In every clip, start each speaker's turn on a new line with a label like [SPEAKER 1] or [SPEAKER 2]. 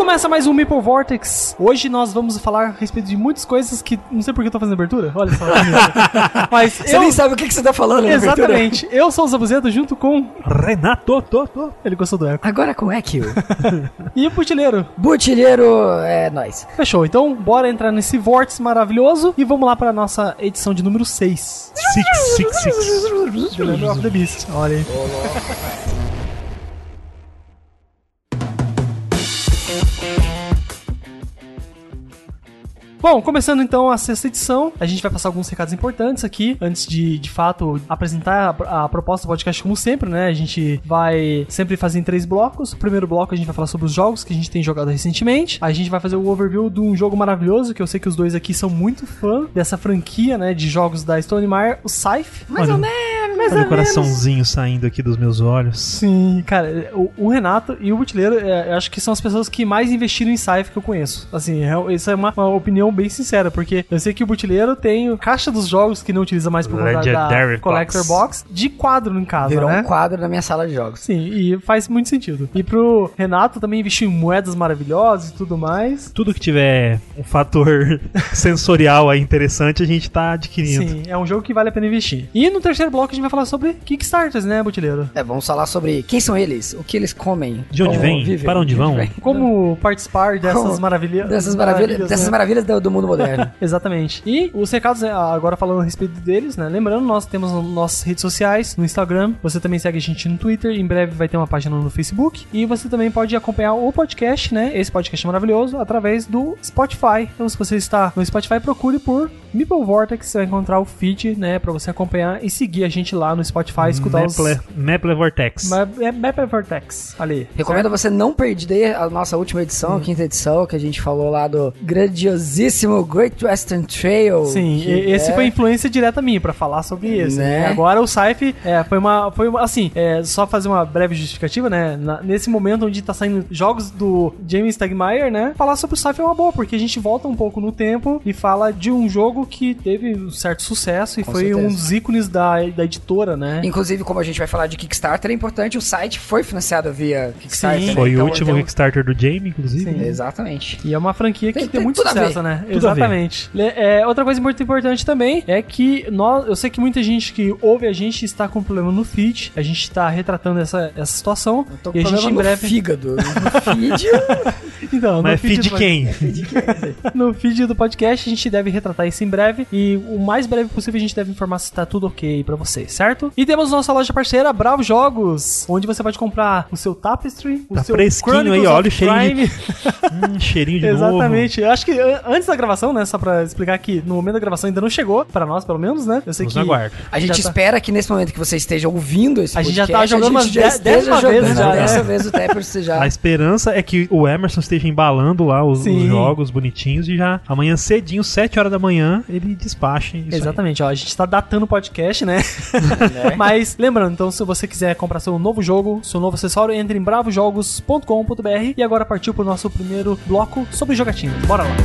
[SPEAKER 1] Começa mais um Meeple Vortex. Hoje nós vamos falar a respeito de muitas coisas que... Não sei por que eu tô fazendo abertura. Olha só. Mas
[SPEAKER 2] você nem sabe o que você tá falando.
[SPEAKER 1] Exatamente. Eu sou o Zabuzeto junto com...
[SPEAKER 3] Renato.
[SPEAKER 1] Ele gostou do eco.
[SPEAKER 2] Agora com Equio.
[SPEAKER 1] E o Butileiro.
[SPEAKER 2] Butileiro é nóis.
[SPEAKER 1] Fechou. Então, bora entrar nesse vórtice maravilhoso e vamos lá pra nossa edição de número 6.
[SPEAKER 3] 6.
[SPEAKER 1] The Number of the Beast. Olha aí. Bom, começando então a 6ª edição, a gente vai passar alguns recados importantes aqui, antes de fato, apresentar a proposta do podcast como sempre, né? A gente vai sempre fazer em 3 blocos. O primeiro bloco a gente vai falar sobre os jogos que a gente tem jogado recentemente. A gente vai fazer o overview de um jogo maravilhoso, que eu sei que os dois aqui são muito fã dessa franquia, né, de jogos da Stonemaier, o Scythe.
[SPEAKER 2] Mais ou menos.
[SPEAKER 3] Olha o coraçãozinho saindo aqui dos meus olhos.
[SPEAKER 1] Sim, cara, o Renato e o Butileiro, eu acho que são as pessoas que mais investiram em Scythe que eu conheço. Assim, isso é uma opinião bem sincera, porque eu sei que o Butileiro tem caixa dos jogos que não utiliza mais por conta da Collector Box de quadro em casa,
[SPEAKER 2] virou
[SPEAKER 1] né?
[SPEAKER 2] um quadro na minha sala de jogos.
[SPEAKER 1] Sim, e faz muito sentido. E pro Renato também investiu em moedas maravilhosas e tudo mais.
[SPEAKER 3] Tudo que tiver um fator sensorial aí interessante, a gente tá adquirindo.
[SPEAKER 1] Sim, é um jogo que vale a pena investir. E no terceiro bloco a gente vai falar sobre Kickstarters, né, Butileiro?
[SPEAKER 2] Vamos falar sobre quem são eles, o que eles comem.
[SPEAKER 3] De onde vêm?
[SPEAKER 2] Vivem,
[SPEAKER 3] para onde vão?
[SPEAKER 1] Como participar dessas maravilhas.
[SPEAKER 2] Dessas maravilhas do mundo moderno.
[SPEAKER 1] Exatamente. E os recados, agora falando a respeito deles, né? Lembrando, nós temos nossas redes sociais, no Instagram, você também segue a gente no Twitter, em breve vai ter uma página no Facebook, e você também pode acompanhar o podcast, né? Esse podcast maravilhoso, através do Spotify. Então, se você está no Spotify, procure por Meeple Vortex, você vai encontrar o feed, né? Pra você acompanhar e seguir a gente lá no Spotify, escutar
[SPEAKER 3] Maple Vortex.
[SPEAKER 1] Maple Vortex, ali.
[SPEAKER 2] Recomendo você não perder a nossa última edição, a 5ª edição, que a gente falou lá do grandiosíssimo Great Western Trail.
[SPEAKER 1] Sim, esse foi influência direta minha pra falar sobre esse.
[SPEAKER 2] Né?
[SPEAKER 1] Agora o Scythe foi uma assim, só fazer uma breve justificativa, né? Nesse momento onde tá saindo jogos do James Stegmaier, né? Falar sobre o Scythe é uma boa, porque a gente volta um pouco no tempo e fala de um jogo que teve um certo sucesso e foi um dos ícones da editora, né?
[SPEAKER 2] Inclusive, como a gente vai falar de Kickstarter, é importante, o site foi financiado via Kickstarter.
[SPEAKER 1] Sim.
[SPEAKER 2] Né?
[SPEAKER 3] Foi
[SPEAKER 2] então,
[SPEAKER 3] o último Kickstarter do Jamie, inclusive.
[SPEAKER 2] Sim, exatamente.
[SPEAKER 1] E é uma franquia que tem muito sucesso, né?
[SPEAKER 3] Tudo
[SPEAKER 1] Exatamente. Outra coisa muito importante também é que eu sei que muita gente que ouve a gente está com problema no feed. A gente está retratando essa situação.
[SPEAKER 2] Eu tô com
[SPEAKER 1] e a gente em breve...
[SPEAKER 2] no fígado. No feed...
[SPEAKER 1] Então,
[SPEAKER 3] mas feed de quem?
[SPEAKER 1] No feed do podcast a gente deve retratar isso em breve. E o mais breve possível a gente deve informar se tá tudo ok pra você, certo? E temos nossa loja parceira, Bravo Jogos, onde você pode comprar o seu Tapestry, o seu
[SPEAKER 3] fresquinho
[SPEAKER 1] Chronicles
[SPEAKER 3] aí, olha o
[SPEAKER 1] cheirinho
[SPEAKER 3] de... cheirinho de novo.
[SPEAKER 1] Exatamente. Eu acho que antes da gravação, né, só pra explicar que no momento da gravação ainda não chegou, pra nós pelo menos, né? Eu sei
[SPEAKER 3] Nos
[SPEAKER 1] que
[SPEAKER 3] aguarda.
[SPEAKER 2] A gente espera que nesse momento que você esteja ouvindo esse podcast,
[SPEAKER 1] a gente já tá jogando umas 10 vezes já, né?
[SPEAKER 2] Dessa vez o Tapestry já...
[SPEAKER 3] A esperança é que o Emerson esteja embalando lá os jogos bonitinhos e já amanhã cedinho, 7 horas da manhã, ele despache isso.
[SPEAKER 1] Exatamente, ó, a gente tá datando o podcast, né? Mas lembrando, então, se você quiser comprar seu novo jogo, seu novo acessório, entre em bravojogos.com.br. E agora partiu pro nosso primeiro bloco sobre jogatina. Bora lá!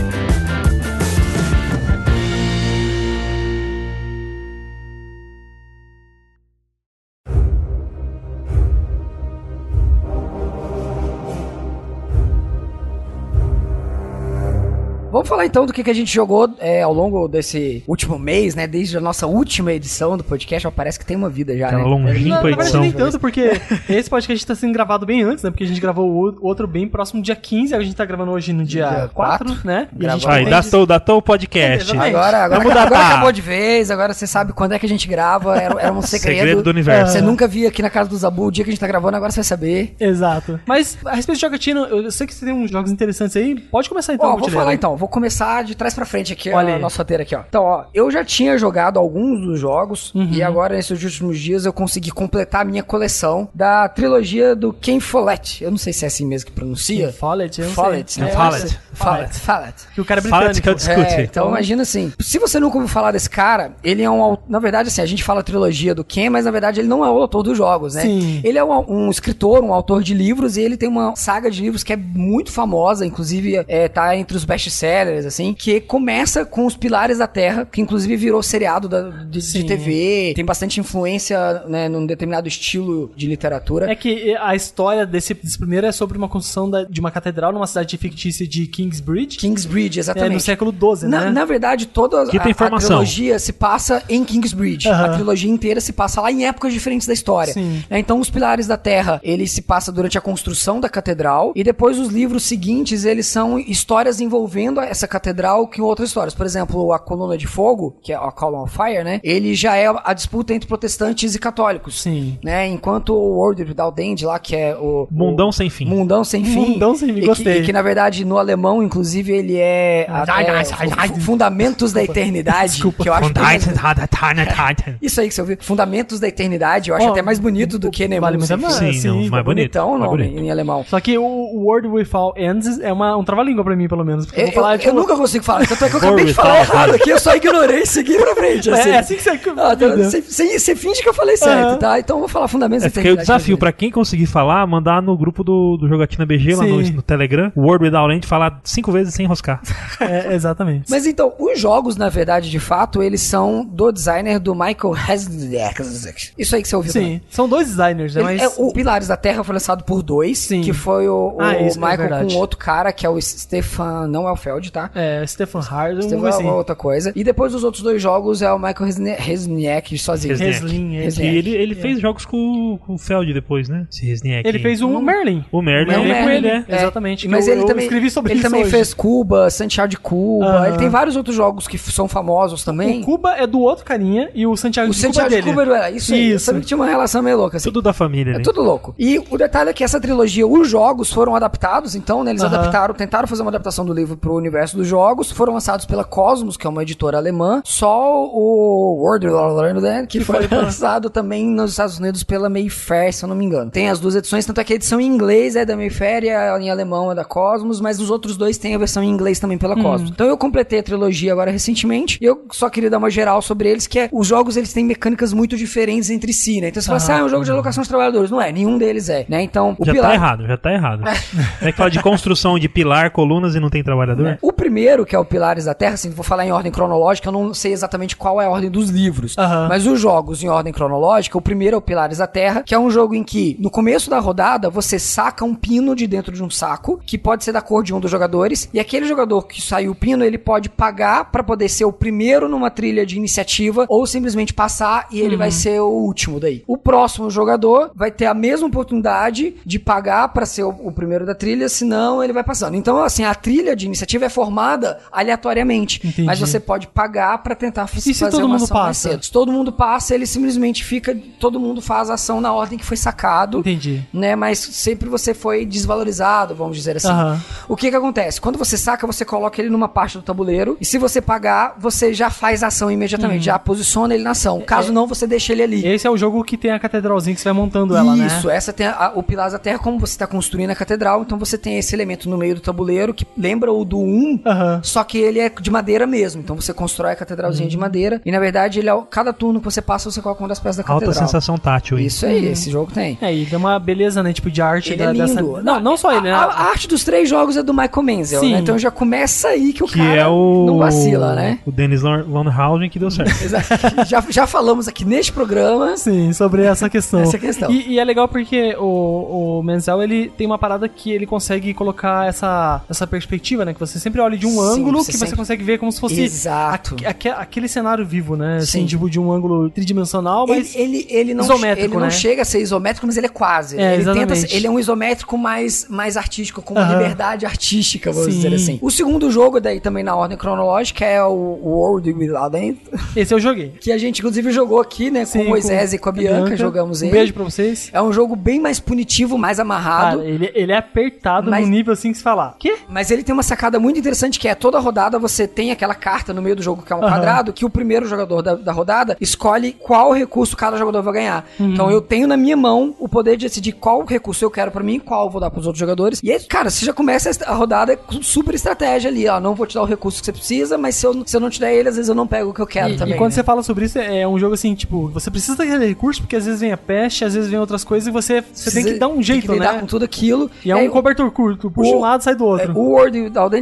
[SPEAKER 2] Vamos falar então do que a gente jogou ao longo desse último mês, né? Desde a nossa última edição do podcast. Ó, parece que tem uma vida já,
[SPEAKER 3] né?
[SPEAKER 2] Longínqua
[SPEAKER 1] edição. Na verdade, nem tanto, porque esse podcast tá sendo gravado bem antes, né? Porque a gente gravou o outro bem próximo do dia 15, a gente tá gravando hoje no dia 4, né?
[SPEAKER 3] E a gente datou o podcast.
[SPEAKER 2] Agora acabou de vez, agora você sabe quando é que a gente grava, era um segredo
[SPEAKER 3] do universo.
[SPEAKER 2] Você nunca via aqui na casa do Zabu o dia que a gente tá gravando, agora você vai saber.
[SPEAKER 1] Exato. Mas a respeito de jogatina, eu sei que você tem uns jogos interessantes aí, pode começar então.
[SPEAKER 2] Vou falar então, vou começar de trás pra frente aqui, ó, o nosso roteiro aqui, ó. Então, ó, eu já tinha jogado alguns dos jogos e agora, nesses últimos dias, eu consegui completar a minha coleção da trilogia do Ken Follett. Eu não sei se é assim mesmo que pronuncia.
[SPEAKER 1] Follett, eu não
[SPEAKER 2] sei.
[SPEAKER 1] Né?
[SPEAKER 2] Follett.
[SPEAKER 1] Que o cara é britânico.
[SPEAKER 3] Que eu discuti.
[SPEAKER 2] Então, imagina assim, se você nunca ouviu falar desse cara, ele é na verdade, assim, a gente fala trilogia do Ken, mas na verdade ele não é o autor dos jogos, né?
[SPEAKER 1] Sim.
[SPEAKER 2] Ele é um escritor, um autor de livros, e ele tem uma saga de livros que é muito famosa, inclusive tá entre os best-sellers best-sellers, assim, que começa com os Pilares da Terra, que inclusive virou seriado de TV, tem bastante influência, né, num determinado estilo de literatura.
[SPEAKER 1] É que a história desse primeiro é sobre uma construção de uma catedral numa cidade fictícia de Kingsbridge.
[SPEAKER 2] Kingsbridge, exatamente.
[SPEAKER 1] No século XII, né?
[SPEAKER 2] Na verdade, toda a trilogia se passa em Kingsbridge. A trilogia inteira se passa lá em épocas diferentes da história. Então, os Pilares da Terra, ele se passa durante a construção da catedral, e depois os livros seguintes, eles são histórias envolvendo essa catedral com outras histórias. Por exemplo, a Coluna de Fogo, que é a Column of Fire, né? Ele já é a disputa entre protestantes e católicos. Né? Enquanto o World Without End lá, que é o...
[SPEAKER 3] Mundão Sem Fim.
[SPEAKER 2] Mundão Sem Fim.
[SPEAKER 1] Mundão Sem Fim, gostei.
[SPEAKER 2] Que na verdade, no alemão, inclusive, ele é... Fundamentos da Eternidade.
[SPEAKER 1] Desculpa.
[SPEAKER 2] Que eu acho isso aí que você ouviu. Fundamentos da Eternidade. Eu acho até mais bonito do que
[SPEAKER 3] Vale muito mais. Sim, mais
[SPEAKER 2] bonitão o nome em alemão.
[SPEAKER 1] Só que o World Without Ends é um trava-língua pra mim, pelo menos.
[SPEAKER 2] Eu nunca consigo falar. Tanto é que eu acabei de falar errado aqui. Eu só ignorei e segui pra frente. Assim.
[SPEAKER 1] É assim que
[SPEAKER 2] você finge que eu falei certo, tá? Então eu vou falar Fundamentos da Eternidade.
[SPEAKER 3] O desafio pra quem conseguir falar, mandar no grupo do Jogatina BG, lá no Telegram, World Without End, falar 5 vezes sem enroscar.
[SPEAKER 1] Exatamente.
[SPEAKER 2] Mas então, os jogos, na verdade, de fato, eles são do designer do Michael Hasselbeck. Isso aí que você ouviu.
[SPEAKER 1] Sim, são dois designers, né?
[SPEAKER 2] O Pilares da Terra foi lançado por dois, que foi o Michael com outro cara, que é o Stefan, não é o Feld, tá?
[SPEAKER 1] Stefan Hard,
[SPEAKER 2] é outra coisa. E depois os outros dois jogos é o Michael Resnick sozinho.
[SPEAKER 3] Ele fez jogos com o Feld depois, né? Esse Resnick.
[SPEAKER 1] Ele fez o Merlin.
[SPEAKER 3] O Merlin com ele,
[SPEAKER 1] exatamente.
[SPEAKER 2] Mas ele também
[SPEAKER 1] escrevi sobre isso.
[SPEAKER 2] Ele também
[SPEAKER 1] hoje.
[SPEAKER 2] fez Cuba, Santiago de Cuba. Ele tem vários outros jogos que são famosos também.
[SPEAKER 1] O Cuba é do outro carinha e o Santiago de Cuba é dele.
[SPEAKER 2] Cuba era isso aí. Eu sabia que tinha uma relação meio louca. Assim.
[SPEAKER 3] Tudo da família, né?
[SPEAKER 2] É tudo louco. E o detalhe é que essa trilogia, os jogos foram adaptados, então, né, eles tentaram fazer uma adaptação do livro pro universo dos jogos, foram lançados pela Cosmos, que é uma editora alemã, só o World que foi lançado também nos Estados Unidos pela Mayfair, se eu não me engano. Tem as duas edições, tanto é que a edição em inglês é da Mayfair e em alemão é da Cosmos, mas os outros dois têm a versão em inglês também pela Cosmos. Então eu completei a trilogia agora recentemente, e eu só queria dar uma geral sobre eles, que é, os jogos eles têm mecânicas muito diferentes entre si, né? Então você fala assim, é um jogo de alocação de trabalhadores. Não é, nenhum deles é, né? Então,
[SPEAKER 3] já tá errado. É que fala de construção de pilar, colunas e não tem trabalhador?
[SPEAKER 2] O primeiro, que é o Pilares da Terra, assim, vou falar em ordem cronológica, eu não sei exatamente qual é a ordem dos livros, mas os jogos em ordem cronológica, o primeiro é o Pilares da Terra, que é um jogo em que, no começo da rodada, você saca um pino de dentro de um saco, que pode ser da cor de um dos jogadores, e aquele jogador que saiu o pino, ele pode pagar pra poder ser o primeiro numa trilha de iniciativa, ou simplesmente passar e ele vai ser o último daí. O próximo jogador vai ter a mesma oportunidade de pagar pra ser o primeiro da trilha, senão ele vai passando. Então, assim, a trilha de iniciativa é formada aleatoriamente. Entendi. Mas você pode pagar pra tentar fazer uma ação mais cedo. Se todo mundo passa, ele simplesmente fica, todo mundo faz a ação na ordem que foi sacado.
[SPEAKER 1] Entendi.
[SPEAKER 2] Né? Mas sempre você foi desvalorizado, vamos dizer assim. O que acontece? Quando você saca, você coloca ele numa parte do tabuleiro, e se você pagar, você já faz a ação imediatamente, já posiciona ele na ação. Caso não, você deixa ele ali.
[SPEAKER 1] Esse é o jogo que tem a catedralzinha que você vai montando ela, né?
[SPEAKER 2] Isso, essa tem o Pilares da Terra, como você está construindo a catedral, então você tem esse elemento no meio do tabuleiro que lembra o do 1, só que ele é de madeira mesmo. Então você constrói a catedralzinha de madeira, e na verdade ele cada turno que você passa, você coloca uma das peças da catedral.
[SPEAKER 3] Alta sensação tátil.
[SPEAKER 2] Isso aí, esse jogo tem.
[SPEAKER 1] E tem uma beleza, né, tipo de arte.
[SPEAKER 2] Ele é lindo.
[SPEAKER 1] Não só ele, né?
[SPEAKER 2] A arte dos 3 jogos é do Michael Menzel, né? Então já começa aí que o cara não vacila, né?
[SPEAKER 3] O Dennis Lundhausen que deu certo.
[SPEAKER 2] já falamos aqui neste programa.
[SPEAKER 1] Sim, sobre essa questão. E é legal porque o Menzel, ele tem uma parada que ele consegue colocar essa perspectiva, né? Que você sempre olha de um ângulo que você consegue ver como se fosse aquele cenário vivo, né? Assim, tipo, de um ângulo tridimensional, mas
[SPEAKER 2] ele não
[SPEAKER 1] isométrico,
[SPEAKER 2] ele não chega a ser isométrico, mas ele é quase. Ele é um isométrico mais artístico, com uma liberdade artística, vamos dizer assim. O segundo jogo, daí também na ordem cronológica, é o World Without End.
[SPEAKER 1] Esse eu joguei.
[SPEAKER 2] Que a gente, inclusive, jogou aqui, né? Com o Moisés e com a Bianca, jogamos ele.
[SPEAKER 1] Um beijo pra vocês.
[SPEAKER 2] É um jogo bem mais punitivo, mais amarrado.
[SPEAKER 1] Cara, ele é apertado no nível assim que se falar.
[SPEAKER 2] Quê? Mas ele tem uma sacada muito interessante, que é toda rodada você tem aquela carta no meio do jogo, que é um quadrado, que o primeiro jogador da rodada escolhe qual recurso cada jogador vai ganhar. Então eu tenho na minha mão o poder de decidir qual recurso eu quero pra mim, qual eu vou dar pros outros jogadores. E aí, cara, você já começa a rodada com super estratégia ali, ó. Não vou te dar o recurso que você precisa, mas se eu não te der ele, às vezes eu não pego o que eu quero também.
[SPEAKER 1] E quando você fala sobre isso, é um jogo assim, tipo, você precisa daquele recurso, porque às vezes vem a peste, às vezes vem outras coisas, e você tem que dar um jeito,
[SPEAKER 2] tem que lidar com tudo aquilo.
[SPEAKER 1] E é um cobertor curto, puxa um lado, sai do outro.
[SPEAKER 2] O World Without End, ele se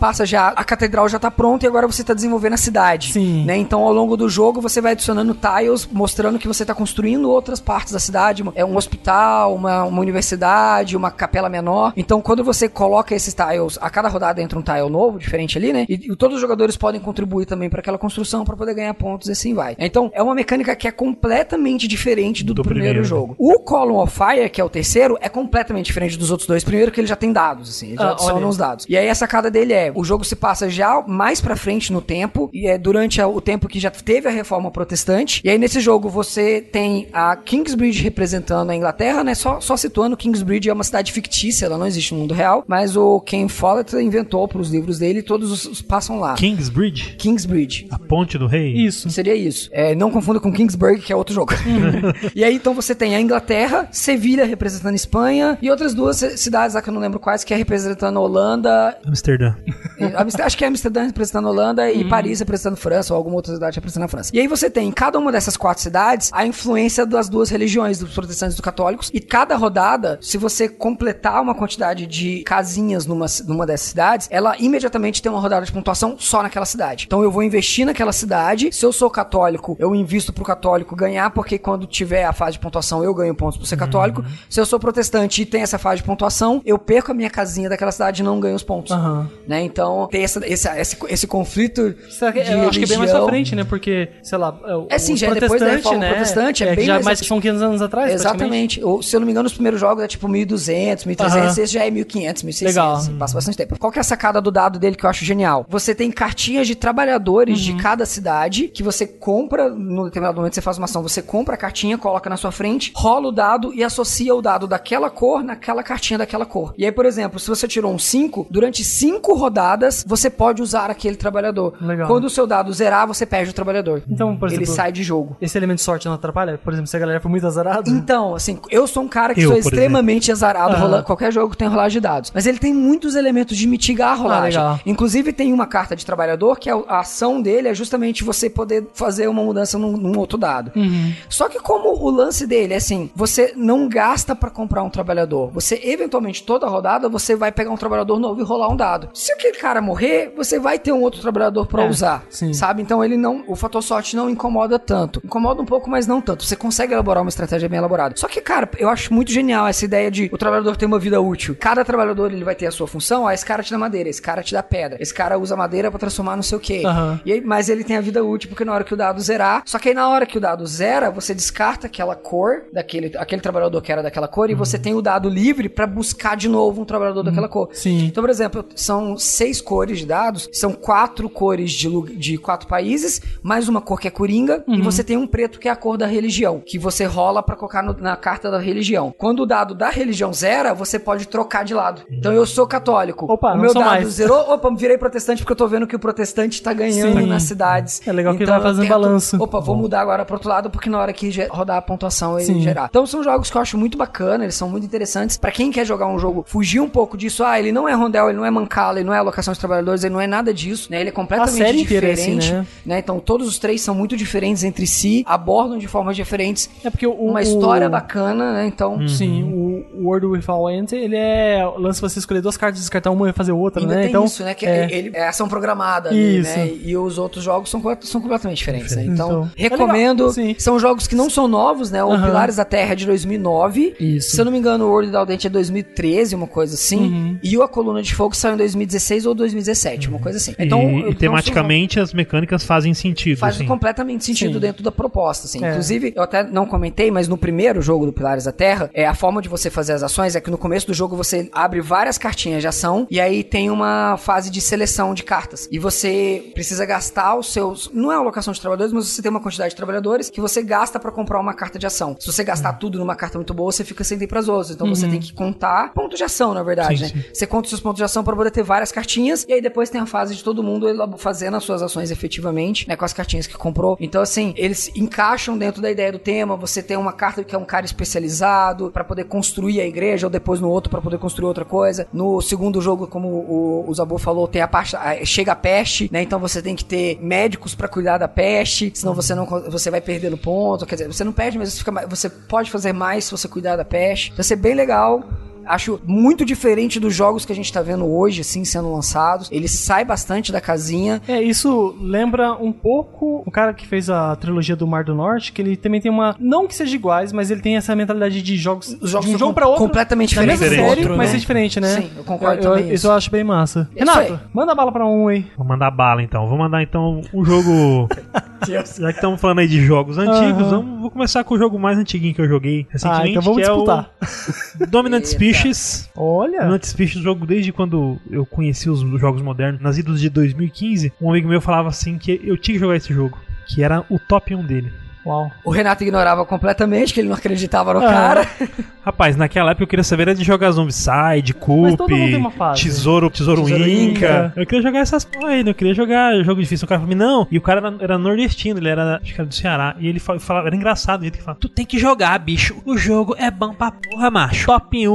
[SPEAKER 2] passa já, a catedral já tá pronta e agora você tá desenvolvendo a cidade.
[SPEAKER 1] Sim.
[SPEAKER 2] Né? Então, ao longo do jogo, você vai adicionando tiles, mostrando que você tá construindo outras partes da cidade, um hospital, uma universidade, uma capela menor. Então, quando você coloca esses tiles, a cada rodada entra um tile novo, diferente ali, né? E todos os jogadores podem contribuir também para aquela construção para poder ganhar pontos e assim vai. Então, é uma mecânica que é completamente diferente do primeiro jogo. O Column of Fire, que é o terceiro, é completamente diferente dos outros dois. Primeiro que ele já tem dados, assim, ele já adiciona os dados. E aí a sacada dele o jogo se passa já mais pra frente no tempo, e é durante o tempo que já teve a reforma protestante. E aí nesse jogo você tem a Kingsbridge representando a Inglaterra, né? Só situando, Kingsbridge é uma cidade fictícia, ela não existe no mundo real, mas o Ken Follett inventou pros livros dele e todos os passam lá.
[SPEAKER 3] Kingsbridge?
[SPEAKER 2] Kingsbridge.
[SPEAKER 3] A ponte do rei?
[SPEAKER 1] Isso.
[SPEAKER 2] Seria isso. Não confunda com Kingsburg, que é outro jogo. E aí então você tem a Inglaterra, Sevilha representando a Espanha e outras duas cidades lá que eu não lembro quais, que é representando a Holanda.
[SPEAKER 3] Amsterdã.
[SPEAKER 2] Acho que é Amsterdã representando a Holanda e Paris representando a França, ou alguma outra cidade representando a França. E aí você tem em cada uma dessas 4 cidades a influência das duas religiões, dos protestantes e dos católicos, e cada rodada, se você completar uma quantidade de casinhas numa dessas cidades, ela imediatamente tem uma rodada de pontuação só naquela cidade. Então eu vou investir naquela cidade, se eu sou católico, eu invisto pro católico ganhar, porque quando tiver a fase de pontuação eu ganho pontos por ser católico. Se eu sou protestante e tem essa fase de pontuação, eu perco a minha casinha daquela cidade e não ganho os pontos. Né? Então tem esse conflito de
[SPEAKER 1] eu acho que é bem mais pra frente, né? Porque, sei lá,
[SPEAKER 2] sim, já é depois da reforma protestante, é bem
[SPEAKER 1] já mais que são 500 anos atrás,
[SPEAKER 2] exatamente. Se eu não me engano, os primeiros jogos é tipo 1200, 1300, esse já é 1500, 1600. Legal. Assim, passa bastante tempo. Qual que é a sacada do dado dele que eu acho genial? Você tem cartinhas de trabalhadores de cada cidade que você compra, no determinado momento você faz uma ação, você compra a cartinha, coloca na sua frente, rola o dado e associa o dado daquela cor naquela cartinha daquela cor. E aí, por exemplo, se você tirou um 5, durante 5 rodadas, você pode usar aquele trabalhador.
[SPEAKER 1] Legal.
[SPEAKER 2] Quando o seu dado zerar, você perde o trabalhador.
[SPEAKER 1] Então, por exemplo,
[SPEAKER 2] ele sai de jogo.
[SPEAKER 1] Esse elemento de sorte não atrapalha? Por exemplo, se a galera for muito azarada?
[SPEAKER 2] Então, assim, eu sou um cara que sou extremamente azarado rolando qualquer jogo que tem rolagem de dados. Mas ele tem muitos elementos de mitigar a rolagem. Inclusive, tem uma carta de trabalhador que a ação dele é justamente você poder fazer uma mudança num outro dado. Só que como o lance dele é assim, você não gasta pra comprar um trabalhador. Você, eventualmente, toda rodada, você vai pegar um trabalhador novo e rolar um dado. Se aquele cara morrer, você vai ter um outro trabalhador pra usar.
[SPEAKER 1] Sim.
[SPEAKER 2] Sabe? Então, o fator sorte não incomoda tanto. Incomoda um pouco, mas não tanto. Você consegue elaborar uma estratégia bem elaborada. Só que, cara, eu acho muito genial essa ideia de o trabalhador ter uma vida útil. Cada trabalhador, ele vai ter a sua função. Esse cara te dá madeira, esse cara te dá pedra, esse cara usa madeira pra transformar não sei o quê. E aí, mas ele tem a vida útil porque na hora que o dado zerar, só que aí na hora que o dado zera, você descarta aquela cor aquele trabalhador que era daquela cor e você tem o dado livre pra buscar de novo um trabalhador daquela cor.
[SPEAKER 1] Sim.
[SPEAKER 2] Então, por exemplo, são 6 cores de dados, são 4 cores de 4 países, mais uma cor que é coringa, e você tem um preto que é a cor da religião, que você rola pra colocar na carta da religião. Quando o dado da religião zera, você pode trocar de lado. Então eu sou católico.
[SPEAKER 1] Opa,
[SPEAKER 2] o meu dado zerou, virei protestante porque eu tô vendo que o protestante tá ganhando nas cidades.
[SPEAKER 1] É legal que ele vai fazendo balanço.
[SPEAKER 2] Vou mudar agora pro outro lado porque na hora que rodar a pontuação ele gerar. Então são jogos que eu acho muito bacana, eles são muito interessantes. Pra quem quer jogar um jogo, fugir um pouco disso, ele não é rondel, ele não é mancala, ele não é alocação de trabalhadores, ele não é nada disso, né? Ele é completamente diferente, né? Então todos os 3 são muito diferentes entre si, abordam de formas diferentes.
[SPEAKER 1] É porque
[SPEAKER 2] uma história bacana, né? Então,
[SPEAKER 1] sim, o World Without End, ele lance você escolher 2 cartas, descartar uma e fazer outra,
[SPEAKER 2] ainda
[SPEAKER 1] né?
[SPEAKER 2] Tem
[SPEAKER 1] então
[SPEAKER 2] isso, né? Que ele é ação programada ali, né? E os outros jogos são completamente diferentes, né? Então, recomendo. São jogos que não são novos, né? O Pilares da Terra é de 2009.
[SPEAKER 1] Isso.
[SPEAKER 2] Se eu não me engano, o World Without End é 2013, uma coisa assim. E A Coluna de Fogo saiu em 2016 ou 2017, uma coisa assim. Então,
[SPEAKER 3] e tematicamente as mecânicas fazem sentido.
[SPEAKER 2] Faz completamente sentido dentro da proposta, assim. Inclusive, eu até não comentei, mas no primeiro jogo do Pilares da Terra, a forma de você fazer as ações é que no começo do jogo você abre várias cartinhas de ação e aí tem uma fase de seleção de cartas. E você precisa gastar os seus... Não é alocação de trabalhadores, mas você tem uma quantidade de trabalhadores que você gasta pra comprar uma carta de ação. Se você gastar tudo numa carta muito boa, você fica sem ter pras outras. Então você tem que contar pontos de ação, na verdade, né? Você conta os seus pontos de ação pra poder ter várias cartinhas e aí depois tem a fase de todo mundo fazendo as suas ações efetivamente, né? Com as cartinhas que comprou. Então, assim, eles encaixam dentro da ideia do tema. Você tem uma carta que é um cara especializado pra poder construir a igreja ou depois no outro pra poder construir outra coisa. No segundo jogo, como o Zabu falou, tem a parte... Chega a peste, né? Então você tem que ter médicos pra cuidar da peste, senão você vai perdendo ponto. Quer dizer, você não perde, mas você pode fazer mais se você cuidar da peste. Vai ser bem legal. Acho muito diferente dos jogos que a gente tá vendo hoje, assim, sendo lançados. Ele sai bastante da casinha.
[SPEAKER 1] Isso lembra um pouco o cara que fez a trilogia do Mar do Norte, que ele também tem uma... Não que seja iguais, mas ele tem essa mentalidade de jogos...
[SPEAKER 2] Os jogos
[SPEAKER 1] de um jogo pra outro.
[SPEAKER 2] Completamente diferente.
[SPEAKER 1] Série, mas é diferente, né?
[SPEAKER 2] Sim, eu concordo também.
[SPEAKER 1] Isso eu acho bem massa. Renato, manda bala pra um aí.
[SPEAKER 3] Vou mandar bala, então. Vou mandar, então, um jogo... Já que estamos falando aí de jogos antigos, vou começar com o jogo mais antiguinho que eu joguei recentemente,
[SPEAKER 1] então vamos disputar.
[SPEAKER 3] O Dominant Species.
[SPEAKER 1] Olha!
[SPEAKER 3] Dominant Species, jogo desde quando eu conheci os jogos modernos, nas idas de 2015, um amigo meu falava assim que eu tinha que jogar esse jogo, que era o top 1 dele.
[SPEAKER 1] Uau.
[SPEAKER 2] O Renato ignorava completamente, que ele não acreditava no cara.
[SPEAKER 3] Rapaz, naquela época eu queria saber de jogar Zombicide, Coop, Tesouro Inca. Eu queria jogar essas porra aí, eu queria jogar jogo difícil. O cara falou, não. E o cara era nordestino, ele era, acho que era do Ceará. E ele falava, era engraçado o jeito que falava, tu tem que jogar, bicho. O jogo é bom pra porra, macho. Top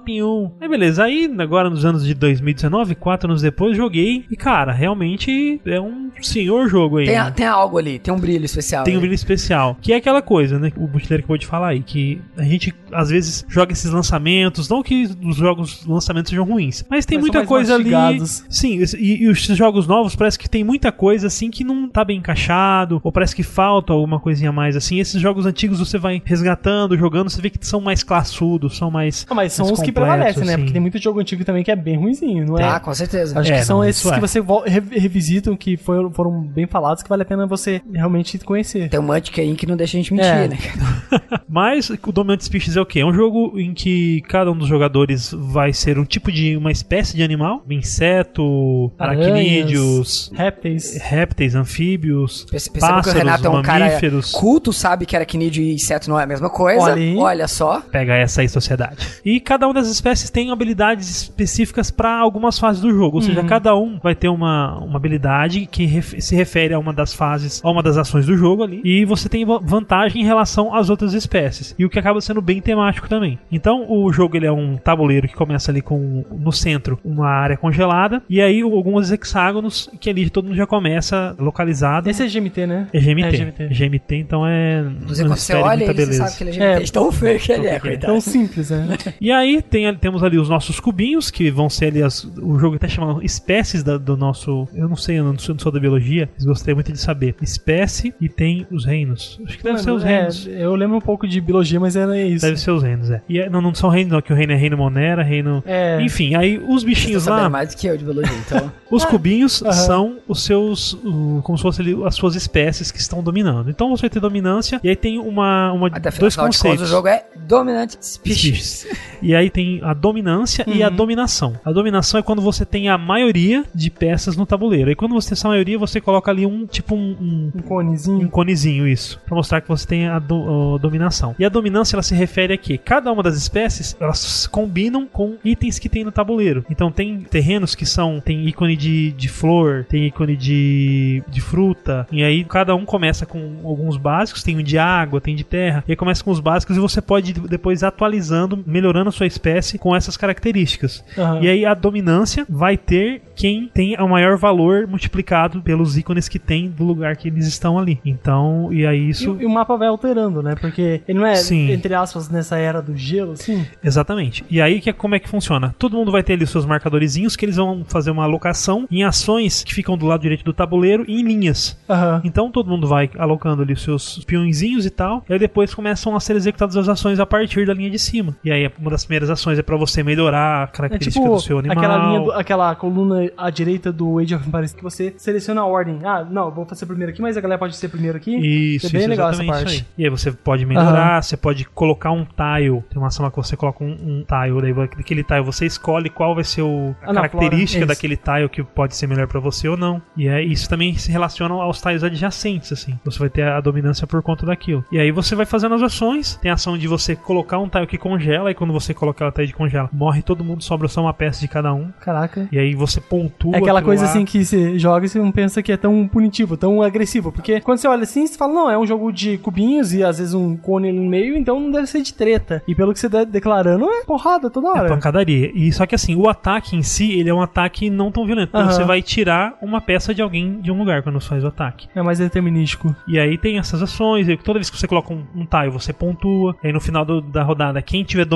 [SPEAKER 3] 1. Aí beleza, aí agora nos anos de 2019, 4 anos depois, joguei. E cara, realmente é um senhor jogo aí.
[SPEAKER 2] Tem algo ali, tem um brilho especial.
[SPEAKER 3] Tem um brilho especial. Que é aquela coisa, né? O Butileiro acabou de falar aí, que a gente às vezes joga esses lançamentos, não que os lançamentos sejam ruins, mas tem muita coisa ali. Sim, e os jogos novos parece que tem muita coisa assim que não tá bem encaixado, ou parece que falta alguma coisinha a mais assim. Esses jogos antigos você vai resgatando, jogando, você vê que são mais classudos, são mais.
[SPEAKER 1] Mas são os que prevalecem, né? Porque tem muito jogo antigo também que é bem ruinzinho, não é?
[SPEAKER 2] Ah, com certeza.
[SPEAKER 1] Acho que são esses que você revisitam, que foram bem falados, que vale a pena você realmente conhecer.
[SPEAKER 2] Tem um Mantic aí que não deixa a gente mentir, né?
[SPEAKER 3] Mas o Dominant Species é o quê? É um jogo em que cada um dos jogadores vai ser um tipo de uma espécie de animal, inseto, aracnídeos, répteis, anfíbios, pássaros,
[SPEAKER 2] que o Renato é um
[SPEAKER 3] mamíferos.
[SPEAKER 2] Cara culto, sabe que aracnídeo e inseto não é a mesma coisa. Olha só.
[SPEAKER 3] Pega essa aí, sociedade. E cada uma das espécies tem habilidades específicas para algumas fases do jogo, ou seja, cada um vai ter uma habilidade que se refere a uma das fases, a uma das ações do jogo ali, e você tem vantagem em relação às outras espécies, e o que acaba sendo bem temático também. Então o jogo ele é um tabuleiro que começa ali com no centro uma área congelada, e aí alguns hexágonos que ali todo mundo já começa localizado.
[SPEAKER 1] Esse é GMT, né?
[SPEAKER 3] É GMT, então é
[SPEAKER 2] quando você olha ele, você sabe que ele é GMT. Tão feio que ele é, coitado.
[SPEAKER 1] Tão simples, né?
[SPEAKER 3] E aí temos ali os nossos cubinhos, que vão ser ali o jogo até chama espécies do nosso, eu não sei, eu não sou da biologia, mas gostaria muito de saber. Espécie, e tem os reinos. Acho que deve ser os reinos.
[SPEAKER 1] Eu lembro um pouco de biologia, mas era isso.
[SPEAKER 3] Deve ser os reinos, E não são reinos, não, que o reino é reino Monera, reino... Enfim, aí os bichinhos lá...
[SPEAKER 2] Você mais do que eu de biologia, então...
[SPEAKER 3] Os cubinhos são os seus... como se fossem ali as suas espécies que estão dominando. Então você vai ter dominância, e aí tem dois conceitos.
[SPEAKER 2] O jogo é Dominant Species.
[SPEAKER 3] E aí tem a dominância e a dominação. A dominação é quando você tem a maioria de peças no tabuleiro. E quando você tem essa maioria, você coloca ali um
[SPEAKER 1] conezinho.
[SPEAKER 3] Um conezinho, isso. Pra mostrar que você tem a dominação. E a dominância, ela se refere a que cada uma das espécies, elas combinam com itens que tem no tabuleiro. Então tem terrenos que tem ícone de flor, tem ícone de fruta. E aí cada um começa com alguns básicos. Tem um de água, tem de terra. E aí começa com os básicos e você pode depois atualizando, melhorando a sua espécie com essas características. E aí a dominância vai ter quem tem o maior valor multiplicado pelos ícones que tem do lugar que eles estão ali. Então, e aí isso...
[SPEAKER 1] E o mapa vai alterando, né? Porque ele não é, entre aspas, nessa era do gelo, assim?
[SPEAKER 3] Exatamente. E aí, como é que funciona? Todo mundo vai ter ali os seus marcadorzinhos que eles vão fazer uma alocação em ações que ficam do lado direito do tabuleiro e em linhas. Então, todo mundo vai alocando ali os seus peõezinhos e tal, e aí depois começam a ser executadas as ações a partir da linha de cima. E aí, uma das primeiras ações é pra você melhorar a característica do seu animal.
[SPEAKER 1] Aquela coluna à direita do Age of Empires que você seleciona a ordem. Não, vou fazer primeiro aqui, mas a galera pode ser primeiro aqui.
[SPEAKER 3] Isso, é bem legal essa parte. Isso aí. E aí você pode melhorar, você pode colocar um tile. Tem uma ação lá que você coloca um tile, daí daquele tile você escolhe qual vai ser a característica daquele tile que pode ser melhor pra você ou não. E isso também se relaciona aos tiles adjacentes, assim. Você vai ter a dominância por conta daquilo. E aí você vai fazendo as ações. Tem a ação de você colocar um tile que congela, e quando você colocar o tile de congela, morre todo mundo, sobra só uma peça de cada um.
[SPEAKER 1] Caraca.
[SPEAKER 3] E aí você pontua.
[SPEAKER 1] É aquela coisa assim que você joga e você não pensa que é tão punitivo, tão agressivo. Porque quando você olha assim, você fala, não, é um jogo de cubinhos e às vezes um cone no meio, então não deve ser de treta. E pelo que você tá declarando, é porrada toda hora.
[SPEAKER 3] É pancadaria. E só que assim, o ataque em si, ele é um ataque não tão violento. Porque você vai tirar uma peça de alguém de um lugar quando você faz o ataque.
[SPEAKER 1] É mais determinístico.
[SPEAKER 3] E aí tem essas ações, e toda vez que você coloca um tile, você pontua. E aí no final da rodada, quem estiver dominando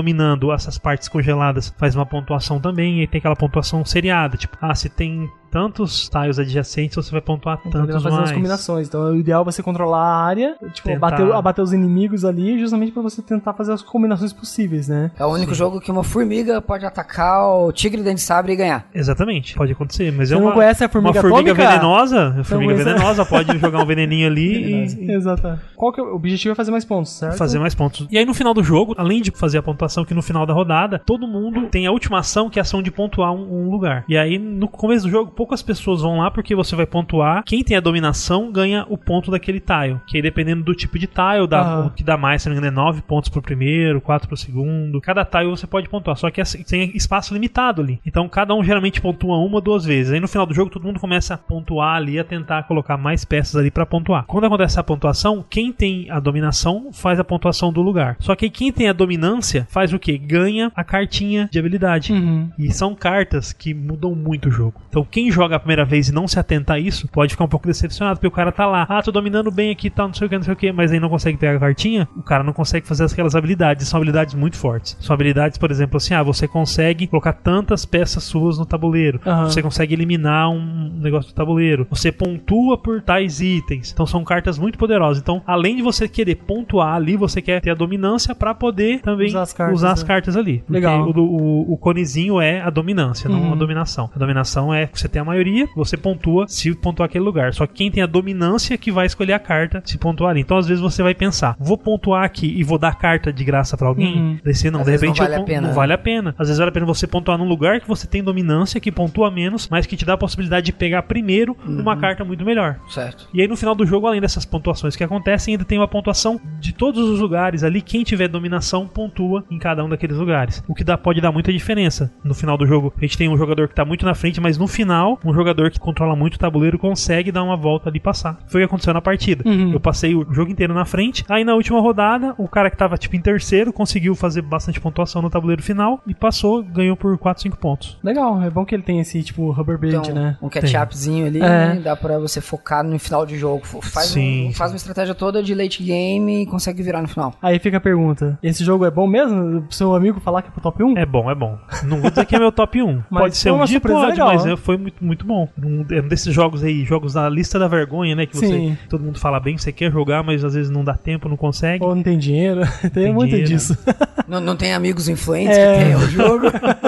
[SPEAKER 3] dominando essas partes congeladas, faz uma pontuação também, e tem aquela pontuação seriada, tipo, se tem tantos tiles adjacentes, você vai pontuar
[SPEAKER 1] então,
[SPEAKER 3] tantos
[SPEAKER 1] fazer
[SPEAKER 3] mais.
[SPEAKER 1] as combinações. Então, o ideal é você controlar a área, tipo, abater os inimigos ali, justamente pra você tentar fazer as combinações possíveis, né?
[SPEAKER 2] É o único jogo que uma formiga pode atacar o tigre dente de sabre e ganhar.
[SPEAKER 3] Exatamente, pode acontecer, mas
[SPEAKER 1] você não conhece a formiga atômica?
[SPEAKER 3] Venenosa, a formiga venenosa pode jogar um veneninho ali
[SPEAKER 1] Exato. Qual que é o objetivo? É fazer mais pontos, certo?
[SPEAKER 3] Fazer mais pontos. E aí no final do jogo, além de fazer a pontuação, que no final da rodada, todo mundo tem a última ação, que é a ação de pontuar um lugar. E aí no começo do jogo, poucas pessoas vão lá porque você vai pontuar. Quem tem a dominação ganha o ponto daquele tile. Que aí dependendo do tipo de tile, o que dá mais, se não me engano, é 9 pontos pro primeiro, 4 pro segundo. Cada tile você pode pontuar, só que assim, tem espaço limitado ali. Então cada um geralmente pontua 1 ou 2 vezes. Aí no final do jogo todo mundo começa a pontuar ali, a tentar colocar mais peças ali pra pontuar. Quando acontece essa pontuação, quem tem a dominação faz a pontuação do lugar. Só que aí quem tem a dominância faz o quê? Ganha a cartinha de habilidade. E são cartas que mudam muito o jogo. Então quem joga a primeira vez e não se atenta a isso, pode ficar um pouco decepcionado, porque o cara tá lá, tô dominando bem aqui, tá, não sei o que, mas aí não consegue pegar a cartinha, o cara não consegue fazer aquelas habilidades, são habilidades muito fortes. São habilidades, por exemplo, assim, você consegue colocar tantas peças suas no tabuleiro, você consegue eliminar um negócio do tabuleiro, você pontua por tais itens, então são cartas muito poderosas. Então, além de você querer pontuar ali, você quer ter a dominância pra poder também usar as cartas ali. Porque
[SPEAKER 1] legal.
[SPEAKER 3] O conezinho é a dominância, não a dominação. A dominação é que você tem a maioria, você pontua se pontuar aquele lugar. Só que quem tem a dominância que vai escolher a carta se pontuar ali. Então, às vezes, você vai pensar, vou pontuar aqui e vou dar carta de graça pra alguém? Daí você não, de repente não vale a pena. Às vezes vale a pena você pontuar num lugar que você tem dominância, que pontua menos, mas que te dá a possibilidade de pegar primeiro uma carta muito melhor.
[SPEAKER 2] Certo.
[SPEAKER 3] E aí no final do jogo, além dessas pontuações que acontecem, ainda tem uma pontuação de todos os lugares ali. Quem tiver dominação pontua em cada um daqueles lugares. O que pode dar muita diferença. No final do jogo, a gente tem um jogador que tá muito na frente, mas no final, um jogador que controla muito o tabuleiro consegue dar uma volta ali e passar. Foi o que aconteceu na partida. Eu passei o jogo inteiro na frente, aí na última rodada, o cara que tava tipo em terceiro conseguiu fazer bastante pontuação no tabuleiro final e passou, ganhou por 4, 5 pontos.
[SPEAKER 1] Legal, é bom que ele tem esse tipo rubber band,
[SPEAKER 2] então,
[SPEAKER 1] né?
[SPEAKER 2] Um catch-upzinho ali, né? Dá pra você focar no final de jogo. Faz uma estratégia toda de late game e consegue virar no final.
[SPEAKER 1] Aí fica a pergunta, esse jogo é bom mesmo? Pro seu amigo falar que é pro top 1?
[SPEAKER 3] É bom. Não vou dizer que é meu top 1. Pode ser um dia, pode, legal, mas foi muito, muito bom. Um desses jogos aí, jogos da lista da vergonha, né? Que todo mundo fala bem, você quer jogar, mas às vezes não dá tempo, não consegue.
[SPEAKER 1] Ou não tem dinheiro. Tem muito dinheiro, disso.
[SPEAKER 2] Não tem amigos influentes que tem o jogo.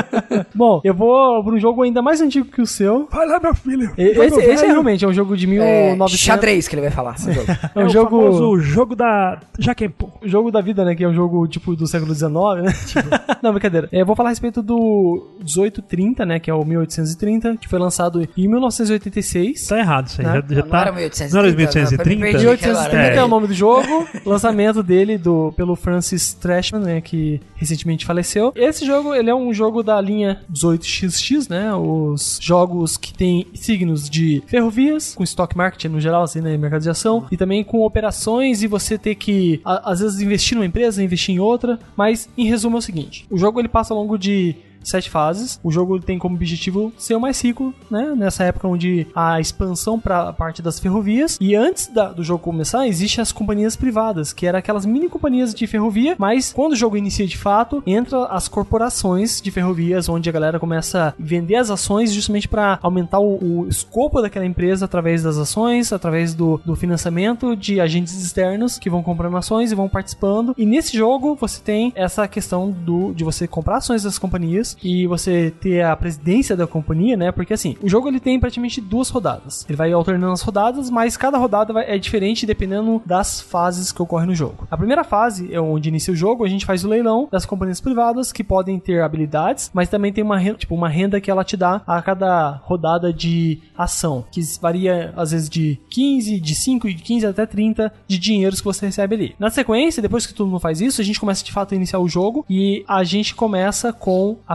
[SPEAKER 1] Bom, eu vou pra um jogo ainda mais antigo que o seu.
[SPEAKER 3] Vai lá, meu filho.
[SPEAKER 1] Esse realmente é um jogo de 1900.
[SPEAKER 2] Xadrez que ele vai falar.
[SPEAKER 1] É um jogo...
[SPEAKER 3] o jogo da Jaquempo.
[SPEAKER 1] O jogo da vida, né? Que é um jogo tipo do século XIX, né? Não, brincadeira. Eu vou falar a respeito do 1830, né? Que é o 1830, que foi lançado em 1986.
[SPEAKER 3] Tá errado isso aí.
[SPEAKER 1] Né?
[SPEAKER 2] Não era 1830?
[SPEAKER 3] Não era 1830?
[SPEAKER 1] 1830 é o nome do jogo. Lançamento dele pelo Francis Trashman, né? Que recentemente faleceu. Esse jogo, ele é um jogo da linha 18XX, né? Os jogos que tem signos de ferrovias, com stock market no geral, assim, né? Mercado de ação. E também com operações e você ter que, às vezes, investir numa empresa, investir em outra. Mas, em resumo, é o seguinte. O jogo, ele passa ao longo de 7 fases. O jogo tem como objetivo ser o mais rico, né? Nessa época onde a expansão para a parte das ferrovias. E antes do jogo começar, existem as companhias privadas, que eram aquelas mini companhias de ferrovia, mas quando o jogo inicia de fato, entra as corporações de ferrovias, onde a galera começa a vender as ações justamente para aumentar o escopo daquela empresa através das ações, através do financiamento de agentes externos que vão comprando ações e vão participando. E nesse jogo você tem essa questão de você comprar ações das companhias e você ter a presidência da companhia, né? Porque assim, o jogo ele tem praticamente 2 rodadas. Ele vai alternando as rodadas, mas cada rodada é diferente dependendo das fases que ocorrem no jogo. A primeira fase é onde inicia o jogo, a gente faz o leilão das companhias privadas que podem ter habilidades, mas também tem uma renda que ela te dá a cada rodada de ação, que varia às vezes de 15, de 5, de 15 até 30 de dinheiros que você recebe ali. Na sequência, depois que todo mundo faz isso, a gente começa de fato a iniciar o jogo e a gente começa com a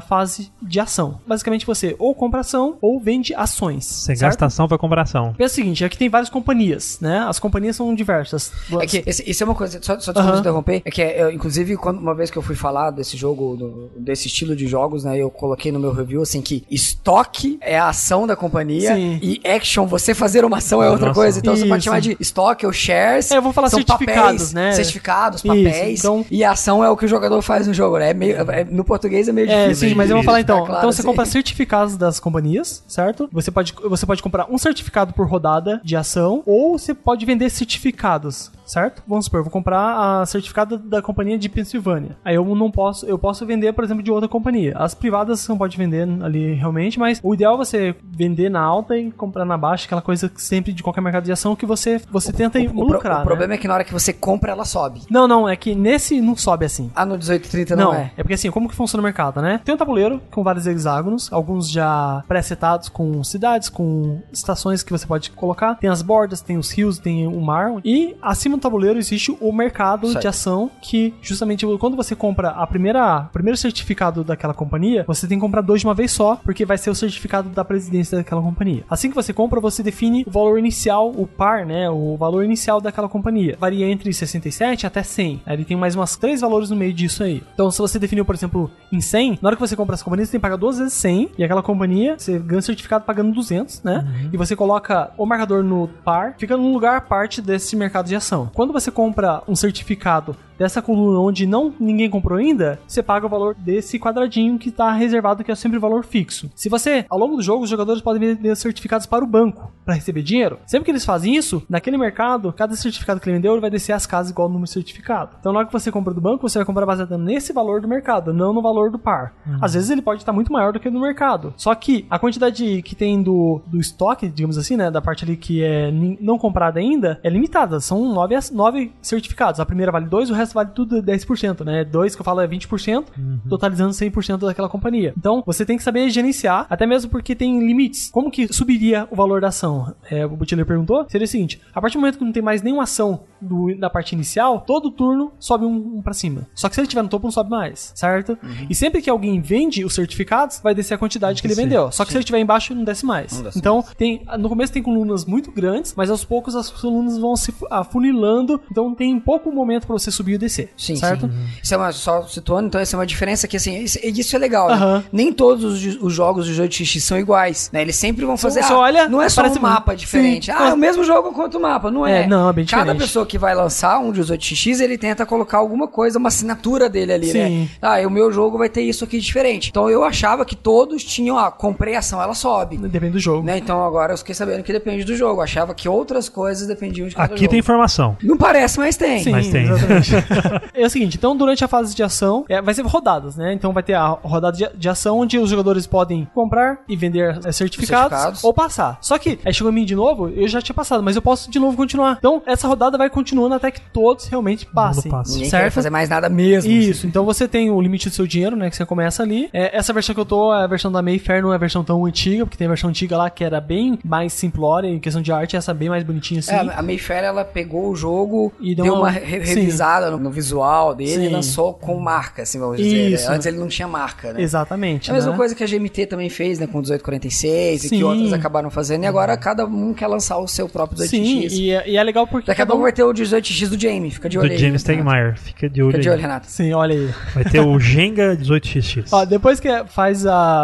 [SPEAKER 1] fase de ação. Basicamente você ou compra ação ou vende ações.
[SPEAKER 3] Você gasta ação pra comprar ação.
[SPEAKER 1] É o seguinte, aqui tem várias companhias, né? As companhias são diversas.
[SPEAKER 2] É que isso é uma coisa, só desculpa te interromper, é que inclusive uma vez que eu fui falar desse jogo, desse estilo de jogos, né, eu coloquei no meu review assim que estoque é a ação da companhia. Sim. E action, você fazer uma ação é outra coisa. Então você pode chamar de estoque ou shares.
[SPEAKER 1] Eu vou falar são certificados, papéis, né?
[SPEAKER 2] Certificados, papéis. Então... E a ação é o que o jogador faz no jogo, né? No português é meio difícil.
[SPEAKER 1] Sim, mas eu vou falar então. Claro, então você compra certificados das companhias, certo? Você pode comprar um certificado por rodada de ação ou você pode vender certificados, certo? Vamos supor, eu vou comprar a certificado da companhia de Pensilvânia. Aí eu posso vender, por exemplo, de outra companhia. As privadas você não pode vender ali realmente, mas o ideal é você vender na alta e comprar na baixa, aquela coisa que sempre de qualquer mercado de ação que você tenta lucrar.
[SPEAKER 2] O problema é que na hora que você compra, ela sobe.
[SPEAKER 1] Não, é que nesse não sobe assim.
[SPEAKER 2] No 1830 não é?
[SPEAKER 1] É porque assim, como que funciona o mercado, né? Tem um tabuleiro com vários hexágonos, alguns já pré-setados com cidades, com estações que você pode colocar. Tem as bordas, tem os rios, tem o mar. E acima do tabuleiro existe o mercado de ação que justamente quando você compra o primeiro certificado daquela companhia, você tem que comprar 2 de uma vez só, porque vai ser o certificado da presidência daquela companhia. Assim que você compra, você define o valor inicial, o par, né? O valor inicial daquela companhia. Varia entre 67 até 100. Aí ele tem mais umas 3 valores no meio disso aí. Então, se você definiu, por exemplo, em 100, na hora que você compra essa companhia, você tem que pagar 2 vezes 100, e aquela companhia, você ganha o certificado pagando 200, né? E você coloca o marcador no par, fica num lugar à parte desse mercado de ação. Quando você compra um certificado dessa coluna onde ninguém comprou ainda, você paga o valor desse quadradinho que está reservado, que é sempre o valor fixo. Se você, ao longo do jogo, os jogadores podem vender certificados para o banco, para receber dinheiro. Sempre que eles fazem isso, naquele mercado, cada certificado que ele vendeu, ele vai descer as casas igual ao número de certificado. Então, na hora que você compra do banco, você vai comprar baseado nesse valor do mercado, não no valor do par. Às vezes ele pode estar muito maior do que no mercado. Só que a quantidade que tem do estoque, digamos assim, né, da parte ali que é não comprada ainda, é limitada. São 9 certificados. A primeira vale 2, o resto vale tudo 10%, né? 2 que eu falo é 20%, totalizando 100% daquela companhia. Então, você tem que saber gerenciar, até mesmo porque tem limites. Como que subiria o valor da ação? O Butler perguntou. Seria o seguinte, a partir do momento que não tem mais nenhuma ação da parte inicial, todo turno sobe um pra cima. Só que se ele estiver no topo, não sobe mais, certo? E sempre que alguém vende os certificados, vai descer a quantidade que ele vendeu. Só que se ele estiver embaixo, não desce mais. Então, no começo tem colunas muito grandes, mas aos poucos as colunas vão se afunilando, então tem pouco momento pra você subir e descer.
[SPEAKER 2] Sim,
[SPEAKER 1] certo?
[SPEAKER 2] Sim. Isso é só situando, então essa é uma diferença que, assim, isso é legal, né? Nem todos os jogos do 18x são iguais, né? Eles sempre vão fazer, não é só um mapa diferente. É o mesmo jogo quanto o mapa, não é?
[SPEAKER 1] Não, é bem diferente.
[SPEAKER 2] Cada pessoa que vai lançar um 18x, ele tenta colocar alguma coisa, uma assinatura dele ali, né? O meu jogo vai ter isso aqui diferente. Então eu achava que todos tinham, comprei ação, ela sobe.
[SPEAKER 1] Depende do jogo.
[SPEAKER 2] Né? Então agora eu fiquei sabendo que depende do jogo. Eu achava que outras coisas dependiam de cada jogo.
[SPEAKER 3] Aqui tem informação.
[SPEAKER 2] Não parece, mas tem.
[SPEAKER 3] Sim, mas tem.
[SPEAKER 1] Exatamente. É o seguinte, então durante a fase de ação, vai ser rodadas, né? Então vai ter a rodada de ação onde os jogadores podem comprar e vender certificados ou passar. Só que, aí chegou a mim de novo, eu já tinha passado, mas eu posso de novo continuar. Então essa rodada vai continuando até que todos realmente passem.
[SPEAKER 2] Ninguém quer fazer mais nada mesmo.
[SPEAKER 1] Isso, então você tem o limite do seu dinheiro, né? Que você começa ali. Essa versão que eu tô, a versão da Mayfair, não é a versão tão antiga, porque tem a versão antiga lá que era bem mais simplória em questão de arte, essa bem mais bonitinha assim.
[SPEAKER 2] A Mayfair, ela pegou o jogo e deu uma revisada no visual dele e lançou com marca, assim, vamos dizer. Antes ele não tinha marca, né?
[SPEAKER 1] Exatamente.
[SPEAKER 2] É a mesma coisa que a GMT também fez, né? Com 1846 e que outras acabaram fazendo. E agora cada um quer lançar o seu próprio 18x.
[SPEAKER 1] Sim, e é legal porque...
[SPEAKER 2] Daqui a pouco vai ter o 18x do Jamie, fica de olho aí.
[SPEAKER 3] Do James Stegmaier, fica de olho aí.
[SPEAKER 2] Fica de olho, Renato.
[SPEAKER 1] Sim, olha aí.
[SPEAKER 3] Vai ter o Jenga 18xx.
[SPEAKER 1] Ó, depois que faz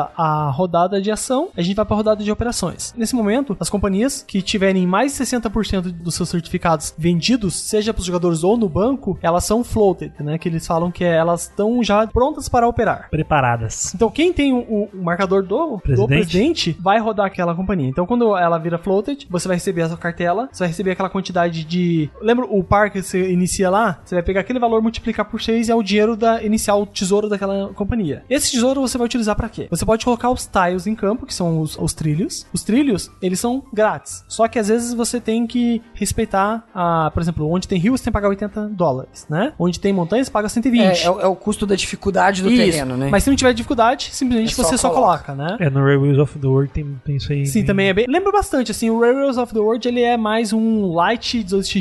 [SPEAKER 1] a rodada de ação, a gente vai pra rodada de operações. Nesse momento, as companhias que tiverem mais de 60% dos seus certificados vendidos, seja pros jogadores ou no banco, elas são floated, né? Que eles falam que elas estão já prontas para operar.
[SPEAKER 3] Preparadas.
[SPEAKER 1] Então, quem tem o marcador do presidente vai rodar aquela companhia. Então, quando ela vira floated, você vai receber a sua cartela, você vai receber aquela quantidade de... Lembra o par que você inicia lá? Você vai pegar aquele valor, multiplicar por 6 e é o dinheiro inicial, o tesouro daquela companhia. Esse tesouro você vai utilizar pra quê? Você pode colocar os tiles em campo, que são os trilhos. Os trilhos, eles são grátis. Só que às vezes você tem que respeitar, por exemplo, onde tem rio você tem que pagar $80, né? Onde tem montanhas, paga 120.
[SPEAKER 2] É o custo da dificuldade do terreno, né?
[SPEAKER 1] Mas se não tiver dificuldade, simplesmente você só coloca, né?
[SPEAKER 3] No Railways of the World tem isso aí.
[SPEAKER 1] Sim, também é bem... Lembra bastante, assim, o Railways of the World, ele é mais um light 18x do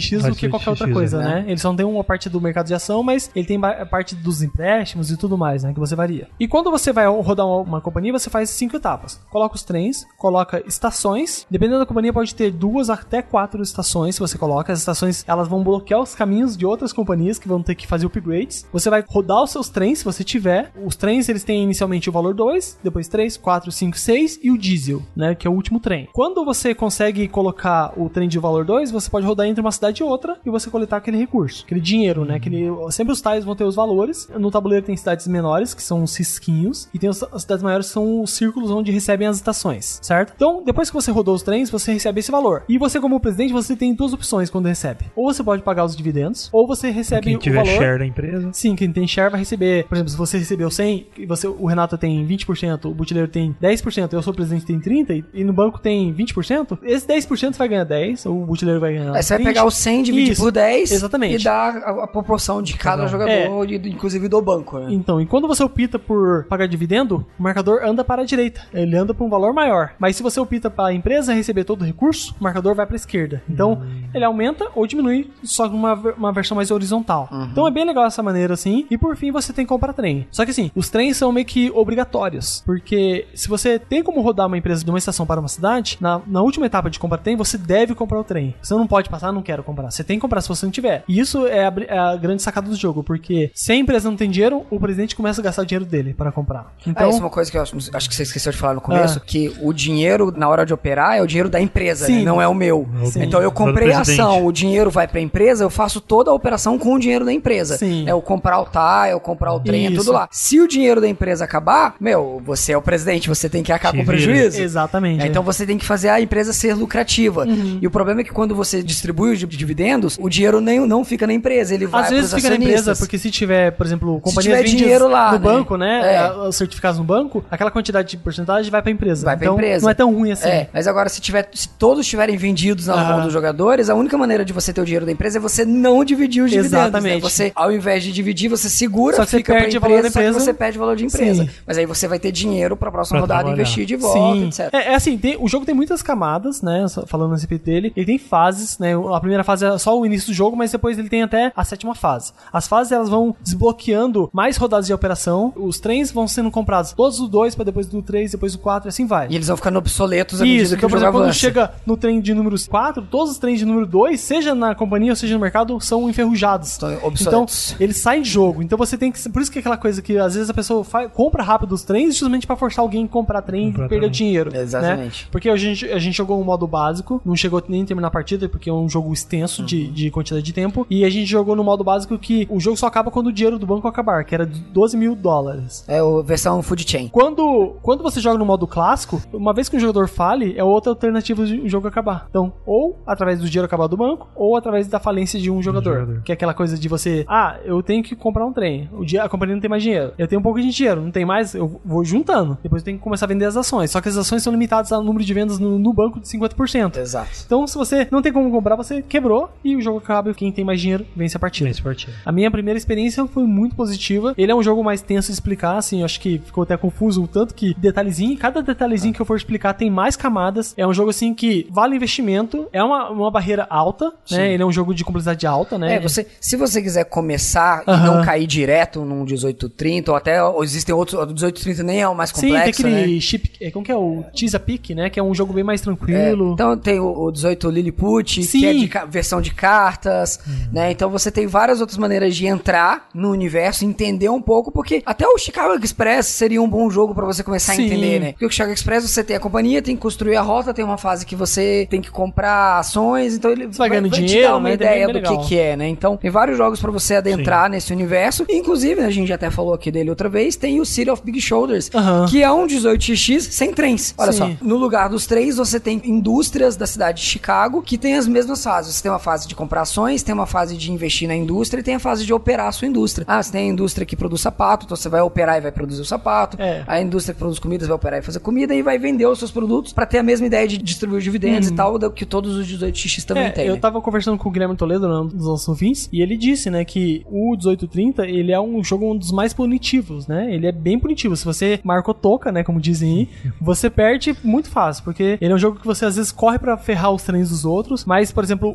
[SPEAKER 1] que qualquer outra coisa, né? Ele só não tem uma parte do mercado de ação, mas ele tem a parte dos empréstimos e tudo mais, né? Que você varia. E quando você vai rodar uma companhia, você faz 5 etapas. Coloca os trens, coloca estações. Dependendo da companhia, pode ter 2 até 4 estações. Se você coloca as estações, elas vão bloquear os caminhos de outras companhias que vão ter que fazer upgrades. Você vai rodar os seus trens, se você tiver. Os trens, eles têm inicialmente o valor 2, depois 3, 4, 5, 6 e o diesel, né? Que é o último trem. Quando você consegue colocar o trem de valor 2, você pode rodar entre uma cidade e outra e você coletar aquele recurso, aquele dinheiro, né? Sempre os tiles vão ter os valores. No tabuleiro tem cidades menores, que são os risquinhos, e tem as cidades maiores, que são os círculos onde recebem as estações, certo? Então, depois que você rodou os trens, você recebe esse valor. E você, como presidente, você tem 2 opções quando recebe. Ou você pode pagar os dividendos, ou você recebe
[SPEAKER 3] quem tiver
[SPEAKER 1] o valor...
[SPEAKER 3] share da empresa.
[SPEAKER 1] Sim, quem tem share vai receber... Por exemplo, se você recebeu 100, e o Renato tem 20%, o Butileiro tem 10%, eu sou o presidente tem 30%, e no banco tem 20%, esse 10% vai ganhar 10, o Butileiro vai ganhar 20.
[SPEAKER 2] Você vai pegar o 100, dividir por 10
[SPEAKER 1] exatamente.
[SPEAKER 2] E dar a proporção de cada jogador, inclusive do banco, né?
[SPEAKER 1] Então, e quando você opta por pagar dividendo, o marcador anda para a direita, ele anda para um valor maior. Mas se você opta para a empresa receber todo o recurso, o marcador vai para a esquerda. Então, ele aumenta ou diminui só uma versão mais horizontal. Então, é bem legal essa maneira assim. E por fim, você tem que comprar trem. Só que assim, os trens são meio que obrigatórios, porque se você tem como rodar uma empresa de uma estação para uma cidade, na última etapa de comprar trem, você deve comprar o trem. Você não pode passar, não quero comprar. Você tem que comprar se você não tiver. E isso é a grande sacada do jogo, porque se a empresa não tem dinheiro, o presidente começa a gastar o dinheiro dele para comprar. Então,
[SPEAKER 2] isso é uma coisa que eu acho que você esqueceu de falar no começo, que o dinheiro, na hora de operar, é o dinheiro da empresa, né? Não é o meu.
[SPEAKER 1] Sim.
[SPEAKER 2] Então eu comprei a ação, o dinheiro vai pra empresa, eu faço toda a operação com o dinheiro da empresa.
[SPEAKER 1] Sim.
[SPEAKER 2] Eu comprar o TAI, eu comprar o trem, é tudo lá. Se o dinheiro da empresa acabar, você é o presidente, você tem que arcar com o prejuízo.
[SPEAKER 1] Exatamente.
[SPEAKER 2] Então você tem que fazer a empresa ser lucrativa. E o problema é que quando você distribui os dividendos, o dinheiro não fica na empresa, ele vai
[SPEAKER 1] às vezes fica na empresa, porque se tiver, por exemplo, companhias vendidas
[SPEAKER 2] dinheiro lá,
[SPEAKER 1] no banco, né? Os certificados no banco, aquela quantidade de porcentagem vai pra empresa.
[SPEAKER 2] Vai pra empresa.
[SPEAKER 1] Não é tão ruim assim.
[SPEAKER 2] Mas agora, se todos estiverem vendidos na mão dos jogadores, a única maneira de você ter o dinheiro da empresa é você não dividir os dividendos.
[SPEAKER 1] Exatamente.
[SPEAKER 2] Né? Você, ao invés de dividir, você segura,
[SPEAKER 1] só que
[SPEAKER 2] fica
[SPEAKER 1] você perde
[SPEAKER 2] pra
[SPEAKER 1] valor da
[SPEAKER 2] empresa,
[SPEAKER 1] empresa.
[SPEAKER 2] Só que você perde valor de empresa.
[SPEAKER 1] Sim.
[SPEAKER 2] Mas aí você vai ter dinheiro pra próxima rodada investir de volta,
[SPEAKER 1] Sim.
[SPEAKER 2] etc.
[SPEAKER 1] Assim, o jogo tem muitas camadas, né? Falando a respeito dele. Ele tem fases, né? A primeira fase é só o início do jogo, mas depois ele tem até a 7ª fase. As fases, elas vão desbloqueando mais rodadas de operação. Os trens vão sendo comprados todos do 2, para depois do 3, depois do 4, e assim vai.
[SPEAKER 2] E eles vão ficando obsoletos à medida que o
[SPEAKER 1] por
[SPEAKER 2] jogo
[SPEAKER 1] exemplo, quando
[SPEAKER 2] avança.
[SPEAKER 1] chega no trem de número 4, todos os trens de número 2, seja na companhia ou seja no mercado, são enferrujados.
[SPEAKER 2] Estão obsoletos.
[SPEAKER 1] Então, eles saem de jogo. Então você tem que... Por isso que é aquela coisa que às vezes a pessoa compra rápido os trens justamente pra forçar alguém a comprar trem e perder o dinheiro.
[SPEAKER 2] Exatamente.
[SPEAKER 1] Né? Porque a gente jogou um modo básico, não chegou nem a terminar a partida, porque é um jogo extenso de quantidade de tempo, e a gente jogou no modo básico que o jogo só acaba quando o dinheiro do banco acabar, que era $12 mil.
[SPEAKER 2] É a versão Food Chain.
[SPEAKER 1] Quando você joga no modo clássico, uma vez que o jogador fale, é outra alternativa de o jogo acabar. Então, ou através do dinheiro acabar do banco, ou através da falência de um jogador. Que é aquela coisa de você, eu tenho que comprar um trem, a companhia não tem mais dinheiro, eu tenho um pouco de dinheiro, não tem mais, eu vou juntando, depois eu tenho que começar a vender as ações, só que as ações são limitadas ao número de vendas no banco de 50%.
[SPEAKER 2] Exato.
[SPEAKER 1] Então, se você não tem como comprar, você quebrou e o jogo acaba e quem tem mais dinheiro vence a partida. A minha primeira experiência foi muito positiva. Ele é um jogo mais tenso de explicar, assim, eu acho que ficou até confuso o tanto que detalhezinho, cada detalhezinho que eu for explicar tem mais camadas. É um jogo, assim, que vale investimento, é uma barreira alta, né? Ele é um jogo de complexidade alta, né?
[SPEAKER 2] Se você quiser começar e não cair direto num 1830, ou existem outros, o 1830 nem é o mais complexo,
[SPEAKER 1] tem aquele chip, como que é o Chesapeake, né? Que é um jogo bem mais tranquilo.
[SPEAKER 2] Então tem o 18 Lilliput, que é de versão de cartas, né? Então você tem várias outras maneiras de entrar no universo, entender um pouco, porque até o Chicago Express seria um bom jogo pra você começar a entender, né? Porque o Chicago Express você tem a companhia, tem que construir a rota, tem uma fase que você tem que comprar ações, então ele vai
[SPEAKER 1] dinheiro,
[SPEAKER 2] te dar uma
[SPEAKER 1] né?
[SPEAKER 2] ideia do que é, né? Então tem vários jogos pra você adentrar nesse universo, inclusive, a gente já até falou aqui dele outra vez, tem o City of Big Shoulders, que é um 18x sem trens. Olha só, no lugar dos trens você tem indústrias da cidade de Chicago que tem as mesmas fases. Você tem uma fase de comprar ações, tem uma fase de investir na indústria e tem a fase de operar a sua indústria. Você tem a indústria que produz sapato, então você vai operar e vai produzir o sapato. A indústria que produz comidas vai operar e fazer comida e vai vender os seus produtos pra ter a mesma ideia de distribuir os dividendos e tal, que todos os 18x também têm.
[SPEAKER 1] Eu tava conversando com o Guilherme Toledo nos nossos fins e ele disse, né, que o 1830, ele é um jogo um dos mais punitivos, né? Ele é bem punitivo. Se você marcou toca, né, como dizem aí, você perde muito fácil, porque ele é um jogo que você às vezes corre pra ferrar os trens dos outros, mas, por exemplo, o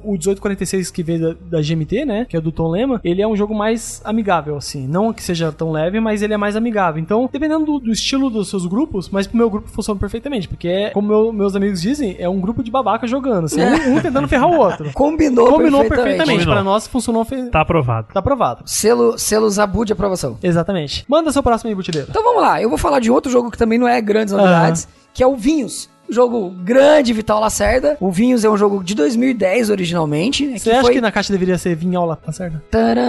[SPEAKER 1] 46 que veio da GMT, né? Que é do Tom Lehmann, ele é um jogo mais amigável, assim. Não que seja tão leve, mas ele é mais amigável. Então, dependendo do estilo dos seus grupos, mas pro meu grupo funciona perfeitamente, porque como meus amigos dizem, é um grupo de babaca jogando, assim, um tentando ferrar o outro.
[SPEAKER 2] Combinou perfeitamente.
[SPEAKER 1] Pra nós funcionou.
[SPEAKER 3] Tá aprovado.
[SPEAKER 1] Tá aprovado.
[SPEAKER 2] Selo Zabu de aprovação.
[SPEAKER 1] Exatamente. Manda seu próximo aí, Butileiro.
[SPEAKER 2] Então vamos lá, eu vou falar de outro jogo que também não é grandes novidades, que é o Vinhos. Jogo grande, Vital Lacerda. O Vinhos é um jogo de 2010 originalmente.
[SPEAKER 1] Você acha que na caixa deveria ser Vinhal Lacerda?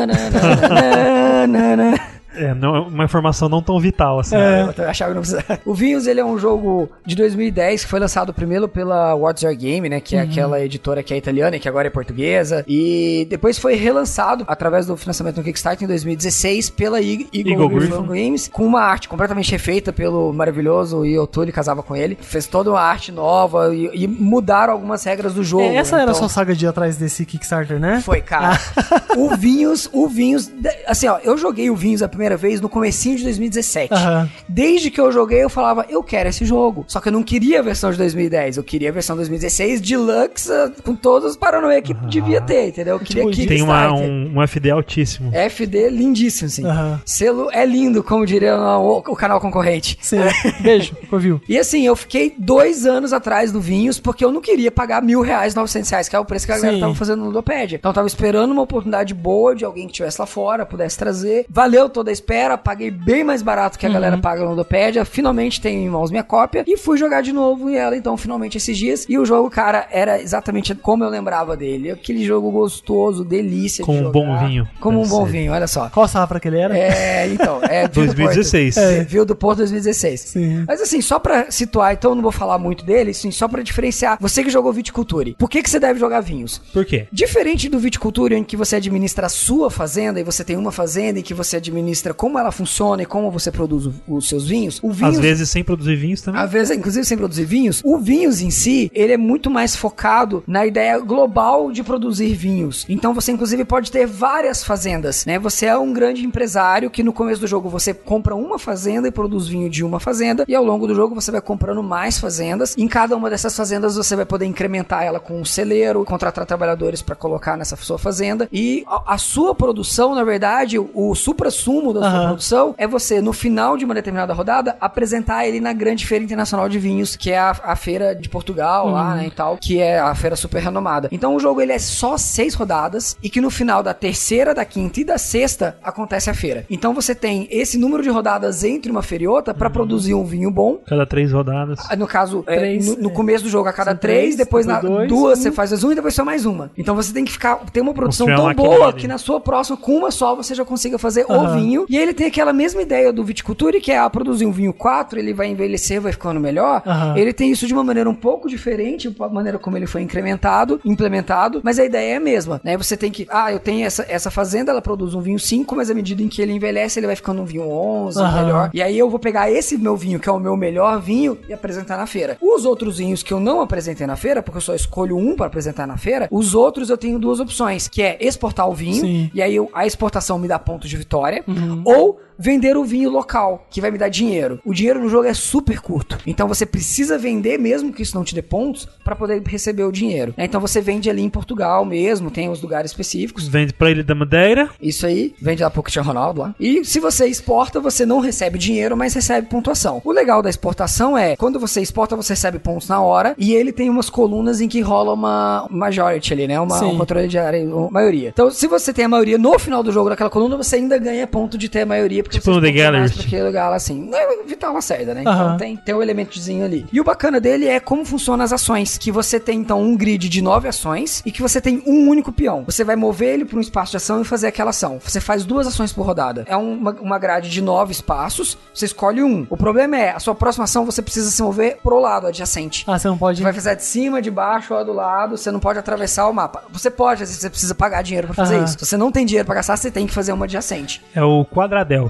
[SPEAKER 3] Não é uma informação não tão vital assim.
[SPEAKER 2] Eu achava que não precisava. O Vinhos, ele é um jogo de 2010 que foi lançado primeiro pela What's Your Game, né? Que é aquela editora que é italiana e que agora é portuguesa. E depois foi relançado através do financiamento no Kickstarter em 2016 pela Eagle Gryphon Games, com uma arte completamente refeita pelo maravilhoso Io Tulli, casava com ele. Fez toda uma arte nova e mudaram algumas regras do jogo.
[SPEAKER 1] Essa era a sua saga de ir atrás desse Kickstarter, né?
[SPEAKER 2] Foi, cara. O Vinhos, assim, ó, eu joguei o Vinhos a primeira vez no comecinho de 2017. Desde que eu joguei, eu falava, eu quero esse jogo. Só que eu não queria a versão de 2010, eu queria a versão 2016 Deluxe, com todos os paranoia que devia ter, entendeu? Eu queria que
[SPEAKER 3] tem um FD altíssimo.
[SPEAKER 2] FD lindíssimo, assim. Selo é lindo, como diria o canal concorrente.
[SPEAKER 1] Sim. Beijo, ouviu?
[SPEAKER 2] E assim, eu fiquei 2 anos atrás do Vinhos, porque eu não queria pagar R$1.000, R$900, que é o preço que a galera tava fazendo no Ludopédia. Então eu tava esperando uma oportunidade boa de alguém que estivesse lá fora, pudesse trazer. Valeu toda a espera, paguei bem mais barato que a galera paga no Ludopédia. Finalmente tenho em mãos minha cópia e fui jogar de novo ela, então, finalmente esses dias. E o jogo, cara, era exatamente como eu lembrava dele. Aquele jogo gostoso, delícia
[SPEAKER 3] de jogar. Com um bom vinho.
[SPEAKER 2] Como um bom vinho, olha só.
[SPEAKER 1] Qual safra que ele era?
[SPEAKER 2] Então,
[SPEAKER 3] 2016.
[SPEAKER 2] Viu do Porto 2016.
[SPEAKER 1] Sim.
[SPEAKER 2] Mas assim, só pra situar, então eu não vou falar muito dele, assim, só pra diferenciar. Você que jogou Viticulture, por que você deve jogar vinhos?
[SPEAKER 3] Por quê?
[SPEAKER 2] Diferente do Viticulture, em que você administra a sua fazenda, e você tem uma fazenda em que você administra como ela funciona e como você produz os seus vinhos, o vinhos...
[SPEAKER 3] Às vezes sem produzir vinhos também.
[SPEAKER 2] Às vezes, inclusive, sem produzir vinhos. O vinhos em si, ele é muito mais focado na ideia global de produzir vinhos. Então você, inclusive, pode ter várias fazendas, né? Você é um grande empresário que no começo do jogo você compra uma fazenda e produz vinho de uma fazenda, e ao longo do jogo você vai comprando mais fazendas. Em cada uma dessas fazendas você vai poder incrementar ela com um celeiro, contratar trabalhadores para colocar nessa sua fazenda. E a sua produção, na verdade, o supra-sumo da sua produção é você, no final de uma determinada rodada, apresentar ele na grande feira internacional de vinhos, que é a feira de Portugal lá, né, e tal, que é a feira super renomada. Então o jogo, ele é só 6 rodadas, e que no final da terceira, da quinta e da sexta acontece a feira. Então você tem esse número de rodadas entre uma feira e outra para produzir um vinho bom.
[SPEAKER 3] Cada 3 rodadas.
[SPEAKER 2] No caso, no começo do jogo a cada 3, depois na 2 você faz mais uma e depois só mais uma. Então você tem que ter uma produção tão boa que na sua próxima, com uma só, você já consiga fazer o vinho. E aí ele tem aquela mesma ideia do Viticulture, que é produzir um vinho 4, ele vai envelhecer, vai ficando melhor. Ele tem isso de uma maneira um pouco diferente, a maneira como ele foi implementado, mas a ideia é a mesma, né? Você tem que, eu tenho essa fazenda, ela produz um vinho 5, mas à medida em que ele envelhece, ele vai ficando um vinho 11, melhor. E aí eu vou pegar esse meu vinho, que é o meu melhor vinho, e apresentar na feira. Os outros vinhos que eu não apresentei na feira, porque eu só escolho um para apresentar na feira, os outros eu tenho 2 opções, que é exportar o vinho, e aí a exportação me dá pontos de vitória, ou vender o vinho local, que vai me dar dinheiro. O dinheiro no jogo é super curto, então você precisa vender, mesmo que isso não te dê pontos, para poder receber o dinheiro. Então você vende ali em Portugal mesmo, tem os lugares específicos.
[SPEAKER 3] Vende pra Ilha da Madeira.
[SPEAKER 2] Isso aí, vende lá pro Cristiano Ronaldo lá. E se você exporta, você não recebe dinheiro, mas recebe pontuação. O legal da exportação é, quando você exporta, você recebe pontos na hora, e ele tem umas colunas em que rola uma majority ali, né? Um controle de área, uma maioria. Então, se você tem a maioria no final do jogo daquela coluna, você ainda ganha ponto de ter a maioria, porque
[SPEAKER 3] tipo no The Gallery.
[SPEAKER 2] Aquele lugar lá, assim. Não é Vital Lacerda, né? Então tem um elementozinho ali. E o bacana dele é como funcionam as ações, que você tem, então, um grid de 9 ações, e que você tem um único peão. Você vai mover ele para um espaço de ação e fazer aquela ação. Você faz 2 ações por rodada. É uma grade de 9 espaços, você escolhe um. O problema é, a sua próxima ação, você precisa se mover pro lado adjacente.
[SPEAKER 1] Você não pode...
[SPEAKER 2] Você vai fazer de cima, de baixo ou do lado, você não pode atravessar o mapa. Você pode, às vezes você precisa pagar dinheiro pra fazer isso. Se você não tem dinheiro pra gastar, você tem que fazer uma adjacente.
[SPEAKER 3] É o quadradel que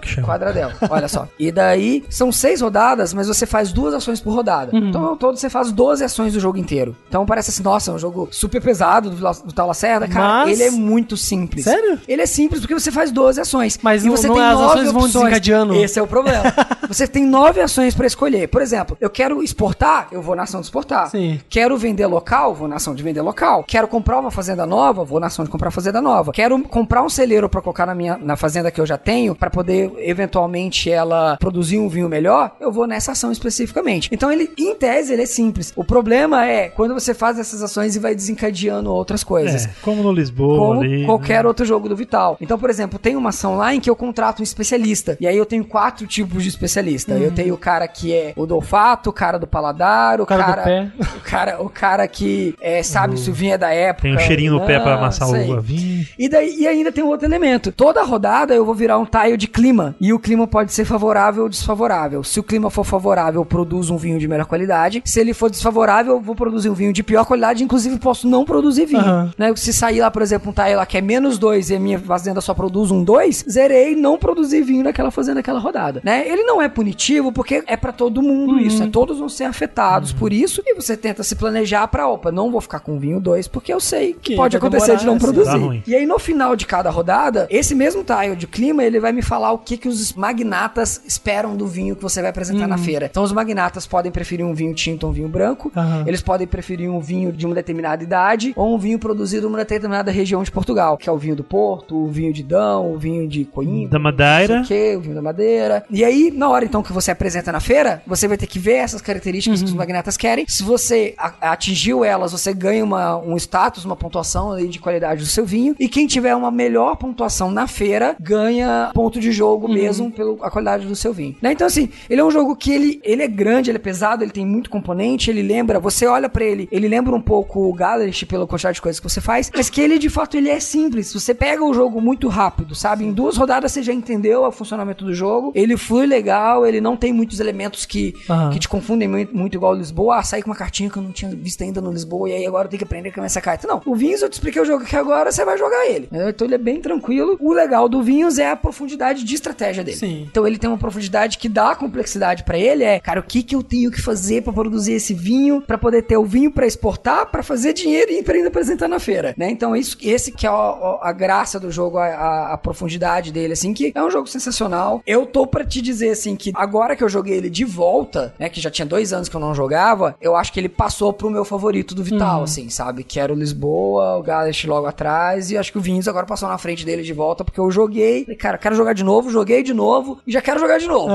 [SPEAKER 2] Quadradel, olha só. E daí, são 6 rodadas, mas você faz 2 ações por rodada. Então, ao todo, você faz 12 ações do jogo inteiro. Então, parece assim, nossa, é um jogo super pesado do Tal Lacerda. Cara, ele é muito simples.
[SPEAKER 1] Sério?
[SPEAKER 2] Ele é simples porque você faz 12 ações.
[SPEAKER 1] Mas
[SPEAKER 2] e você
[SPEAKER 1] não
[SPEAKER 2] tem
[SPEAKER 1] as
[SPEAKER 2] 9
[SPEAKER 1] ações vão
[SPEAKER 2] opções.
[SPEAKER 1] desencadeando.
[SPEAKER 2] Esse é o problema. Você tem 9 ações pra escolher. Por exemplo, eu quero exportar, eu vou na ação de exportar.
[SPEAKER 1] Sim.
[SPEAKER 2] Quero vender local, vou na ação de vender local. Quero comprar uma fazenda nova, vou na ação de comprar fazenda nova. Quero comprar um celeiro pra colocar na fazenda que eu já tenho, pra poder, eventualmente, ela produzir um vinho melhor, eu vou nessa ação especificamente. Então, ele, em tese, ele é simples. O problema é quando você faz essas ações e vai desencadeando outras coisas.
[SPEAKER 3] Como no Lisboa.
[SPEAKER 2] Como
[SPEAKER 3] ali,
[SPEAKER 2] qualquer outro jogo do Vital. Então, por exemplo, tem uma ação lá em que eu contrato um especialista. E aí eu tenho 4 tipos de especialista. Eu tenho o cara que é o do olfato, o cara do paladar, o cara
[SPEAKER 1] do pé.
[SPEAKER 2] O cara que sabe se o vinho é da época.
[SPEAKER 3] Tem um cheirinho no pé pra amassar o vinho.
[SPEAKER 2] E ainda tem um outro elemento. Toda rodada eu vou virar um tile de clima. E o clima pode ser favorável ou desfavorável. Se o clima for favorável, eu produzo um vinho de melhor qualidade. Se ele for desfavorável, eu vou produzir um vinho de pior qualidade. Inclusive, posso não produzir vinho. Né? Se sair lá, por exemplo, um tile lá que é -2 e a minha fazenda só produz um 2, zerei, não produzi vinho naquela fazenda, naquela rodada. Né? Ele não é punitivo porque é pra todo mundo isso. Todos vão ser afetados por isso. E você tenta se planejar pra, não vou ficar com vinho 2 porque eu sei que pode acontecer de não produzir. E aí, no final de cada rodada, esse mesmo tile de clima, ele vai me falar o que os magnatas esperam do vinho que você vai apresentar na feira. Então, os magnatas podem preferir um vinho tinto ou um vinho branco. Eles podem preferir um vinho de uma determinada idade ou um vinho produzido em uma determinada região de Portugal, que é o vinho do Porto, o vinho de Dão, o vinho de Coimbra,
[SPEAKER 3] da Madeira,
[SPEAKER 2] o vinho da Madeira. E aí, na hora então que você apresenta na feira, você vai ter que ver essas características que os magnatas querem. Se você atingiu elas, você ganha um status, uma pontuação ali de qualidade do seu vinho. E quem tiver uma melhor pontuação na feira ganha ponto de jogo mesmo pela qualidade do seu vinho. Né? Então, assim, ele é um jogo que ele é grande, ele é pesado, ele tem muito componente, ele lembra, você olha pra ele lembra um pouco o Galaxy pela quantidade de coisas que você faz, mas que ele, de fato, ele é simples. Você pega o jogo muito rápido, sabe? Em 2 rodadas você já entendeu o funcionamento do jogo, ele flui legal, ele não tem muitos elementos que te confundem muito igual o Lisboa. Sair com uma cartinha que eu não tinha visto ainda no Lisboa, e aí agora eu tenho que aprender com essa carta. Não, o Vinhos eu te expliquei o jogo aqui agora, você vai jogar ele. Então ele é bem tranquilo. O legal do Vinhos é a profundidade de estratégia dele.
[SPEAKER 1] Sim.
[SPEAKER 2] Então ele tem uma profundidade que dá complexidade pra ele, cara, o que eu tenho que fazer pra produzir esse vinho, pra poder ter o vinho pra exportar, pra fazer dinheiro e pra ainda apresentar na feira, né? Então esse que é a graça do jogo, a profundidade dele, assim, que é um jogo sensacional. Eu tô pra te dizer, assim, que agora que eu joguei ele de volta, né, que já tinha 2 anos que eu não jogava, eu acho que ele passou pro meu favorito do Vital, assim, sabe? Que era o Lisboa, o Galaxy logo atrás, e acho que o Vinhos agora passou na frente dele de volta, porque eu joguei, cara, quero jogar de novo, joguei de novo, e já quero jogar de novo.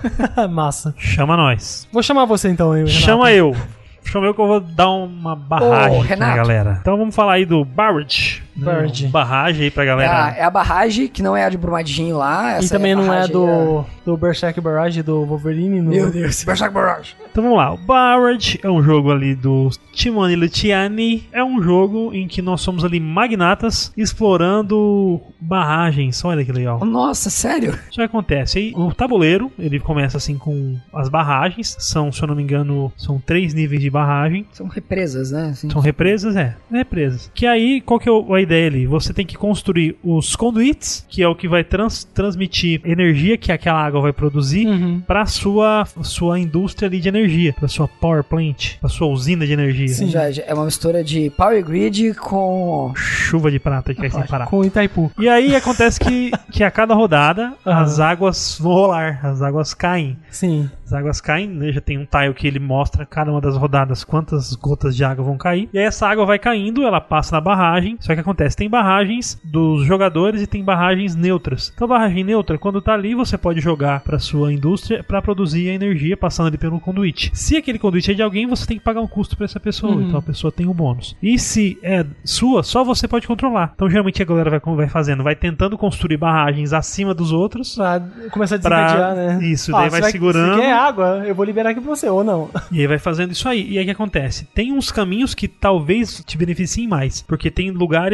[SPEAKER 1] Massa.
[SPEAKER 3] Chama nós.
[SPEAKER 1] Vou chamar você então, Renato.
[SPEAKER 3] Chama eu que eu vou dar uma barragem aqui na galera. Então vamos falar aí do Barrage. Barragem aí pra galera.
[SPEAKER 2] É a barragem, que não é a de Brumadinho lá. Essa
[SPEAKER 1] e também não é do Berserk Barrage, do Wolverine.
[SPEAKER 2] Meu Deus, Berserk Barrage.
[SPEAKER 3] Então vamos lá. O Barrage é um jogo ali do Timone Luciani. É um jogo em que nós somos ali magnatas explorando barragens. Olha que legal.
[SPEAKER 2] Nossa, sério?
[SPEAKER 3] Isso acontece. Aí, o tabuleiro, ele começa assim com as barragens. São, se eu não me engano, são 3 níveis de barragem.
[SPEAKER 2] São represas, né? Assim.
[SPEAKER 3] São represas, represas. Que aí, qual que é a ideia ali? Você tem que construir os conduits, que é o que vai transmitir energia que aquela água vai produzir para sua indústria ali de energia, para sua power plant, para sua usina de energia.
[SPEAKER 2] Sim, já é uma mistura de power grid com
[SPEAKER 3] chuva de prata que vai sem parar.
[SPEAKER 1] Com Itaipu.
[SPEAKER 3] E aí acontece que a cada rodada as águas vão rolar, as águas caem.
[SPEAKER 1] Sim.
[SPEAKER 3] As águas caem, né? Já tem um tile que ele mostra cada uma das rodadas quantas gotas de água vão cair. E aí essa água vai caindo, ela passa na barragem. Só que acontece, tem barragens dos jogadores e tem barragens neutras. Então a barragem neutra, quando tá ali, você pode jogar pra sua indústria pra produzir a energia passando ali pelo conduíte. Se aquele conduíte é de alguém, você tem que pagar um custo pra essa pessoa. Então a pessoa tem um bônus. E se é sua, só você pode controlar. Então geralmente a galera vai fazendo, vai tentando construir barragens acima dos outros.
[SPEAKER 1] Pra começar a desencadear, né?
[SPEAKER 3] Isso, daí vai segurando.
[SPEAKER 1] Se quer água, eu vou liberar aqui pra você, ou não.
[SPEAKER 3] E aí vai fazendo isso aí. E aí o que acontece? Tem uns caminhos que talvez te beneficiem mais. Porque tem lugares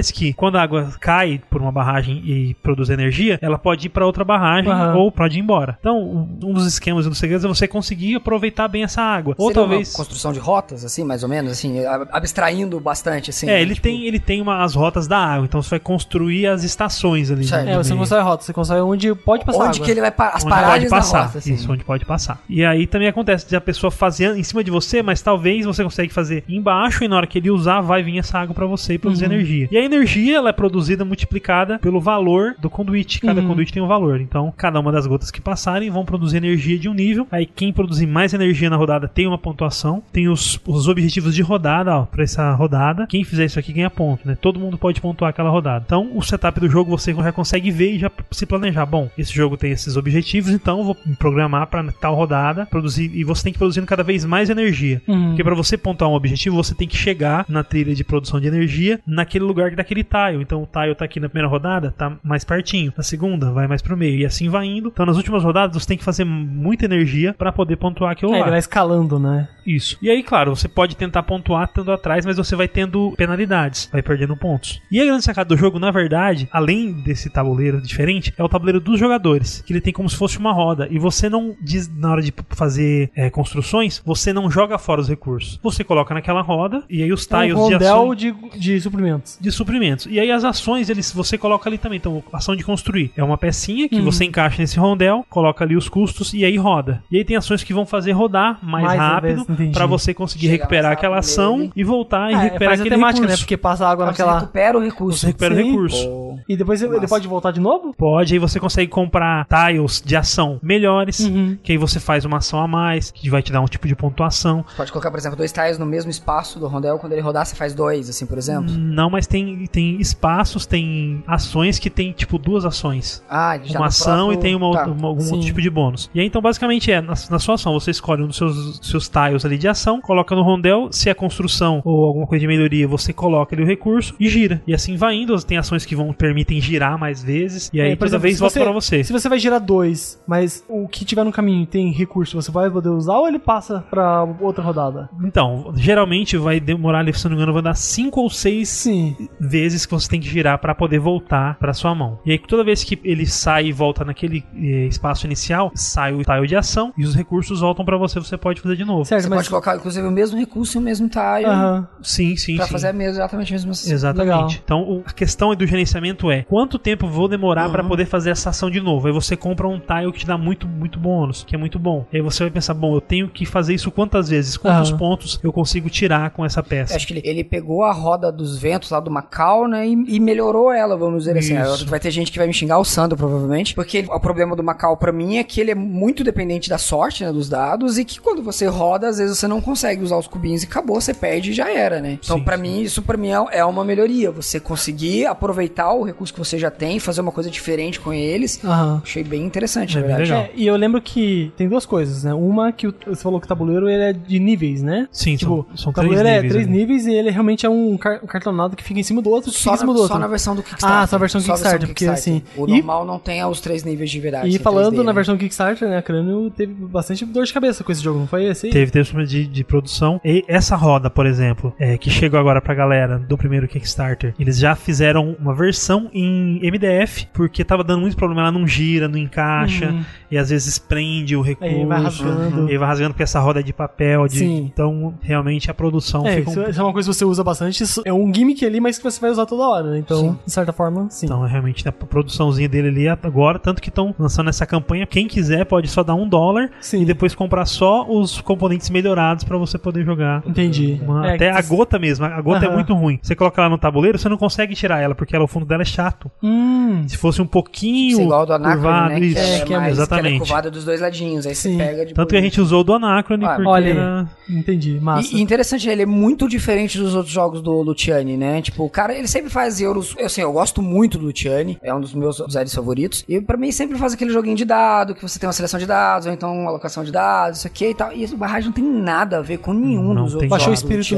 [SPEAKER 3] vez que quando a água cai por uma barragem e produz energia, ela pode ir para outra barragem ou pode ir embora. Então, um dos esquemas e dos segredos é você conseguir aproveitar bem essa água. Ou
[SPEAKER 2] seria
[SPEAKER 3] talvez
[SPEAKER 2] uma construção de rotas, assim, mais ou menos, assim, abstraindo bastante, assim.
[SPEAKER 3] Ele tem as rotas da água, então você vai construir as estações ali.
[SPEAKER 1] Você não constrói rota, você constrói onde pode passar
[SPEAKER 2] onde
[SPEAKER 1] água.
[SPEAKER 2] Que ele vai as
[SPEAKER 3] onde
[SPEAKER 2] paragens
[SPEAKER 3] pode passar,
[SPEAKER 2] da rota, assim.
[SPEAKER 3] Isso, onde pode passar. E aí também acontece de a pessoa fazer em cima de você, mas talvez você consegue fazer embaixo e na hora que ele usar, vai vir essa água pra você e produzir energia. E a energia, ela é produzida multiplicada pelo valor do conduíte. Cada conduíte tem um valor. Então, cada uma das gotas que passarem vão produzir energia de um nível. Aí, quem produzir mais energia na rodada tem uma pontuação. Tem os objetivos de rodada, ó, pra essa rodada. Quem fizer isso aqui ganha ponto, né? Todo mundo pode pontuar aquela rodada. Então, o setup do jogo você já consegue ver e já se planejar. Bom, esse jogo tem esses objetivos, então eu vou me programar pra tal rodada produzir. E você tem que produzir cada vez mais energia. Porque pra você pontuar um objetivo, você tem que chegar na trilha de produção de energia naquele lugar daquele tile. Então, o tile tá aqui na primeira rodada, tá mais pertinho. Na segunda, vai mais pro meio. E assim vai indo. Então, nas últimas rodadas, você tem que fazer muita energia pra poder pontuar aquilo lá.
[SPEAKER 1] Ele vai escalando, né?
[SPEAKER 3] Isso. E aí, claro, você pode tentar pontuar estando atrás, mas você vai tendo penalidades, vai perdendo pontos. E a grande sacada do jogo, na verdade, além desse tabuleiro diferente, é o tabuleiro dos jogadores, que ele tem como se fosse uma roda. E você não diz, na hora de fazer construções, você não joga fora os recursos. Você coloca naquela roda, e aí os tiles
[SPEAKER 1] de
[SPEAKER 3] ações...
[SPEAKER 1] de suprimentos.
[SPEAKER 3] De suprimentos. E aí as ações, você coloca ali também. Então, ação de construir. É uma pecinha que você encaixa nesse rondel, coloca ali os custos e aí roda. E aí tem ações que vão fazer rodar mais rápido pra você conseguir recuperar aquela ação e voltar e recuperar aquele recurso.
[SPEAKER 1] Né? Porque passa água naquela...
[SPEAKER 2] Você recupera o recurso.
[SPEAKER 3] Você recupera o recurso.
[SPEAKER 1] E depois ele pode voltar de novo?
[SPEAKER 3] Pode. Aí você consegue comprar tiles de ação melhores, que aí você faz uma ação a mais, que vai te dar um tipo de pontuação.
[SPEAKER 2] Você pode colocar, por exemplo, 2 tiles no mesmo espaço do rondel. Quando ele rodar, você faz 2, assim, por exemplo?
[SPEAKER 3] Não, mas tem espaços, tem ações que tem, tipo, 2 ações.
[SPEAKER 2] Já
[SPEAKER 3] uma ação e tem algum outro tipo de bônus. E aí, então, basicamente, na sua ação, você escolhe um dos seus tiles ali de ação, coloca no rondel, se é construção ou alguma coisa de melhoria, você coloca ali o recurso e gira. E assim vai indo, tem ações que permitem girar mais vezes, e aí toda vez volta pra você.
[SPEAKER 1] Se você vai girar 2, mas o que tiver no caminho tem recurso, você vai poder usar ou ele passa pra outra rodada?
[SPEAKER 3] Então, geralmente vai demorar ali, se não me engano, vai dar 5 ou 6 vezes que você tem que girar pra poder voltar pra sua mão. E aí toda vez que ele sai e volta naquele espaço inicial, sai o tile de ação e os recursos voltam pra você pode fazer de novo.
[SPEAKER 2] Certo, você pode colocar, inclusive, o mesmo recurso e o mesmo tile.
[SPEAKER 3] Sim.
[SPEAKER 2] Pra fazer exatamente a mesma ação.
[SPEAKER 3] Exatamente.
[SPEAKER 1] Legal.
[SPEAKER 3] Então, a questão do gerenciamento é quanto tempo vou demorar pra poder fazer essa ação de novo. Aí você compra um tile que te dá muito bônus, que é muito bom. E aí você vai pensar, bom, eu tenho que fazer isso quantas vezes? Quantos pontos eu consigo tirar com essa peça?
[SPEAKER 2] Acho que ele pegou a roda dos ventos lá do Macau, né, e melhorou ela, vamos dizer assim. Vai ter gente que vai me xingar, o Sandro, provavelmente, porque o problema do Macau pra mim é que ele é muito dependente da sorte, né, dos dados, e que quando você roda, às vezes você não consegue usar os cubinhos e acabou, você perde e já era, né? Então, pra mim, isso pra mim é uma melhoria. Você conseguir aproveitar o recurso que você já tem, fazer uma coisa diferente com eles. Achei bem interessante, na verdade.
[SPEAKER 3] Legal.
[SPEAKER 1] E eu lembro que tem 2 coisas, né? Uma que você falou que o tabuleiro ele é de níveis, né?
[SPEAKER 3] Sim,
[SPEAKER 1] tipo,
[SPEAKER 3] são
[SPEAKER 1] o tabuleiro
[SPEAKER 3] 3 níveis.
[SPEAKER 1] 3 níveis e ele realmente é um cartonado que fica em cima do outro,
[SPEAKER 2] Só na versão do Kickstarter.
[SPEAKER 1] Só a versão do Kickstarter, porque assim...
[SPEAKER 2] O normal não tem os 3 níveis de verdade.
[SPEAKER 1] E falando na versão Kickstarter, né, a Crânio teve bastante dor de cabeça com esse jogo, não foi esse aí?
[SPEAKER 3] Teve problema de produção. E essa roda, por exemplo, que chegou agora pra galera do primeiro Kickstarter, eles já fizeram uma versão em MDF, porque tava dando muito problema, ela não gira, não encaixa, e às vezes prende o recurso.
[SPEAKER 1] Aí vai rasgando.
[SPEAKER 3] E vai rasgando porque essa roda é de papel, então realmente a produção fica...
[SPEAKER 1] Isso é uma coisa que você usa bastante, isso é um gimmick ali, mas que você vai usar toda hora, né? Então, de certa forma, sim.
[SPEAKER 3] Então, realmente, a produçãozinha dele ali agora, tanto que estão lançando essa campanha, quem quiser pode só dar $1 e depois comprar só os componentes melhorados pra você poder jogar.
[SPEAKER 1] Entendi.
[SPEAKER 3] Até a gota mesmo, a gota é muito ruim. Você coloca ela no tabuleiro, você não consegue tirar ela, porque o fundo dela é chato. Se fosse um pouquinho
[SPEAKER 2] igual do Anacron,
[SPEAKER 3] curvado,
[SPEAKER 2] né?
[SPEAKER 3] isso.
[SPEAKER 2] Que é
[SPEAKER 3] exatamente.
[SPEAKER 2] curvada dos 2 ladinhos, aí você pega de...
[SPEAKER 3] Tanto que a gente usou o do Anacron, porque
[SPEAKER 1] olha, entendi, massa.
[SPEAKER 2] E interessante, ele é muito diferente dos outros jogos do Luciani, né? Tipo, o cara, ele sempre faz euros... Eu gosto muito do Luciani, é um dos meus Zeds favoritos, e pra mim sempre faz aquele joguinho de dado, que você tem uma seleção de dados, ou então uma alocação de dados, isso aqui e tal, e o Barragem não tem nada a ver com nenhum dos outros jogos.
[SPEAKER 1] Baixou o espírito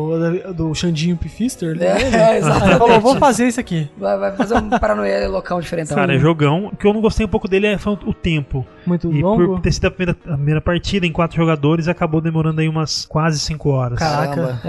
[SPEAKER 1] do Xandinho Pifister, né?
[SPEAKER 2] Exatamente.
[SPEAKER 1] Falou, vou fazer isso aqui.
[SPEAKER 2] Vai fazer um paranoia loucão diferente.
[SPEAKER 3] Cara, é jogão. O que eu não gostei um pouco dele foi o tempo.
[SPEAKER 1] Muito
[SPEAKER 3] e
[SPEAKER 1] longo.
[SPEAKER 3] por ter sido a primeira partida em 4 jogadores, acabou demorando aí umas quase 5 horas.
[SPEAKER 1] Caraca,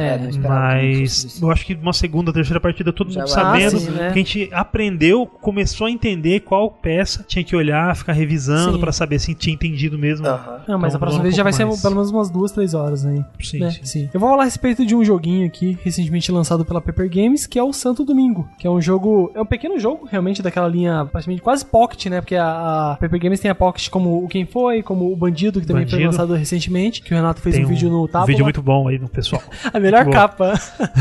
[SPEAKER 3] Mas eu acho que uma segunda, terceira partida, todo mundo sabendo,
[SPEAKER 1] né?
[SPEAKER 3] que a gente aprendeu, começou a entender qual peça tinha que olhar, ficar revisando pra saber se tinha entendido mesmo.
[SPEAKER 1] Não, mas a próxima vez já vai ser pelo menos umas 2-3 horas aí. Sim. Eu vou falar a respeito de um joguinho aqui, recentemente lançado pela Paper Games, que é o Santo Domingo, que é um jogo, é um pequeno jogo, realmente, daquela linha praticamente quase Pocket, né? Porque a Paper Games tem a Pocket como o Quem Foi, como o Bandido, que também foi lançado recentemente, que o Renato fez um vídeo no Tábua.
[SPEAKER 3] Um vídeo muito bom aí no pessoal.
[SPEAKER 1] A melhor capa.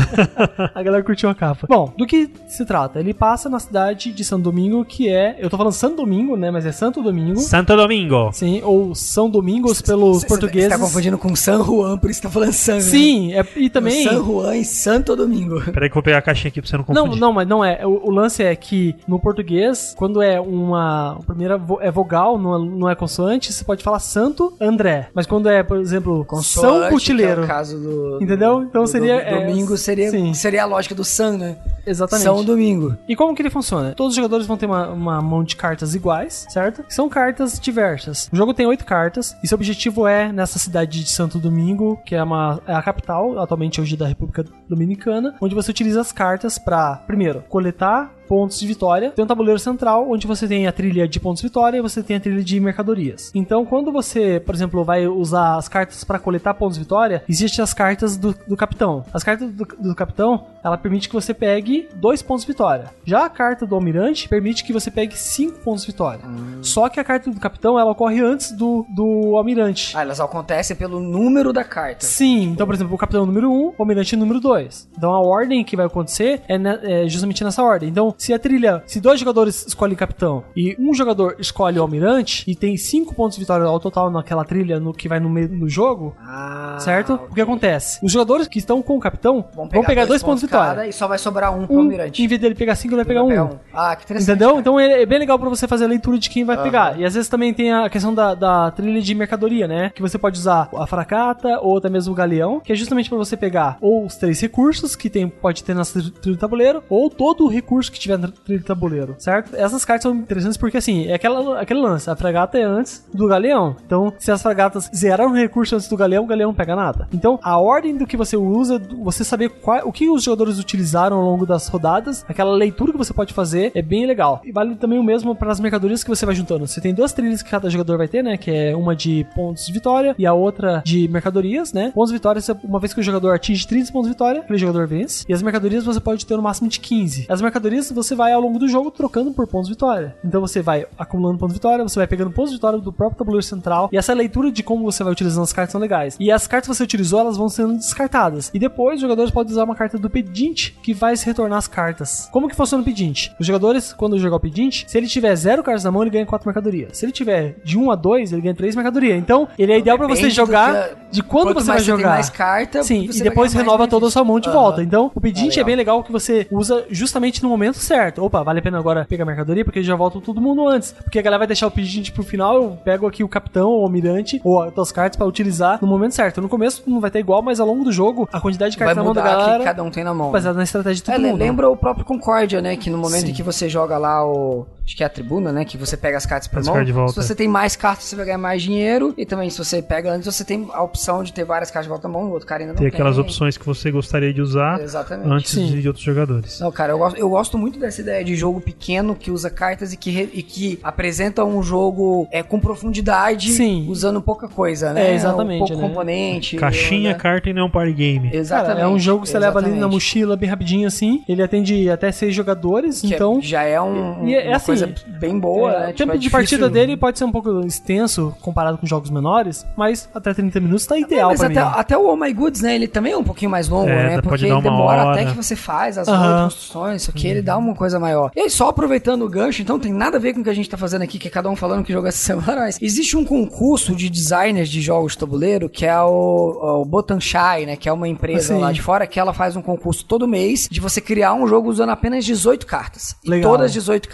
[SPEAKER 1] A galera curtiu a capa. Bom, do que se trata? Ele passa na cidade de Santo Domingo, que é... Eu tô falando Santo Domingo, né? Mas é Santo Domingo.
[SPEAKER 3] Santo Domingo.
[SPEAKER 1] Sim, ou São Domingos pelos portugueses.
[SPEAKER 2] Você tá confundindo com San Juan, por isso tá falando San, né?
[SPEAKER 1] Sim, e também...
[SPEAKER 2] San Juan e Santo Domingo.
[SPEAKER 3] Peraí que eu vou pegar a caixinha aqui pra você não confundir.
[SPEAKER 1] Não, mas não é. O lance é que no português, quando é a primeira é vogal, não é consoante, você pode falar Santo André. Mas quando é, por exemplo,
[SPEAKER 2] consoante,
[SPEAKER 1] São Putileiro.
[SPEAKER 2] Que é o caso do...
[SPEAKER 1] Entendeu? Então seria...
[SPEAKER 2] Domingo seria a lógica do San, né?
[SPEAKER 1] Exatamente.
[SPEAKER 2] São Domingo.
[SPEAKER 1] E como que ele funciona? Todos os jogadores vão ter uma mão de cartas iguais, certo? São cartas diversas. O jogo tem 8 cartas e seu objetivo é, nessa cidade de Santo Domingo, que é a capital, atualmente hoje da República Dominicana, onde você utiliza as cartas para, primeiro, coletar pontos de vitória. Tem um tabuleiro central, onde você tem a trilha de pontos de vitória e você tem a trilha de mercadorias. Então, quando você, por exemplo, vai usar as cartas para coletar pontos de vitória, existem as cartas do capitão. As cartas do capitão, ela permite que você pegue 2 pontos de vitória. Já a carta do almirante permite que você pegue 5 pontos de vitória. Só que a carta do capitão, ela ocorre antes do almirante.
[SPEAKER 2] Elas acontecem pelo número da carta.
[SPEAKER 1] Sim, então, por exemplo, o capitão é o número 1, o almirante é o número 2. Então, a ordem que vai acontecer é justamente nessa ordem. Então, se 2 jogadores escolhem capitão e um jogador escolhe o almirante e tem 5 pontos de vitória ao total naquela trilha que vai no meio do jogo, certo? Okay. O que acontece? Os jogadores que estão com o capitão vão pegar 2 pontos de vitória.
[SPEAKER 2] E só vai sobrar um pro almirante.
[SPEAKER 1] Em vez dele pegar 5, ele vai pegar 1.
[SPEAKER 2] Que interessante.
[SPEAKER 1] Entendeu? Cara. Então é bem legal pra você fazer a leitura de quem vai pegar. E às vezes também tem a questão da trilha de mercadoria, né? Que você pode usar a fracata ou até mesmo o galeão, que é justamente pra você pegar ou os 3 recursos que pode ter na trilha do tabuleiro, ou todo o recurso que tiver na trilha do tabuleiro, certo? Essas cartas são interessantes porque, assim, é aquele lance. A fragata é antes do galeão. Então, se as fragatas zeraram o recurso antes do galeão, o galeão não pega nada. Então, a ordem do que você usa, você saber o que os jogadores utilizaram ao longo das rodadas, aquela leitura que você pode fazer, é bem legal. E vale também o mesmo para as mercadorias que você vai juntando. Você tem 2 trilhas que cada jogador vai ter, né? Que é uma de pontos de vitória e a outra de mercadorias, né? Pontos de vitória, uma vez que o jogador atinge 30 pontos de vitória, aquele jogador vence. E as mercadorias você pode ter no máximo de 15. As mercadorias você vai ao longo do jogo trocando por pontos de vitória. Então você vai acumulando pontos de vitória, você vai pegando pontos de vitória do próprio tabuleiro central. E essa leitura de como você vai utilizando as cartas são legais. E as cartas que você utilizou, elas vão sendo descartadas. E depois os jogadores podem usar uma carta do pedinte que vai se retornar as cartas. Como que funciona o pedinte? Os jogadores, quando jogar o pedinte, se ele tiver 0 cartas na mão, ele ganha 4 mercadorias. Se ele tiver de 1 a 2, ele ganha 3 mercadorias. Então, ele é ideal pra você jogar de quando você vai jogar.
[SPEAKER 2] Mais carta,
[SPEAKER 1] sim, e depois renova toda a sua mão de volta. Então, o pedinte é bem legal que você usa justamente no momento certo. Opa, vale a pena agora pegar mercadoria, porque já volta todo mundo antes. Porque a galera vai deixar o pedinte pro final, eu pego aqui o capitão, ou o almirante, ou as tuas cartas pra utilizar no momento certo. No começo não vai ter igual, mas ao longo do jogo, a quantidade de cartas na mão da galera...
[SPEAKER 2] que cada um tem na mão.
[SPEAKER 1] Baseado na estratégia de todo mundo.
[SPEAKER 2] Lembra o próprio Concórdia, né? Que no momento em que você joga lá acho que é a tribuna, né? Que você pega as cartas pra mão. Se você tem mais cartas, você vai ganhar mais dinheiro. E também, se você pega antes, você tem a opção de ter várias cartas de volta à mão. O outro cara ainda não tem.
[SPEAKER 3] Tem aquelas opções que você gostaria de usar antes de outros jogadores.
[SPEAKER 2] Não, cara, eu gosto muito dessa ideia de jogo pequeno que usa cartas e que apresenta um jogo com profundidade, usando pouca coisa, né?
[SPEAKER 1] Exatamente.
[SPEAKER 2] Pouco componente.
[SPEAKER 3] Caixinha, carta e não party game.
[SPEAKER 2] Exatamente.
[SPEAKER 1] Cara, é um jogo que você leva ali na mochila bem rapidinho assim. Ele atende até 6 jogadores, então...
[SPEAKER 2] Já é uma coisa bem boa, né?
[SPEAKER 1] O tempo de partida dele pode ser um pouco extenso comparado com jogos menores, mas até 30 minutos tá ideal pra mim.
[SPEAKER 2] Até o Oh My Goods, né? Ele também é um pouquinho mais longo, né? Porque ele demora até que você faz as construções, isso aqui, ele dá uma coisa maior. E aí, só aproveitando o gancho, então tem nada a ver com o que a gente tá fazendo aqui, que é cada um falando que jogou essa semana, mas existe um concurso de designers de jogos de tabuleiro, que é o Botanchai, né? Que é uma empresa lá de fora, que ela faz um concurso todo mês de você criar um jogo usando apenas 18 cartas. E todas as 18 cartas têm que ser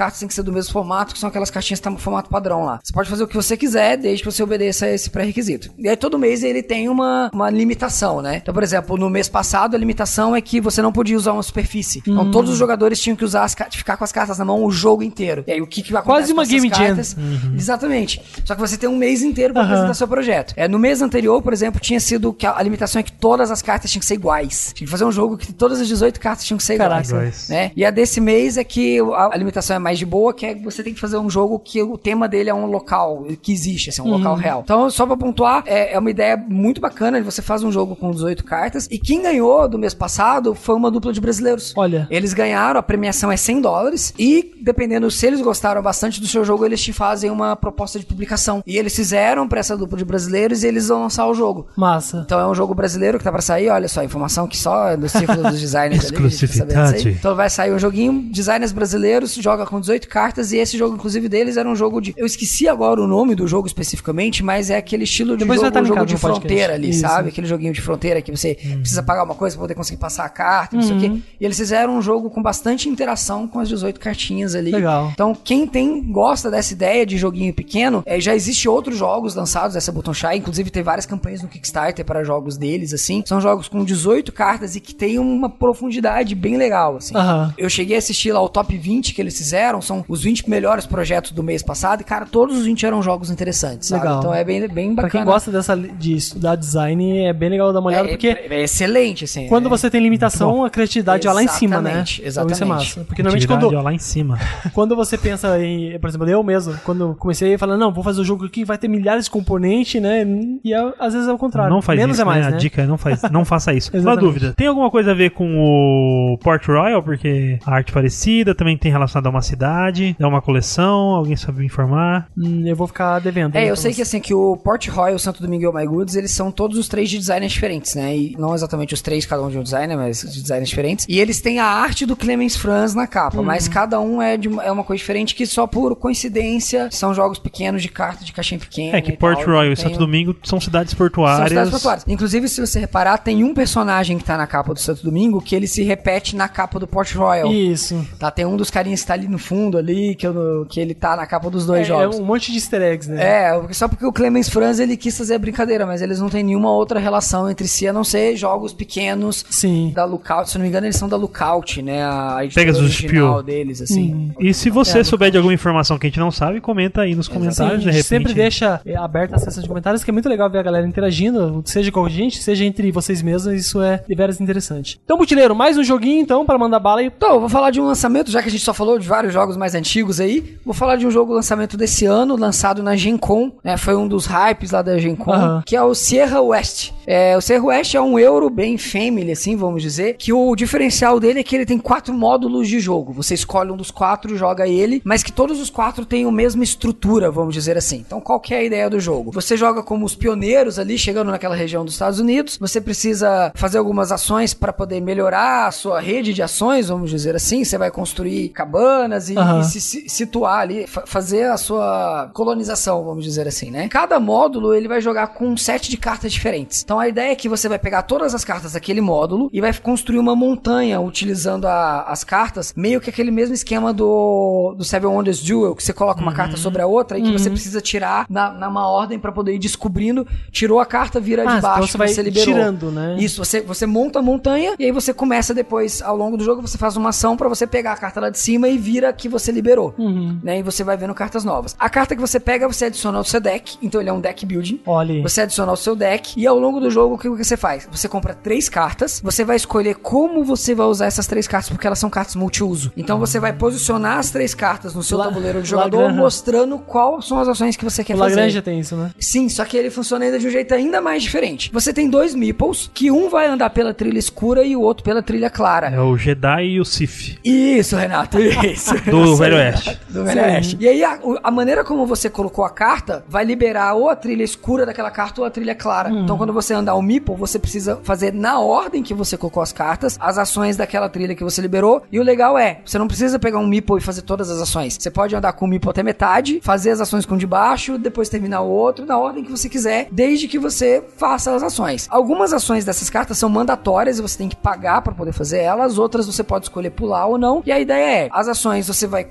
[SPEAKER 2] do mesmo formato, que são aquelas cartinhas que estão no formato padrão lá. Você pode fazer o que você quiser, desde que você obedeça a esse pré-requisito. E aí todo mês ele tem uma limitação, né? Então, por exemplo, no mês passado a limitação é que você não podia usar uma superfície. Então todos os jogadores tinham que usar ficar com as cartas na mão o jogo inteiro. E aí o que vai acontecer?
[SPEAKER 1] Quase uma game jam.
[SPEAKER 2] Exatamente. Só que você tem um mês inteiro pra apresentar seu projeto. No mês anterior, por exemplo, tinha sido que a limitação é que todas as cartas tinham que ser iguais. Tinha que fazer um jogo que todas as 18 cartas tinham que ser iguais. Né? E a desse mês é que a limitação é mais de boa, que é que você tem que fazer um jogo que o tema dele é um local que existe, assim, um local real. Então, só pra pontuar, é uma ideia muito bacana de você fazer um jogo com 18 cartas. E quem ganhou do mês passado foi uma dupla de brasileiros.
[SPEAKER 1] Olha.
[SPEAKER 2] Eles ganharam, a premiação é $100 e, dependendo se eles gostaram bastante do seu jogo, eles te fazem uma proposta de publicação. E eles fizeram pra essa dupla de brasileiros e eles vão lançar o jogo.
[SPEAKER 1] Massa.
[SPEAKER 2] Então é um jogo brasileiro que tá pra sair, olha só, informação que só é do círculo dos designers
[SPEAKER 3] exclusividade.
[SPEAKER 2] Então vai sair um joguinho, designers brasileiros, joga com 18 cartas e esse jogo, inclusive, deles era um jogo de... Eu esqueci agora o nome do jogo especificamente, mas é aquele estilo de
[SPEAKER 1] depois
[SPEAKER 2] jogo,
[SPEAKER 1] um
[SPEAKER 2] jogo de fronteira
[SPEAKER 1] podcast.
[SPEAKER 2] ali,
[SPEAKER 1] Isso.
[SPEAKER 2] sabe? Aquele joguinho de fronteira que você precisa pagar uma coisa pra poder conseguir passar a carta, não sei o quê. E eles fizeram um jogo com bastante interação com as 18 cartinhas ali.
[SPEAKER 1] Legal.
[SPEAKER 2] Então, quem gosta dessa ideia de joguinho pequeno, já existe outros jogos lançados dessa Button Shy, inclusive tem várias campanhas no Kickstarter para jogos deles, assim. São jogos com 18 cartas e que tem uma profundidade bem legal, assim. Eu cheguei a assistir lá o top 20 que eles fizeram, são os 20 melhores projetos do mês passado e, cara, todos os 20 eram jogos interessantes, sabe?
[SPEAKER 1] Legal.
[SPEAKER 2] Então é bem bacana.
[SPEAKER 1] Pra quem gosta de estudar design, é bem legal dar uma olhada, porque...
[SPEAKER 2] É excelente, assim.
[SPEAKER 1] Quando você tem limitação, a criatividade é lá em cima, né?
[SPEAKER 2] Exatamente.
[SPEAKER 1] Então isso é massa. Porque normalmente quando...
[SPEAKER 3] lá em cima.
[SPEAKER 1] Quando você pensa em... Por exemplo, eu mesmo, quando comecei a falar, não, vou fazer um jogo aqui, vai ter milhares de componentes, né? E às vezes é o contrário.
[SPEAKER 3] Não faz
[SPEAKER 1] menos
[SPEAKER 3] isso,
[SPEAKER 1] é mais,
[SPEAKER 3] né?
[SPEAKER 1] né?
[SPEAKER 3] A dica é não faça isso. Uma
[SPEAKER 1] Exatamente.
[SPEAKER 3] dúvida, tem alguma coisa a ver com o Port Royal? Porque a arte parecida também tem relacionado a uma cidade, é uma coleção, alguém sabe me informar?
[SPEAKER 1] Eu vou ficar devendo.
[SPEAKER 2] Eu sei que assim, que o Port Royal, o Santo Domingo e o My Goods, eles são todos os 3 de designers diferentes, né? E não exatamente os 3, cada um de um designer, mas de designers diferentes. E eles têm a arte do Clemens Franz na capa, mas cada um é uma coisa diferente que só por coincidência são jogos pequenos de carta, de caixinha pequena.
[SPEAKER 3] É que Port Royal e Santo Domingo são cidades portuárias.
[SPEAKER 2] São cidades portuárias. Inclusive, se você reparar, tem um personagem que tá na capa do Santo Domingo que ele se repete na capa do Port Royal.
[SPEAKER 1] Isso.
[SPEAKER 2] Tá, tem um dos carinhas que tá ali no fundo ali, que ele tá na capa dos dois jogos.
[SPEAKER 1] É um monte de easter eggs, né?
[SPEAKER 2] Só porque o Clemens Franz, ele quis fazer a brincadeira, mas eles não têm nenhuma outra relação entre si, a não ser jogos pequenos.
[SPEAKER 1] Sim.
[SPEAKER 2] Da Lookout. Se não me engano, eles são da Lookout, né? A
[SPEAKER 3] Pegasus
[SPEAKER 2] original deles, assim.
[SPEAKER 3] E se você souber de alguma informação que a gente não sabe, comenta aí nos comentários, de repente.
[SPEAKER 1] Sempre deixa aberta a sessão de comentários, que é muito legal ver a galera interagindo, seja com a gente, seja entre vocês mesmos, isso é de veras interessante. Então, Butileiro, mais um joguinho, então, para mandar bala aí.
[SPEAKER 2] Então, eu vou falar de um lançamento, já que a gente só falou de vários jogos mais antigos aí, vou falar de um jogo lançamento desse ano, lançado na Gen Con, né? Foi um dos hypes lá da Gen Con, que é o Sierra West. O Sierra West é um euro bem family, assim, vamos dizer, que o diferencial dele é que ele tem 4 módulos de jogo. Você escolhe um dos 4 e joga ele, mas que todos os 4 têm a mesma estrutura, vamos dizer assim. Então, qual que é a ideia do jogo? Você joga como os pioneiros ali, chegando naquela região dos Estados Unidos, você precisa fazer algumas ações para poder melhorar a sua rede de ações, vamos dizer assim. Você vai construir cabanas e se situar ali, fazer a sua colonização, vamos dizer assim, né? Cada módulo, ele vai jogar com um set de cartas diferentes. Então, a ideia é que você vai pegar todas as cartas daquele módulo e vai construir uma montanha utilizando as cartas, meio que aquele mesmo esquema do Seven Wonders Duel, que você coloca uma carta sobre a outra e que você precisa tirar numa ordem pra poder ir descobrindo. Tirou a carta, vira de baixo,
[SPEAKER 1] então você vai
[SPEAKER 2] liberou.
[SPEAKER 1] Tirando, né?
[SPEAKER 2] Isso, você monta a montanha e aí você começa depois, ao longo do jogo, você faz uma ação pra você pegar a carta lá de cima e vira que você liberou, né? E você vai vendo cartas novas. A carta que você pega, você adiciona ao seu deck, então ele é um deck building.
[SPEAKER 1] Olha.
[SPEAKER 2] Você adiciona ao seu deck e ao longo do jogo, o que você faz? Você compra 3 cartas, você vai escolher como você vai usar essas 3 cartas, porque elas são cartas multiuso. Então você vai posicionar as 3 cartas no seu tabuleiro de jogador, mostrando quais são as ações que você quer fazer. O
[SPEAKER 1] Lagrange tem isso, né?
[SPEAKER 2] Sim, só que ele funciona ainda de um jeito ainda mais diferente. Você tem 2 meeples, que um vai andar pela trilha escura e o outro pela trilha clara.
[SPEAKER 3] É o Jedi e o Sith.
[SPEAKER 2] Isso, Renato, isso.
[SPEAKER 3] Do Velho Oeste.
[SPEAKER 2] Do Velho Oeste. E aí, a maneira como você colocou a carta vai liberar ou a trilha escura daquela carta ou a trilha clara. Então, quando você andar o meeple, você precisa fazer na ordem que você colocou as cartas, as ações daquela trilha que você liberou. E o legal é, você não precisa pegar um meeple e fazer todas as ações. Você pode andar com o meeple até metade, fazer as ações com o de baixo, depois terminar o outro, na ordem que você quiser, desde que você faça as ações. Algumas ações dessas cartas são mandatórias e você tem que pagar pra poder fazer elas, outras você pode escolher pular ou não. E a ideia é, as ações você vai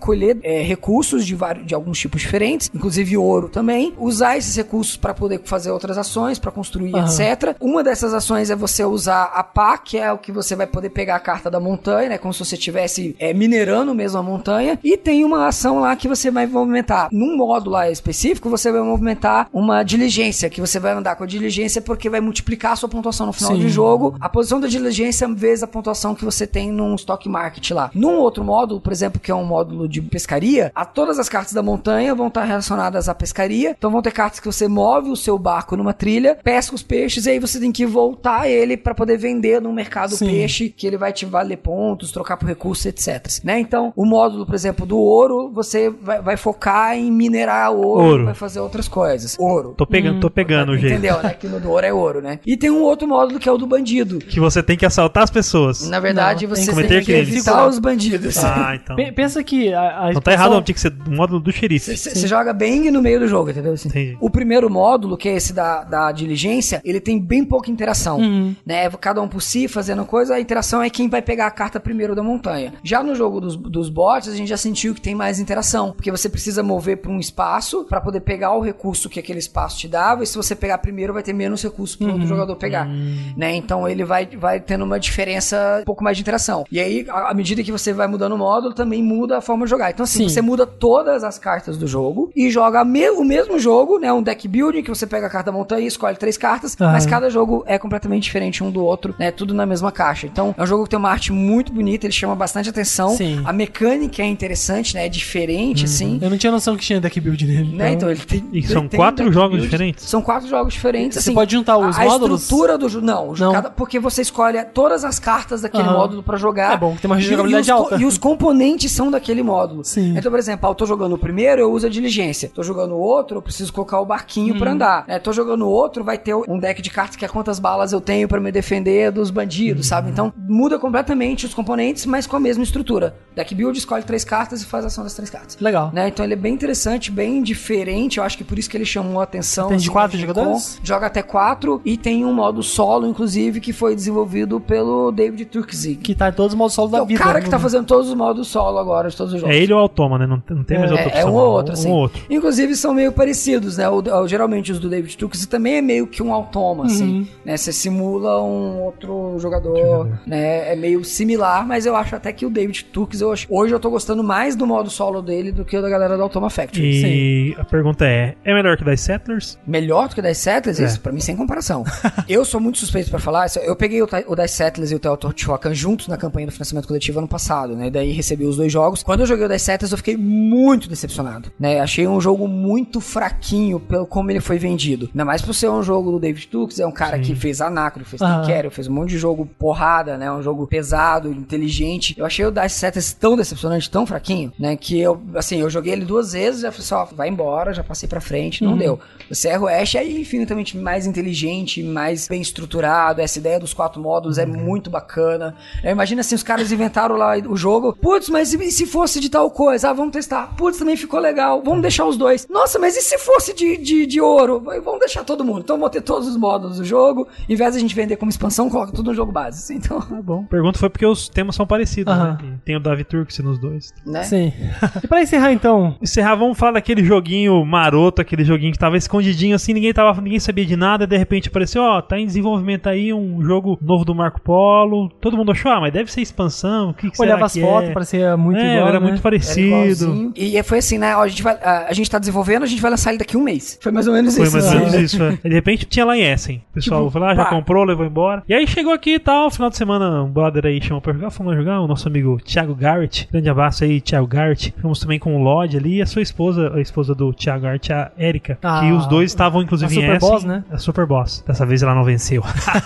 [SPEAKER 2] colher recursos de alguns tipos diferentes, inclusive ouro também, usar esses recursos para poder fazer outras ações, para construir, etc. Uma dessas ações é você usar a pá, que é o que você vai poder pegar a carta da montanha, né, como se você estivesse minerando mesmo a montanha, e tem uma ação lá que você vai movimentar. Num módulo lá específico, você vai movimentar uma diligência, que você vai andar com a diligência porque vai multiplicar a sua pontuação no final de jogo, a posição da diligência vezes a pontuação que você tem num stock market lá. Num outro módulo, por exemplo, que é um módulo de pescaria, todas as cartas da montanha vão estar relacionadas à pescaria, então vão ter cartas que você move o seu barco numa trilha, pesca os peixes, e aí você tem que voltar ele para poder vender no mercado peixe, que ele vai te valer pontos, trocar por recursos, etc. Né? Então, o módulo, por exemplo, do ouro, você vai focar em minerar ouro, vai fazer outras coisas. Ouro.
[SPEAKER 3] Tô pegando o jeito.
[SPEAKER 2] Entendeu, né? Que no do ouro é ouro, né? E tem um outro módulo que é o do bandido.
[SPEAKER 3] Que você tem que assaltar as pessoas.
[SPEAKER 2] Na verdade, você tem que evitar os bandidos.
[SPEAKER 3] Então.
[SPEAKER 1] Pensa que a
[SPEAKER 3] não tá errado, não. Tinha que ser o módulo do xerife.
[SPEAKER 2] Você joga bem no meio do jogo, entendeu? Assim, o primeiro módulo, que é esse da diligência, ele tem bem pouca interação. Né? Cada um por si, fazendo coisa, a interação é quem vai pegar a carta primeiro da montanha. Já no jogo dos bots, a gente já sentiu que tem mais interação, porque você precisa mover para um espaço para poder pegar o recurso que aquele espaço te dava, e se você pegar primeiro, vai ter menos recurso para outro jogador pegar. Né? Então ele vai tendo uma diferença, um pouco mais de interação. E aí, à medida que você vai mudando o módulo, também muda a forma de jogar. Então assim, você muda todas as cartas do jogo e joga o mesmo jogo, né? Um deck building, que você pega a carta da montanha e escolhe 3 cartas, mas cada jogo é completamente diferente um do outro, né? Tudo na mesma caixa. Então, é um jogo que tem uma arte muito bonita, ele chama bastante atenção. A mecânica é interessante, né? É diferente, assim.
[SPEAKER 1] Eu não tinha noção que tinha deck building nele.
[SPEAKER 2] Né? Então, ele tem...
[SPEAKER 3] E são 4 jogos diferentes?
[SPEAKER 2] São 4 jogos diferentes, assim.
[SPEAKER 1] Você pode juntar os módulos?
[SPEAKER 2] A estrutura do jogo... Não. Porque você escolhe todas as cartas daquele módulo pra jogar.
[SPEAKER 1] É bom que tem uma jogabilidade alta.
[SPEAKER 2] E os componentes são daquele módulo.
[SPEAKER 1] Sim.
[SPEAKER 2] Então, por exemplo, eu tô jogando o primeiro, eu uso a diligência. Tô jogando o outro, eu preciso colocar o barquinho pra andar. Tô jogando o outro, vai ter um deck de cartas que é quantas balas eu tenho pra me defender dos bandidos, sabe? Então, muda completamente os componentes, mas com a mesma estrutura. Deck build, escolhe 3 cartas e faz a ação das 3 cartas.
[SPEAKER 1] Legal.
[SPEAKER 2] Né? Então, ele é bem interessante, bem diferente. Eu acho que por isso que ele chamou a atenção.
[SPEAKER 1] Tem de 4 jogadores?
[SPEAKER 2] Joga até 4 e tem um modo solo, inclusive, que foi desenvolvido pelo David Turkzy.
[SPEAKER 1] Que tá em todos os modos solo da vida.
[SPEAKER 2] É o cara que tá fazendo todos os modos solo agora de todos os jogos.
[SPEAKER 3] É ele ou o Automa, né? Não tem mais outra opção.
[SPEAKER 2] É um ou outro, assim.
[SPEAKER 3] Um ou outro.
[SPEAKER 2] Inclusive, são meio parecidos, né? Geralmente os do David Turkzy também é meio que um Automa, assim. Né? Você simula um outro jogador, né? É meio similar, mas eu acho até que o David Turkzy, hoje eu tô gostando mais do modo solo dele do que o da galera do Automa Factory.
[SPEAKER 3] E a pergunta é melhor que Dice Settlers?
[SPEAKER 2] Melhor do que Dice Settlers? Isso, pra mim, sem comparação. Eu sou muito suspeito pra falar. Eu peguei o Dice Settlers e o Teotihuacan juntos na campanha do financiamento coletivo ano passado, né? Daí recebi os 2 jogos. Quando eu joguei o Dice Settlers, eu fiquei muito decepcionado, né? Achei um jogo muito fraquinho pelo como ele foi vendido. Ainda mais por ser um jogo do David Turkzy, é um cara que fez Anacro, fez Tenkero, fez um monte de jogo porrada, né? Um jogo pesado, inteligente. Eu achei o Dice Settlers tão decepcionante, tão fraquinho, né? Que eu joguei ele 2 vezes, já falei só, vai embora, já passei pra frente, não deu. O Serro Ash é infinitamente mais inteligente, mais bem estruturado, essa ideia dos 4 módulos é muito bacana. Imagina assim, os caras inventaram lá o jogo, putz, mas e se fosse de tal coisa? Vamos testar. Putz, também ficou legal, vamos deixar os 2. Nossa, mas e se fosse de ouro? Vamos deixar todo mundo. Então vou ter todos os módulos do jogo, em vez de a gente vender como expansão, coloca tudo no jogo base. Então,
[SPEAKER 3] tá bom. A pergunta foi porque os temas são parecidos, né? Tem o David Turkzy nos 2.
[SPEAKER 2] Né?
[SPEAKER 1] Sim. E pra encerrar, então?
[SPEAKER 3] Vamos falar daquele joguinho maroto, aquele joguinho que tava escondidinho assim, ninguém sabia de nada, e de repente apareceu, tá em desenvolvimento aí um jogo novo do Marco Polo. Todo mundo achou, mas deve ser expansão, o que será
[SPEAKER 1] olhava as fotos, parecia muito igual,
[SPEAKER 3] era muito parecido.
[SPEAKER 2] E foi assim, né, a gente tá desenvolvendo, a gente vai lançar ele daqui a um mês. Foi mais ou menos isso.
[SPEAKER 3] Foi mais ou menos isso, De repente tinha lá em Essen. O pessoal foi lá, já comprou, levou embora. E aí chegou aqui e tal, final de semana, um brother aí chamou pra jogar, fomos jogar, o nosso amigo Thiago Garrett. Grande abraço aí, Thiago Garrett. Fomos também com o Lodge ali e a sua esposa, a esposa do Thiago Garrett, a Erika. Que os dois estavam, inclusive, em Essen.
[SPEAKER 1] Super Boss, né?
[SPEAKER 3] A Super Boss. Dessa vez ela não venceu.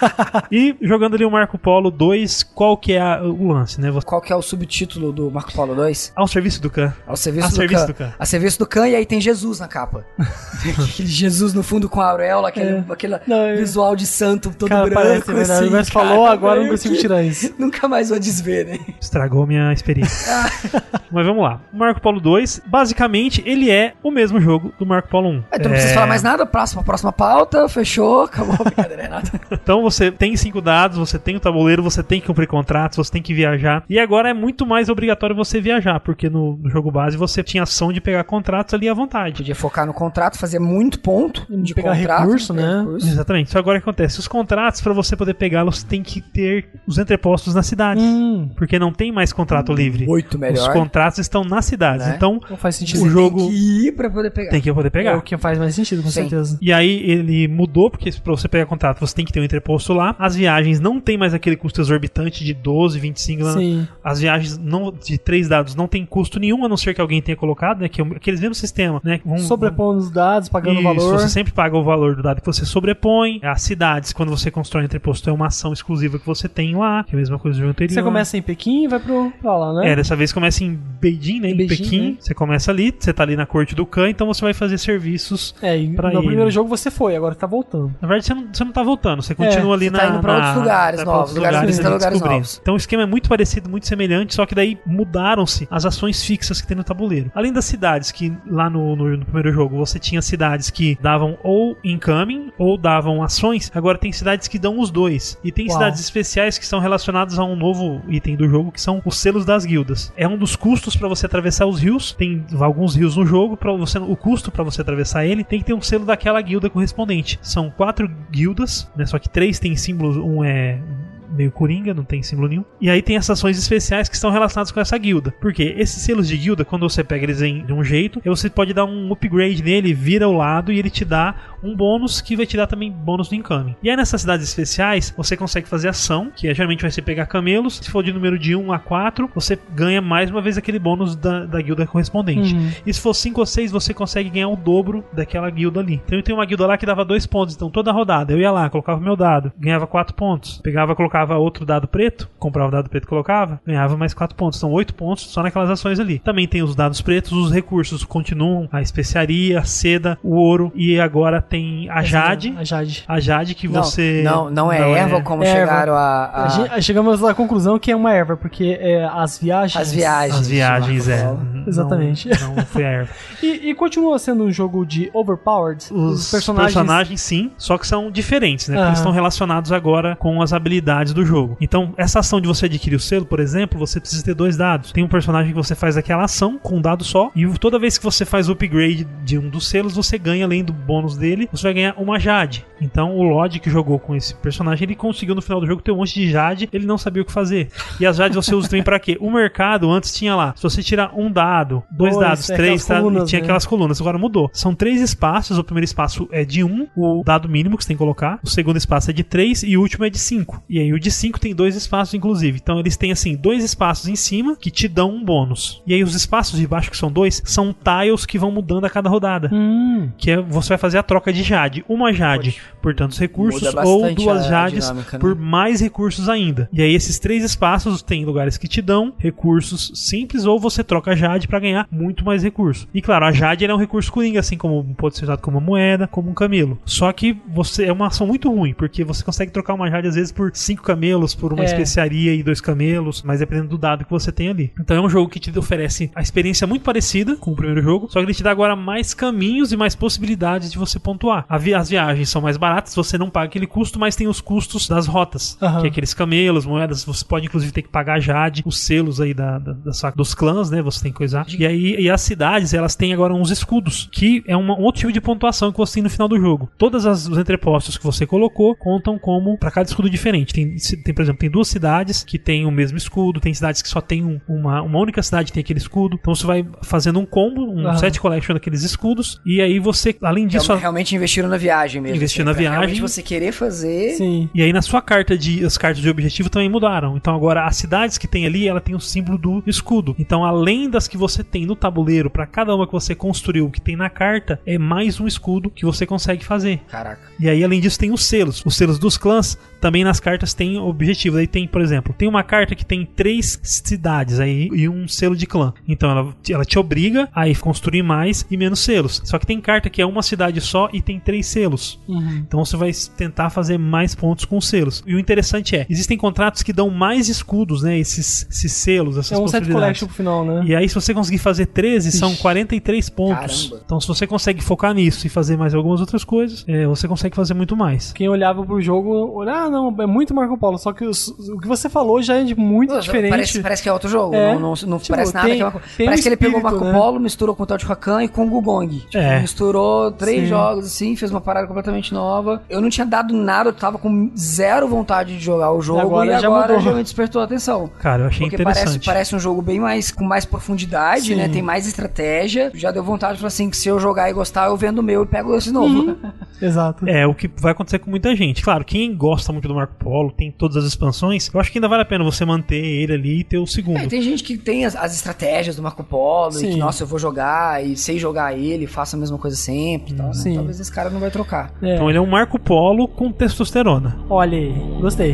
[SPEAKER 3] E jogando ali o Marco Polo 2, qual que é o lance, né?
[SPEAKER 2] Qual que é o subtítulo do Marco Polo 2?
[SPEAKER 3] Ao serviço do Khan.
[SPEAKER 2] Ao serviço do Khan. A serviço do Khan, e aí tem Jesus na capa. Aquele Jesus no fundo com a auréola, aquele visual de santo todo branco.
[SPEAKER 1] Parece, assim, o Mestre falou, agora não consigo tirar isso.
[SPEAKER 2] Nunca mais vou desver, né?
[SPEAKER 3] Estragou minha experiência. Mas vamos lá. O Marco Polo 2, basicamente, ele é o mesmo jogo do Marco Polo 1.
[SPEAKER 2] Então não precisa falar mais nada, próxima pauta, fechou, acabou a brincadeira, Renato.
[SPEAKER 3] Então você tem 5 dados, você tem o tabuleiro, você tem que cumprir contratos, você tem que viajar. E agora é muito mais obrigatório você viajar, porque no jogo base você tinha ação de pegar contratos ali à vontade.
[SPEAKER 2] Podia focar no contrato, fazer muito ponto de
[SPEAKER 1] pegar
[SPEAKER 2] contrato,
[SPEAKER 1] recurso, né?
[SPEAKER 3] Exatamente. Só agora o que acontece? Os contratos, para você poder pegá-los, tem que ter os entrepostos nas cidades. Porque não tem mais contrato livre.
[SPEAKER 2] Muito melhor.
[SPEAKER 3] Os contratos estão nas cidades.
[SPEAKER 2] Né?
[SPEAKER 3] Então,
[SPEAKER 1] não faz sentido.
[SPEAKER 3] O jogo
[SPEAKER 2] tem que ir pra poder pegar.
[SPEAKER 3] Tem que poder pegar.
[SPEAKER 1] É o que faz mais sentido, com certeza.
[SPEAKER 3] E aí ele mudou, porque pra você pegar contrato, você tem que ter um entreposto lá. As viagens não tem mais aquele custo exorbitante de 12, 25.
[SPEAKER 1] Sim.
[SPEAKER 3] As viagens de 3 dados não tem custo nenhum, a não ser que alguém tenha colocado, né? Que é aqueles mesmos sistemas, né?
[SPEAKER 1] Sobrepondo os dados, pagando o valor.
[SPEAKER 3] Você sempre paga o valor do dado que você sobrepõe. As cidades, quando você constrói um entreposto, é uma ação exclusiva que você tem lá, que é a mesma coisa do jogo anterior.
[SPEAKER 1] Você começa em Pequim e vai pra lá, né?
[SPEAKER 3] Dessa vez começa em Beijing, né? Em Pequim. Né? Você começa ali, você tá ali na corte do Khan, então você vai fazer serviços pra
[SPEAKER 1] no primeiro jogo você foi, agora tá voltando.
[SPEAKER 3] Na verdade, você não tá voltando, você continua ali
[SPEAKER 2] você tá indo pra outros lugares novos, lugares novos.
[SPEAKER 3] Então o esquema é muito parecido, muito semelhante, só que daí mudaram-se as ações fixas que tem no tabuleiro. Além das cidades, que lá no primeiro jogo você tinha cidades que davam ou incoming ou davam ações, agora tem cidades que dão os dois. E tem cidades especiais que são relacionadas a um novo item do jogo, que são os selos das guildas. É um dos custos para você atravessar os rios. Tem alguns rios no jogo, o custo para você atravessar ele tem que ter um selo daquela guilda correspondente. São 4 guildas, né? Só que 3 tem símbolos, um é meio coringa, não tem símbolo nenhum. E aí tem essas ações especiais que estão relacionadas com essa guilda. Porque esses selos de guilda, quando você pega eles de um jeito, você pode dar um upgrade nele, vira ao lado e ele te dá um bônus que vai te dar também bônus no incoming. E aí nessas cidades especiais, você consegue fazer ação, que geralmente vai ser pegar camelos. Se for de número de 1 a 4, você ganha mais uma vez aquele bônus da guilda correspondente. E se for 5 ou 6, você consegue ganhar o dobro daquela guilda ali. Então eu tenho uma guilda lá que dava 2 pontos. Então toda rodada eu ia lá, colocava meu dado, ganhava 4 pontos. Colocava outro dado preto, comprava o dado preto e colocava, ganhava mais 4 pontos. São 8 pontos só naquelas ações ali. Também tem os dados pretos, os recursos continuam, a especiaria, a seda, o ouro, e agora tem a Jade. A Jade que você...
[SPEAKER 2] Não é erva como chegaram a...
[SPEAKER 1] Chegamos à conclusão que é uma erva, porque as viagens...
[SPEAKER 2] As viagens,
[SPEAKER 1] Exatamente.
[SPEAKER 3] Não foi a erva.
[SPEAKER 1] E continua sendo um jogo de overpowered?
[SPEAKER 3] Os personagens sim, só que são diferentes, né? Porque eles estão relacionados agora com as habilidades do jogo. Então, essa ação de você adquirir o selo, por exemplo, você precisa ter 2 dados. Tem um personagem que você faz aquela ação com um dado só, e toda vez que você faz o upgrade de um dos selos, você ganha, além do bônus dele, você vai ganhar uma Jade. Então, o Lodge que jogou com esse personagem, ele conseguiu no final do jogo ter um monte de Jade, ele não sabia o que fazer. E as Jades você usa também pra quê? O mercado antes tinha lá, se você tirar um dado, 2 dados, 3, tinha aquelas colunas, agora mudou. São 3 espaços, o primeiro espaço é de 1, o dado mínimo que você tem que colocar, o segundo espaço é de 3 e o último é de 5. E aí o de 5 tem 2 espaços, inclusive. Então eles têm, assim, 2 espaços em cima que te dão um bônus. E aí os espaços de baixo, que são 2, são tiles que vão mudando a cada rodada. Que você vai fazer a troca de Jade. Uma Jade por tantos recursos, ou 2 Jades dinâmica, por mais recursos ainda. E aí esses 3 espaços tem lugares que te dão recursos simples, ou você troca a Jade pra ganhar muito mais recurso. E claro, a Jade é um recurso coringa, assim como pode ser usado como uma moeda, como um camelo. Só que é uma ação muito ruim, porque você consegue trocar uma Jade às vezes por 5 camelos, por uma especiaria e 2 camelos, mas dependendo do dado que você tem ali. Então é um jogo que te oferece a experiência muito parecida com o primeiro jogo, só que ele te dá agora mais caminhos e mais possibilidades de você pontuar. As viagens são mais baratas, você não paga aquele custo, mas tem os custos das rotas, que é aqueles camelos, moedas, você pode inclusive ter que pagar a Jade, os selos aí dos clãs, né, você tem que coisar. E as cidades, elas têm agora uns escudos, que é um outro tipo de pontuação que você tem no final do jogo. Todos os entrepostos que você colocou contam como para cada escudo diferente. Tem, por exemplo, tem 2 cidades que tem o mesmo escudo, tem cidades que só tem uma única cidade que tem aquele escudo. Então você vai fazendo um combo, um set collection daqueles escudos, e aí você, além disso...
[SPEAKER 2] Realmente investiram na viagem mesmo.
[SPEAKER 3] Investir na viagem.
[SPEAKER 2] Realmente você querer fazer...
[SPEAKER 1] Sim.
[SPEAKER 3] E aí na sua as cartas de objetivo também mudaram. Então agora as cidades que tem ali, ela tem o símbolo do escudo. Então além das que você tem no tabuleiro, para cada uma que você construiu, que tem na carta, é mais um escudo que você consegue fazer.
[SPEAKER 2] Caraca.
[SPEAKER 3] E aí além disso tem os selos. Os selos dos clãs também nas cartas tem objetivo. Aí tem, por exemplo, tem uma carta que tem 3 cidades aí e um selo de clã. Então ela te obriga a construir mais e menos selos. Só que tem carta que é uma cidade só e tem 3 selos. Então você vai tentar fazer mais pontos com selos. E o interessante existem contratos que dão mais escudos, né? Esses selos, essas possibilidades.
[SPEAKER 1] É um set collection pro final, né?
[SPEAKER 3] E aí se você conseguir fazer 13, são 43 pontos.
[SPEAKER 2] Caramba.
[SPEAKER 3] Então se você consegue focar nisso e fazer mais algumas outras coisas, você consegue fazer muito mais.
[SPEAKER 1] Quem olhava pro jogo, não, é muito mais Marco Polo, só que o que você falou já é de muito diferente.
[SPEAKER 2] Parece que é outro jogo, não tipo, parece nada que é Marco Polo. Parece que ele pegou o Marco Polo, misturou com o Teotihuacan e com o Gugong. Tipo, misturou 3 jogos, assim, fez uma parada completamente nova. Eu não tinha dado nada, eu tava com zero vontade de jogar o jogo e agora já me despertou a atenção.
[SPEAKER 3] Cara, eu achei interessante.
[SPEAKER 2] Parece um jogo bem mais, com mais profundidade, né? Tem mais estratégia. Já deu vontade de falar assim, que se eu jogar e gostar, eu vendo o meu e pego esse novo.
[SPEAKER 1] Exato.
[SPEAKER 3] É o que vai acontecer com muita gente. Claro, quem gosta muito do Marco Polo, tem todas as expansões, eu acho que ainda vale a pena você manter ele ali e ter o segundo.
[SPEAKER 2] Tem gente que tem as estratégias do Marco Polo e que, nossa, eu vou jogar e sei jogar ele, faço a mesma coisa sempre e tal, né? Talvez esse cara não vai trocar.
[SPEAKER 3] Então ele é um Marco Polo com testosterona.
[SPEAKER 1] Olha aí, gostei.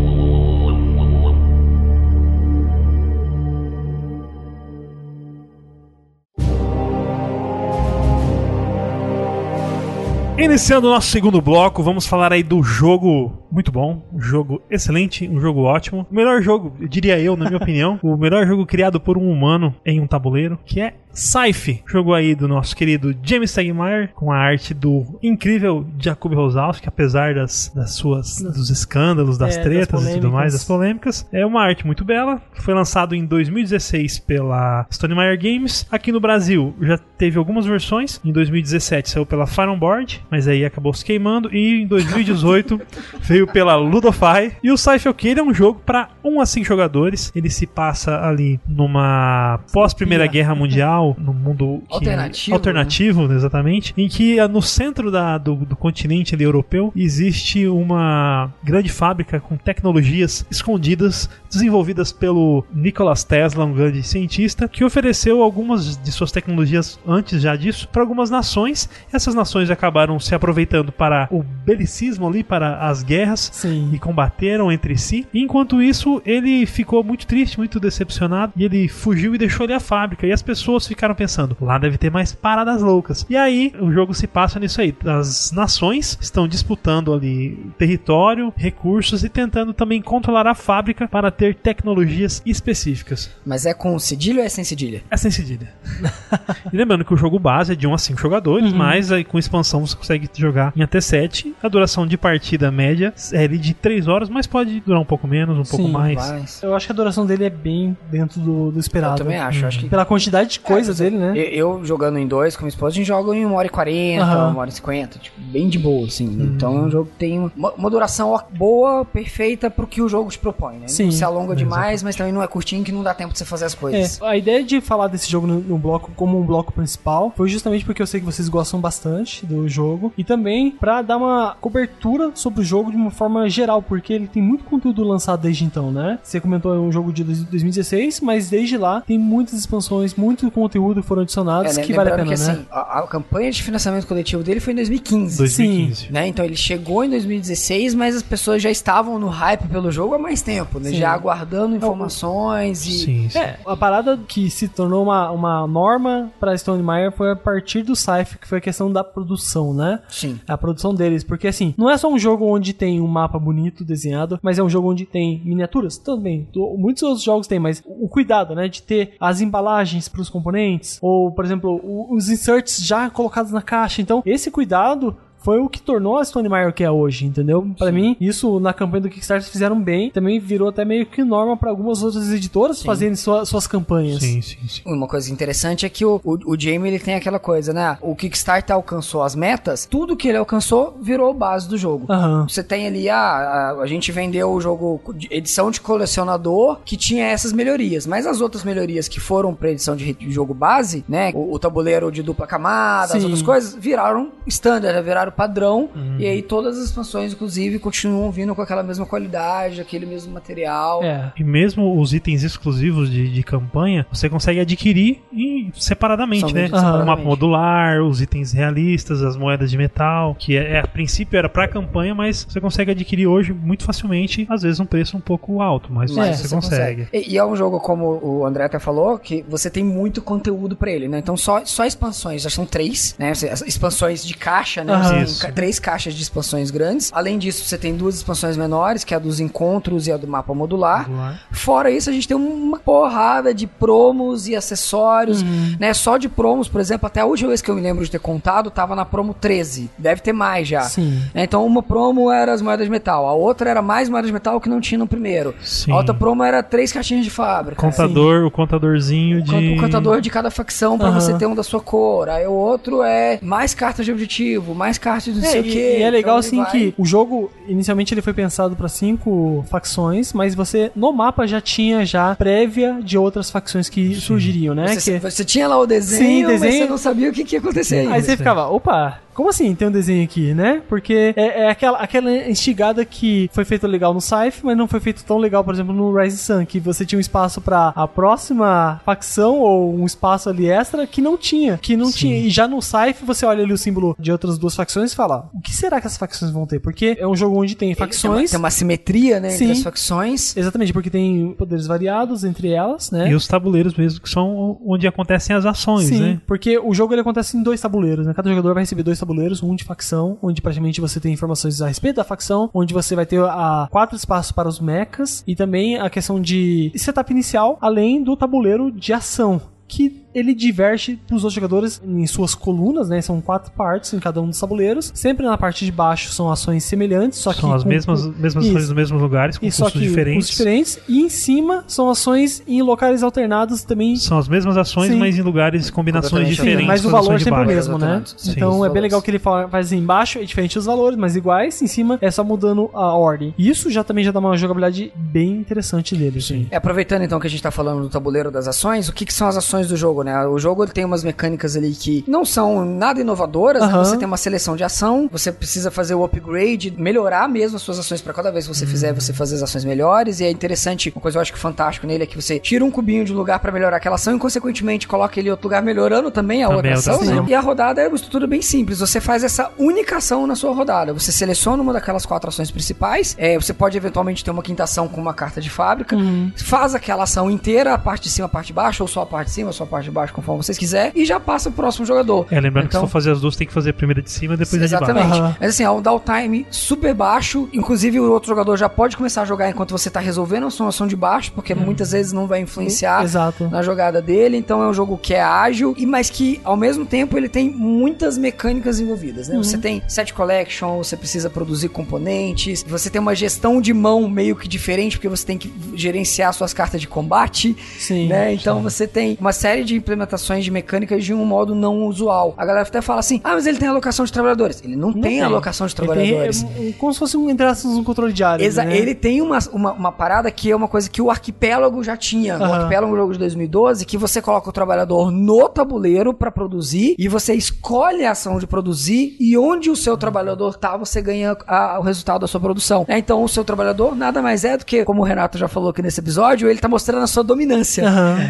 [SPEAKER 3] Iniciando o nosso segundo bloco, vamos falar aí do jogo muito bom, um jogo excelente, um jogo ótimo. O melhor jogo, diria eu, na minha opinião, o melhor jogo criado por um humano em um tabuleiro, que é Scythe. Jogo aí do nosso querido Jamey Stegmaier, com a arte do incrível Jakub Rosowski, apesar dos escândalos, das tretas e tudo mais, das polêmicas. É uma arte muito bela, foi lançado em 2016 pela Stonemaier Games. Aqui no Brasil já teve algumas versões, em 2017 saiu pela Fire on Board, mas aí acabou se queimando, e em 2018 veio pela Ludofy. E o Scythe ele é um jogo para 1 a 5 jogadores. Ele se passa ali numa pós-Primeira Guerra Mundial, no mundo alternativo, né? Exatamente, em que no centro do continente ali europeu existe uma grande fábrica com tecnologias escondidas, desenvolvidas pelo Nikola Tesla, um grande cientista, que ofereceu algumas de suas tecnologias antes já disso para algumas nações. Essas nações acabaram se aproveitando para o belicismo ali, para as guerras, e combateram entre si. E enquanto isso, ele ficou muito triste, muito decepcionado, e ele fugiu e deixou ali a fábrica. E as pessoas ficaram pensando, lá deve ter mais paradas loucas. E aí, o jogo se passa nisso aí. As nações estão disputando ali território, recursos e tentando também controlar a fábrica para ter tecnologias específicas.
[SPEAKER 2] Mas é com cedilha ou é sem cedilha?
[SPEAKER 3] É sem cedilha. E lembrando que o jogo base é de 1 a 5 jogadores, mas aí com expansão você consegue jogar em até 7. A duração de partida média é ali de 3 horas, mas pode durar um pouco menos, um pouco mais.
[SPEAKER 1] Eu acho que a duração dele é bem dentro do esperado.
[SPEAKER 2] Eu também acho. Acho que...
[SPEAKER 1] Pela quantidade de coisa dele, né?
[SPEAKER 2] Eu jogando em 2 com minha esposa, a gente joga em 1h40, 1h50, tipo, bem de boa, assim. Então é um jogo que tem uma duração boa, perfeita pro que o jogo te propõe, né? Não se alonga demais, mas também não é curtinho que não dá tempo de você fazer as coisas.
[SPEAKER 1] A ideia de falar desse jogo no bloco como um bloco principal foi justamente porque eu sei que vocês gostam bastante do jogo e também pra dar uma cobertura sobre o jogo de uma forma geral, porque ele tem muito conteúdo lançado desde então, né? Você comentou um jogo de 2016, mas desde lá tem muitas expansões, muito conteúdo que foram adicionados que vale a pena, que, né? Assim,
[SPEAKER 2] a campanha de financiamento coletivo dele foi em 2015.
[SPEAKER 3] 2015.
[SPEAKER 2] Sim. Né? Então ele chegou em 2016, mas as pessoas já estavam no hype pelo jogo há mais tempo, né? Já aguardando informações e...
[SPEAKER 1] a parada que se tornou uma norma pra Stonemaier foi a partir do Scythe, que foi a questão da produção, né?
[SPEAKER 2] Sim.
[SPEAKER 1] A produção deles, porque assim, não é só um jogo onde tem um mapa bonito desenhado, mas é um jogo onde tem miniaturas, também. Muitos outros jogos tem, mas o cuidado, né, de ter as embalagens pros componentes, ou, por exemplo, os inserts já colocados na caixa. Então, esse cuidado foi o que tornou a Stonemaier o que é hoje, entendeu? Pra mim, isso na campanha do Kickstarter fizeram bem, também virou até meio que norma pra algumas outras editoras fazerem suas campanhas.
[SPEAKER 3] Sim.
[SPEAKER 2] Uma coisa interessante é que o Jamey, ele tem aquela coisa, né? O Kickstarter alcançou as metas, tudo que ele alcançou virou base do jogo. Você tem ali, a gente vendeu o jogo edição de colecionador que tinha essas melhorias, mas as outras melhorias que foram pra edição de jogo base, né? O tabuleiro de dupla camada, as outras coisas, viraram standard, viraram padrão, e aí todas as expansões, inclusive, continuam vindo com aquela mesma qualidade, aquele mesmo material.
[SPEAKER 3] E mesmo os itens exclusivos de campanha, você consegue adquirir separadamente, né? O mapa modular, os itens realistas, as moedas de metal, que a princípio era pra campanha, mas você consegue adquirir hoje muito facilmente, às vezes um preço um pouco alto, mas você consegue.
[SPEAKER 2] E é um jogo, como o André até falou, que você tem muito conteúdo pra ele, né? Então só expansões, já são 3, né? As expansões de caixa, né? 3 caixas de expansões grandes. Além disso, você tem 2 expansões menores, que é a dos encontros e a do mapa modular. Fora isso, a gente tem uma porrada de promos e acessórios, né? Só de promos, por exemplo, até a última vez que eu me lembro de ter contado, tava na promo 13. Deve ter mais já.
[SPEAKER 1] Sim.
[SPEAKER 2] Então, uma promo era as moedas de metal, a outra era mais moedas de metal que não tinha no primeiro.
[SPEAKER 3] Sim.
[SPEAKER 2] A outra promo era 3 caixinhas de fábrica.
[SPEAKER 3] O contadorzinho de...
[SPEAKER 2] O contador de cada facção pra você ter um da sua cor. Aí o outro é mais cartas de objetivo, mais cartas de não sei o quê.
[SPEAKER 1] E é legal, então, assim, que o jogo, inicialmente, ele foi pensado pra 5 facções, mas você, no mapa, já tinha prévia de outras facções que surgiriam, né?
[SPEAKER 2] Você tinha lá o desenho, mas você não sabia o que ia acontecer ainda.
[SPEAKER 1] Aí você ficava, opa... Como assim tem um desenho aqui, né? Porque é aquela instigada que foi feito legal no Scythe, mas não foi feito tão legal, por exemplo, no Rising Sun, que você tinha um espaço pra a próxima facção ou um espaço ali extra que não tinha. E já no Scythe você olha ali o símbolo de outras 2 facções e fala, o que será que as facções vão ter? Porque é um jogo onde tem facções...
[SPEAKER 2] Tem uma simetria, né, entre as facções.
[SPEAKER 1] Exatamente, porque tem poderes variados entre elas, né?
[SPEAKER 3] E os tabuleiros mesmo, que são onde acontecem as ações, né?
[SPEAKER 1] Porque o jogo ele acontece em 2 tabuleiros, né? Cada jogador vai receber 2 tabuleiros, um de facção, onde praticamente você tem informações a respeito da facção, onde você vai ter 4 espaços para os mechas e também a questão de setup inicial, além do tabuleiro de ação, que ele diverte os outros jogadores em suas colunas, né? São 4 partes em cada um dos tabuleiros. Sempre na parte de baixo são ações semelhantes, só que
[SPEAKER 3] são as mesmas ações nos mesmos lugares, com custos diferentes.
[SPEAKER 1] E em cima são ações em locais alternados também.
[SPEAKER 3] São as mesmas ações, mas em lugares, combinações diferentes.
[SPEAKER 1] Mas o valor é sempre o mesmo, né?
[SPEAKER 2] Sim.
[SPEAKER 1] Então é bem legal que ele faz embaixo, é diferente os valores, mas iguais. Em cima é só mudando a ordem. Isso também já dá uma jogabilidade bem interessante dele. Sim.
[SPEAKER 2] Aproveitando então que a gente tá falando do tabuleiro das ações, o que são as ações do jogo, né? O jogo ele tem umas mecânicas ali que não são nada inovadoras, né? Você tem uma seleção de ação, você precisa fazer o upgrade, melhorar mesmo as suas ações pra cada vez que você fizer, você fazer as ações melhores. E é interessante, uma coisa eu acho que fantástico nele é que você tira um cubinho de um lugar pra melhorar aquela ação e consequentemente coloca ele em outro lugar melhorando também a outra ação, né? E a rodada é uma estrutura bem simples, você faz essa única ação na sua rodada, você seleciona uma daquelas 4 ações principais, você pode eventualmente ter uma quinta ação com uma carta de fábrica, faz aquela ação inteira, a parte de cima, a parte de baixo, ou só a parte de cima, ou só a parte de baixo, conforme vocês quiser, e já passa pro próximo jogador.
[SPEAKER 3] Lembrando que se for fazer as duas, tem que fazer a primeira de cima e depois a de baixo.
[SPEAKER 2] Exatamente. Mas assim, é um downtime super baixo, inclusive o outro jogador já pode começar a jogar enquanto você tá resolvendo a sua ação de baixo, porque muitas vezes não vai influenciar na jogada dele, então é um jogo que é ágil, mas que ao mesmo tempo ele tem muitas mecânicas envolvidas, né? Você tem set collection, você precisa produzir componentes, você tem uma gestão de mão meio que diferente, porque você tem que gerenciar suas cartas de combate, né? Então você tem uma série de implementações de mecânicas de um modo não usual. A galera até fala assim, mas ele tem alocação de trabalhadores. Ele não tem alocação de trabalhadores.
[SPEAKER 1] Como se fosse um controle de área.
[SPEAKER 2] Né? Ele tem uma parada que é uma coisa que o Arquipélago já tinha. O Arquipélago é um jogo de 2012 que você coloca o trabalhador no tabuleiro pra produzir e você escolhe a ação de produzir e onde o seu trabalhador tá, você ganha o resultado da sua produção. Então o seu trabalhador nada mais é do que, como o Renato já falou aqui nesse episódio, ele tá mostrando a sua dominância.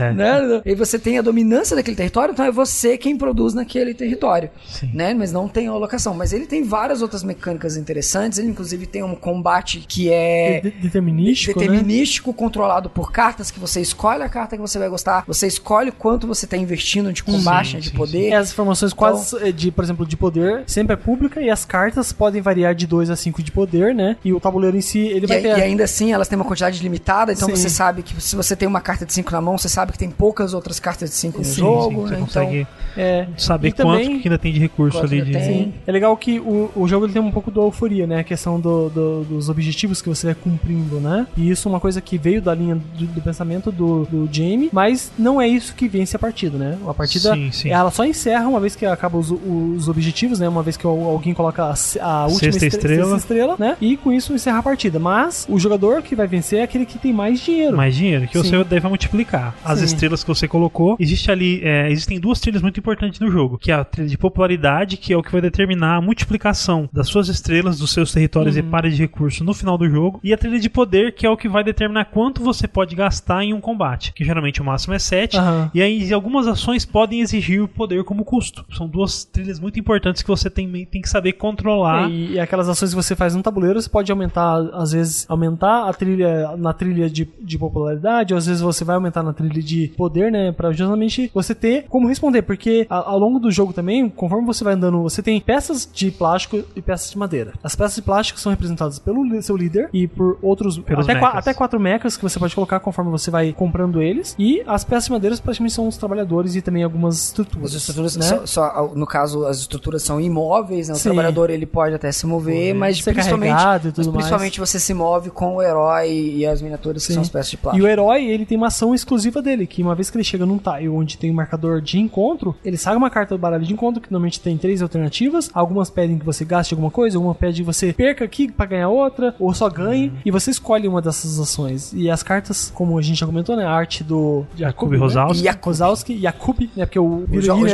[SPEAKER 2] Né? E você tem a dominância daquele território, então é você quem produz naquele território, né? Mas não tem alocação. Mas ele tem várias outras mecânicas interessantes. Ele inclusive tem um combate que é determinístico, controlado por cartas, que você escolhe a carta que você vai gostar, você escolhe quanto você está investindo de combate, de poder.
[SPEAKER 1] As informações por exemplo, de poder sempre é pública e as cartas podem variar de 2 a 5 de poder, né? E o tabuleiro em si, ele vai ter...
[SPEAKER 2] E ainda assim, elas têm uma quantidade limitada, então você sabe que se você tem uma carta de 5 na mão, você sabe que tem poucas outras cartas de 5 no jogo,
[SPEAKER 3] você
[SPEAKER 2] né?
[SPEAKER 3] consegue saber quanto que ainda tem de recurso ali.
[SPEAKER 1] É legal que o jogo ele tem um pouco da euforia, né? A questão dos objetivos que você vai cumprindo, né? E isso é uma coisa que veio da linha do pensamento do Jamie, mas não é isso que vence a partida, né? A partida, ela só encerra uma vez que acaba os objetivos, né? Uma vez que alguém coloca a última sexta estrela, né? E com isso encerra a partida. Mas o jogador que vai vencer é aquele que tem mais dinheiro.
[SPEAKER 3] Que você deve multiplicar. As estrelas que você colocou, existem 2 trilhas muito importantes no jogo, que é a trilha de popularidade, que é o que vai determinar a multiplicação das suas estrelas, dos seus territórios e pares de recurso no final do jogo, e a trilha de poder, que é o que vai determinar quanto você pode gastar em um combate, que geralmente o máximo é 7, e aí algumas ações podem exigir o poder como custo. São 2 trilhas muito importantes que você tem que saber controlar.
[SPEAKER 1] E aquelas ações que você faz no tabuleiro, você pode aumentar, às vezes, na trilha de popularidade, ou às vezes você vai aumentar na trilha de poder, né, pra justamente exatamente você ter como responder, porque ao longo do jogo também, conforme você vai andando, você tem peças de plástico e peças de madeira. As peças de plástico são representadas pelo seu líder e por outros, até 4 mechas que você pode colocar conforme você vai comprando eles, e as peças de madeira praticamente são os trabalhadores e também algumas estruturas.
[SPEAKER 2] As estruturas,
[SPEAKER 1] né?
[SPEAKER 2] no caso, as estruturas são imóveis, né? O trabalhador ele pode até se mover, mas principalmente você se move com o herói e as miniaturas que são as peças de plástico.
[SPEAKER 1] E o herói, ele tem uma ação exclusiva dele, que uma vez que ele chega num tile onde tem um marcador de encontro, ele saca uma carta do baralho de encontro, que normalmente tem 3 alternativas, algumas pedem que você gaste alguma coisa, alguma pede que você perca aqui pra ganhar outra, ou só ganhe, e você escolhe uma dessas ações. E as cartas, como a gente já comentou, né, a arte do
[SPEAKER 3] Jakub Rosowski,
[SPEAKER 1] Jakub, né, porque o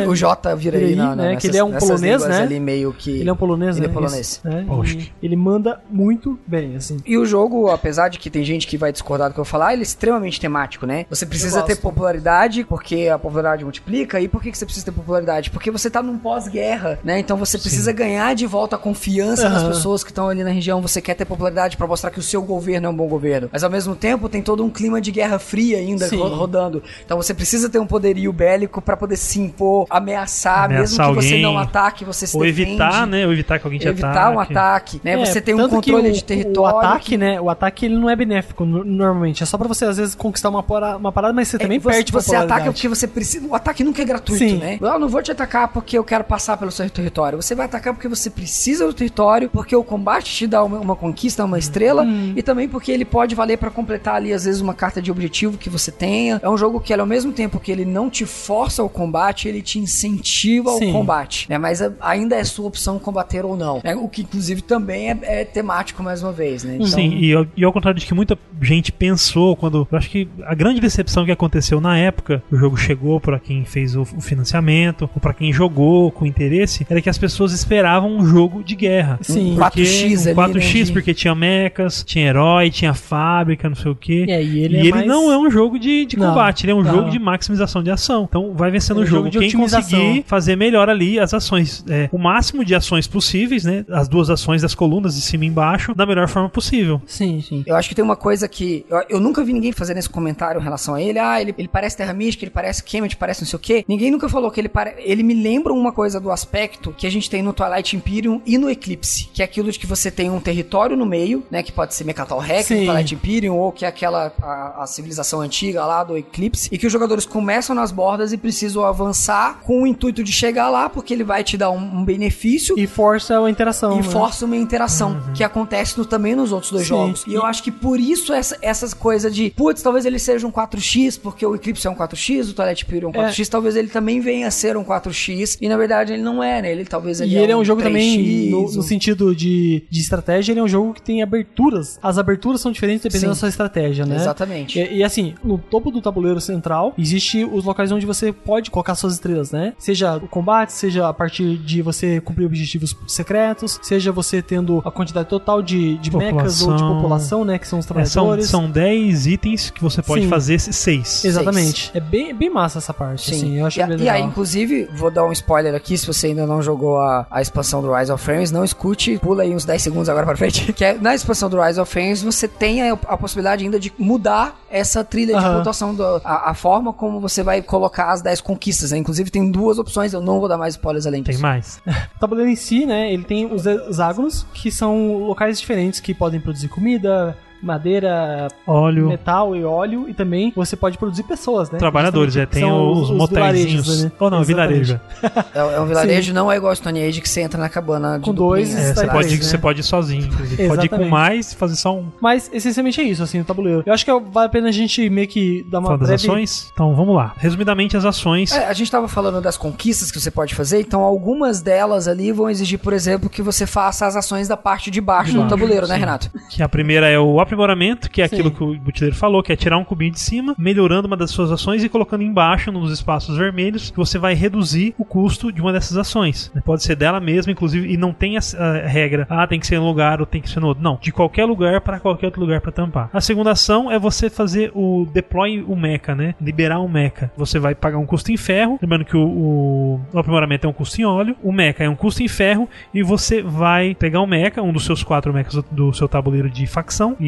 [SPEAKER 2] J vira aí,
[SPEAKER 1] né, que ele é um polonês, né?
[SPEAKER 2] Ali meio que...
[SPEAKER 1] Ele é um polonês,
[SPEAKER 2] ele
[SPEAKER 1] né?
[SPEAKER 2] É polonês.
[SPEAKER 1] Né? Ele manda muito bem, assim.
[SPEAKER 2] E o jogo, apesar de que tem gente que vai discordar do que eu vou falar, ele é extremamente temático, né? Você precisa ter popularidade, porque a popularidade multiplica. E por que você precisa ter popularidade? Porque você tá num pós-guerra, né? Então você precisa ganhar de volta a confiança das pessoas que estão ali na região. Você quer ter popularidade pra mostrar que o seu governo é um bom governo. Mas ao mesmo tempo tem todo um clima de guerra fria ainda rodando. Então você precisa ter um poderio bélico pra poder se impor, ameaçar mesmo que você não ataque, você se defende.
[SPEAKER 3] Evitar, né? Ou evitar que alguém te ataque.
[SPEAKER 2] Evitar um ataque, né? Você tem um controle de território.
[SPEAKER 1] O ataque, né? O ataque, ele não é benéfico normalmente. É só pra você, às vezes, conquistar uma parada, mas você também perde
[SPEAKER 2] popularidade. Você ataca porque você precisa... O ataque nunca é gratuito, né? Eu não vou te atacar porque eu quero passar pelo seu território. Você vai atacar porque você precisa do território, porque o combate te dá uma conquista, uma estrela, e também porque ele pode valer pra completar ali, às vezes, uma carta de objetivo que você tenha. É um jogo que, ao mesmo tempo que ele não te força ao combate, ele te incentiva ao combate, né? Mas ainda é sua opção combater ou não, né? O que, inclusive, também é temático, mais uma vez, né? Então...
[SPEAKER 3] Sim, e ao contrário de que muita gente pensou quando... Eu acho que a grande decepção que aconteceu na época, o jogo chegou pra quem fez o financiamento, ou pra quem jogou com interesse, era que as pessoas esperavam um jogo de guerra.
[SPEAKER 2] Sim, 4X ali,
[SPEAKER 3] 4X, né? Porque tinha mechas, tinha herói, tinha fábrica, não sei o quê.
[SPEAKER 1] E
[SPEAKER 3] ele não é um jogo de combate, ele é um jogo de maximização de ação. Então vai vencendo o jogo quem conseguir fazer melhor ali as ações. O máximo de ações possíveis, né? As duas ações das colunas de cima e embaixo, da melhor forma possível.
[SPEAKER 1] Sim.
[SPEAKER 2] Eu acho que tem uma coisa que... Eu nunca vi ninguém fazendo esse comentário em relação a ele. Ele parece Terra Mística, ele parece Kemet, parece não sei o quê. Ninguém nunca falou que ele me lembra uma coisa do aspecto que a gente tem no Twilight Imperium e no Eclipse, que é aquilo de que você tem um território no meio, né? Que pode ser Mechatol Rex, no Twilight Imperium, ou que é aquela a civilização antiga lá do Eclipse, e que os jogadores começam nas bordas e precisam avançar com o intuito de chegar lá, porque ele vai te dar um benefício.
[SPEAKER 1] E força uma interação.
[SPEAKER 2] Força uma interação, que acontece também nos outros dois jogos. E eu acho que por isso essas coisas de, putz, talvez ele seja um 4X, porque o Eclipse é um 4X, o Twilight Imperium é um 4X, talvez ele também venha a ser um 4X, e na verdade ele não é, né? Ele talvez ele
[SPEAKER 1] é um jogo
[SPEAKER 2] 3X,
[SPEAKER 1] também, no sentido de estratégia, ele é um jogo que tem aberturas. As aberturas são diferentes dependendo da sua estratégia, né?
[SPEAKER 2] Exatamente.
[SPEAKER 1] E assim, no topo do tabuleiro central, existe os locais onde você pode colocar suas estrelas, né? Seja o combate, seja a partir de você cumprir objetivos secretos, seja você tendo a quantidade total de mechas ou de população, né? Que são os trabalhadores.
[SPEAKER 3] São 10 itens que você pode fazer 6.
[SPEAKER 1] Exatamente. É bem massa essa parte, assim. Eu acho bem legal.
[SPEAKER 2] E aí, inclusive, vou dar um spoiler aqui, se você ainda não jogou a expansão do Rise of Frames, não escute, pula aí uns 10 segundos agora pra frente, que na expansão do Rise of Frames você tem a possibilidade ainda de mudar essa trilha de pontuação, a forma como você vai colocar as 10 conquistas, né? Inclusive tem 2 opções, eu não vou dar mais spoilers além disso.
[SPEAKER 3] Tem mais.
[SPEAKER 1] O tabuleiro em si, né, ele tem os hexágonos, que são locais diferentes que podem produzir comida, madeira,
[SPEAKER 3] óleo,
[SPEAKER 1] metal e óleo, e também você pode produzir pessoas, né?
[SPEAKER 3] Trabalhadores, tem os motelzinhos.
[SPEAKER 1] Né?
[SPEAKER 3] Ou não, vilarejo.
[SPEAKER 2] É um vilarejo, não é igual Stone Age que você entra na cabana
[SPEAKER 1] com 2.
[SPEAKER 3] Você pode ir sozinho, inclusive. Pode ir com mais, fazer só um.
[SPEAKER 1] Mas essencialmente é isso, assim, o tabuleiro. Eu acho que vale a pena a gente meio que dar uma breve...
[SPEAKER 3] das ações? Então vamos lá. Resumidamente, as ações.
[SPEAKER 2] A gente tava falando das conquistas que você pode fazer, então algumas delas ali vão exigir, por exemplo, que você faça as ações da parte de baixo do tabuleiro, né, Renato?
[SPEAKER 3] Que a primeira é o aprimoramento, que é aquilo que o Butileiro falou, que é tirar um cubinho de cima, melhorando uma das suas ações e colocando embaixo, nos espaços vermelhos, que você vai reduzir o custo de uma dessas ações. Pode ser dela mesma, inclusive, e não tem a regra, tem que ser em um lugar ou tem que ser no outro. Não, de qualquer lugar para qualquer outro lugar para tampar. A segunda ação é você fazer o deploy o mecha, né? Liberar o mecha. Você vai pagar um custo em ferro, lembrando que o aprimoramento é um custo em óleo, o mecha é um custo em ferro, e você vai pegar o mecha, um dos seus 4 mechas do seu tabuleiro de facção, e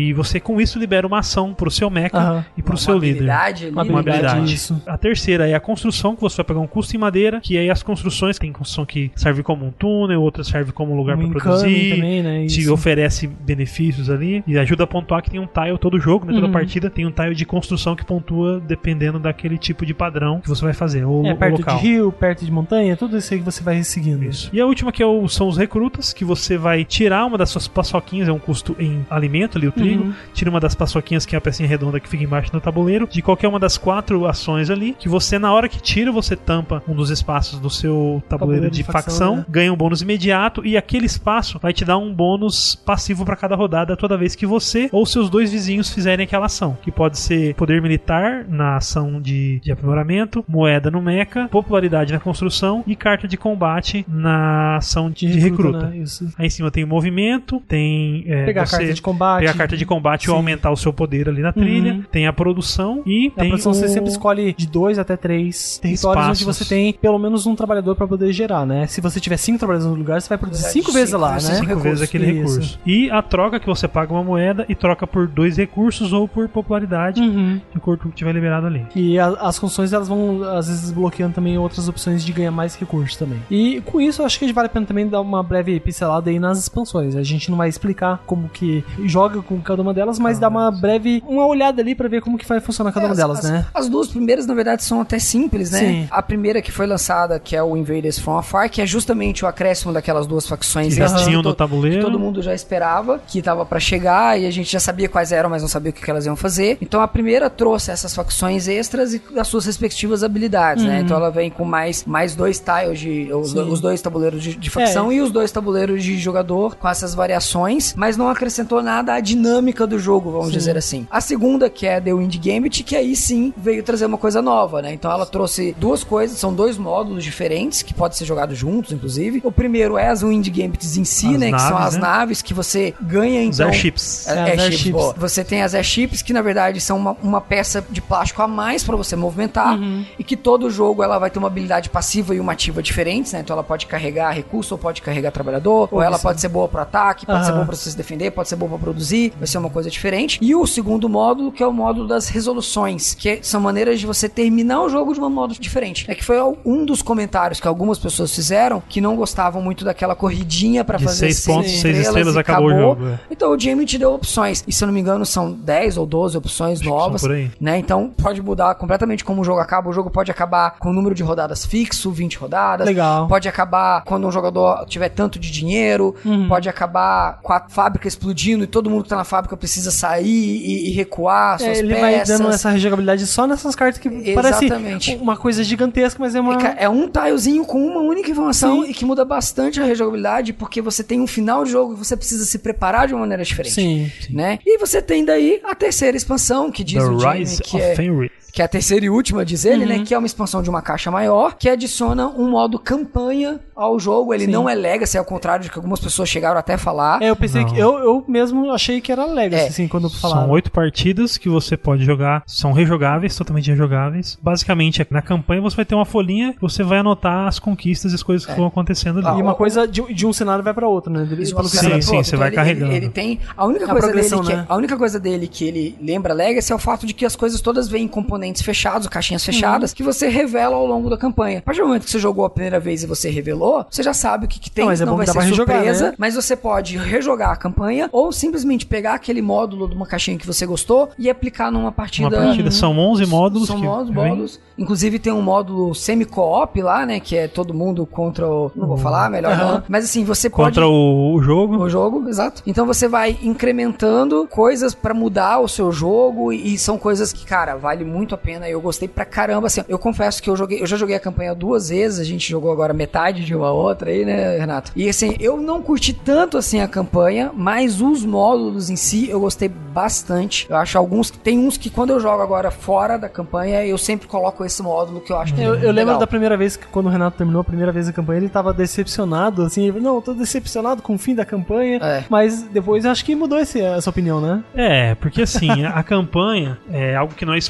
[SPEAKER 3] E você com isso libera uma ação pro seu mecha e pro seu líder. Uma habilidade.
[SPEAKER 1] Isso.
[SPEAKER 3] A terceira é a construção, que você vai pegar um custo em madeira, que aí as construções, tem construção que serve como um túnel, outra serve como lugar pra produzir, também, né? Te oferece benefícios ali e ajuda a pontuar, que tem um tile, todo jogo, né, toda partida tem um tile de construção que pontua dependendo daquele tipo de padrão que você vai fazer, ou
[SPEAKER 1] perto
[SPEAKER 3] local.
[SPEAKER 1] de rio, perto de montanha, tudo isso aí que você vai seguindo.
[SPEAKER 3] Isso. E a última que são os recrutas, que você vai tirar uma das suas paçoquinhas, é um custo em alimento ali, o trigo, tira uma das paçoquinhas, que é a pecinha redonda que fica embaixo do tabuleiro, de qualquer uma das 4 ações ali, que você, na hora que tira, você tampa um dos espaços do seu tabuleiro de facção, né? Ganha um bônus imediato, e aquele espaço vai te dar um bônus passivo para cada rodada, toda vez que você ou seus 2 vizinhos fizerem aquela ação, que pode ser poder militar na ação de aprimoramento, moeda no mecha, popularidade na construção e carta de combate na ação de recruta.
[SPEAKER 1] Né? Isso.
[SPEAKER 3] Aí em cima tem movimento, tem
[SPEAKER 1] pegar a carta de combate,
[SPEAKER 3] pegar a carta de combate ou aumentar o seu poder ali na trilha, tem a produção e tem
[SPEAKER 1] produção você sempre escolhe de 2 até 3 territórios onde você tem pelo menos um trabalhador para poder gerar, né? Se você tiver 5 trabalhadores no lugar, você vai produzir 5 vezes lá, né?
[SPEAKER 3] 5 vezes aquele recurso. E a troca, que você paga uma moeda e troca por 2 recursos ou por popularidade, de acordo com o que tiver liberado ali.
[SPEAKER 1] E as funções, elas vão às vezes desbloqueando também outras opções de ganhar mais recursos também. E com isso, eu acho que vale a pena também dar uma breve pincelada aí nas expansões. A gente não vai explicar como que joga com cada uma delas, mas dá uma olhada ali pra ver como que vai funcionar cada uma delas, né?
[SPEAKER 2] As 2 primeiras, na verdade, são até simples, né?
[SPEAKER 1] Sim.
[SPEAKER 2] A primeira que foi lançada, que é o Invaders from Afar, que é justamente o acréscimo daquelas 2 facções
[SPEAKER 3] que tinham no tabuleiro,
[SPEAKER 2] que todo mundo já esperava, que tava pra chegar, e a gente já sabia quais eram, mas não sabia o que elas iam fazer. Então a primeira trouxe essas facções extras e as suas respectivas habilidades, né? Então ela vem com mais 2 tiles, os 2 tabuleiros de facção e os 2 tabuleiros de jogador, com essas variações, mas não acrescentou nada à dinâmica do jogo, vamos dizer assim. A segunda, que é The Wind Gambit, que aí sim veio trazer uma coisa nova, né? Então ela trouxe 2 coisas, são 2 módulos diferentes, que podem ser jogados juntos, inclusive. O primeiro é as Wind Gambits em si, né? Que são as naves que você ganha, então... Os
[SPEAKER 3] airships.
[SPEAKER 2] Airships. Você tem as airships, que na verdade são uma peça de plástico a mais pra você movimentar, e que todo jogo ela vai ter uma habilidade passiva e uma ativa diferentes, né? Então ela pode carregar recurso, ou pode carregar trabalhador, ou ela pode ser boa pro ataque, pode ser boa pra você se defender, pode ser boa pra produzir, vai ser uma coisa diferente. E o segundo módulo, que é o módulo das resoluções, que são maneiras de você terminar o jogo de um modo diferente. É que foi um dos comentários que algumas pessoas fizeram, que não gostavam muito daquela corridinha pra fazer
[SPEAKER 3] 6 pontos, 6 estrelas, acabou o jogo.
[SPEAKER 2] Então o Jamie te deu opções, e se eu não me engano são 10 ou 12 opções novas, né? Então pode mudar completamente como o jogo acaba. O jogo pode acabar com o número de rodadas fixo, 20 rodadas.
[SPEAKER 1] Legal.
[SPEAKER 2] Pode acabar quando um jogador tiver tanto de dinheiro, pode acabar com a fábrica explodindo e todo mundo que tá na fábrica precisa sair e recuar suas
[SPEAKER 1] ele
[SPEAKER 2] peças.
[SPEAKER 1] Vai dando essa rejogabilidade só nessas cartas que parece uma coisa gigantesca, mas é uma...
[SPEAKER 2] É um tilezinho com uma única informação e que muda bastante a rejogabilidade, porque você tem um final de jogo que você precisa se preparar de uma maneira diferente. Né? E você tem daí a terceira expansão, que diz o Jamie, que é a terceira e última, diz ele, né? Que é uma expansão de uma caixa maior, que adiciona um modo campanha ao jogo. Ele não é Legacy, ao contrário de que algumas pessoas chegaram até a falar.
[SPEAKER 1] Eu pensei que... Eu mesmo achei que era Legacy, assim, quando falaram.
[SPEAKER 3] São 8 partidas que você pode jogar. São rejogáveis, totalmente rejogáveis. Basicamente, na campanha você vai ter uma folhinha que você vai anotar as conquistas e as coisas que vão acontecendo ali.
[SPEAKER 1] E uma coisa de um cenário vai pra outro, né?
[SPEAKER 3] Sim, você vai carregando.
[SPEAKER 2] Ele tem... A única coisa dele que ele lembra Legacy é o fato de que as coisas todas vêm em componentes fechados, caixinhas fechadas, que você revela ao longo da campanha. A partir do momento que você jogou a primeira vez e você revelou, você já sabe o que tem, não vai ser surpresa, né? Mas você pode rejogar a campanha ou simplesmente pegar aquele módulo de uma caixinha que você gostou e aplicar numa partida.
[SPEAKER 3] São 11 módulos.
[SPEAKER 2] São 11 módulos. Inclusive tem um módulo semi-co-op lá, né, que é todo mundo contra o... Não vou falar, melhor não. Mas assim, você pode...
[SPEAKER 3] Contra o jogo.
[SPEAKER 2] O jogo, exato. Então você vai incrementando coisas pra mudar o seu jogo e são coisas que, cara, vale muito a pena. Eu gostei pra caramba, assim. Eu confesso que eu já joguei a campanha 2 vezes, a gente jogou agora metade de uma outra aí, né, Renato? E assim, eu não curti tanto assim a campanha, mas os módulos em si eu gostei bastante. Eu acho tem uns que quando eu jogo agora fora da campanha, eu sempre coloco esse módulo que eu acho que
[SPEAKER 1] eu lembro da primeira vez que quando o Renato terminou a primeira vez a campanha, ele tava decepcionado, assim, ele, não, eu tô decepcionado com o fim da campanha, mas depois eu acho que mudou essa opinião, né?
[SPEAKER 3] Porque assim, a campanha é algo que não é spoiler,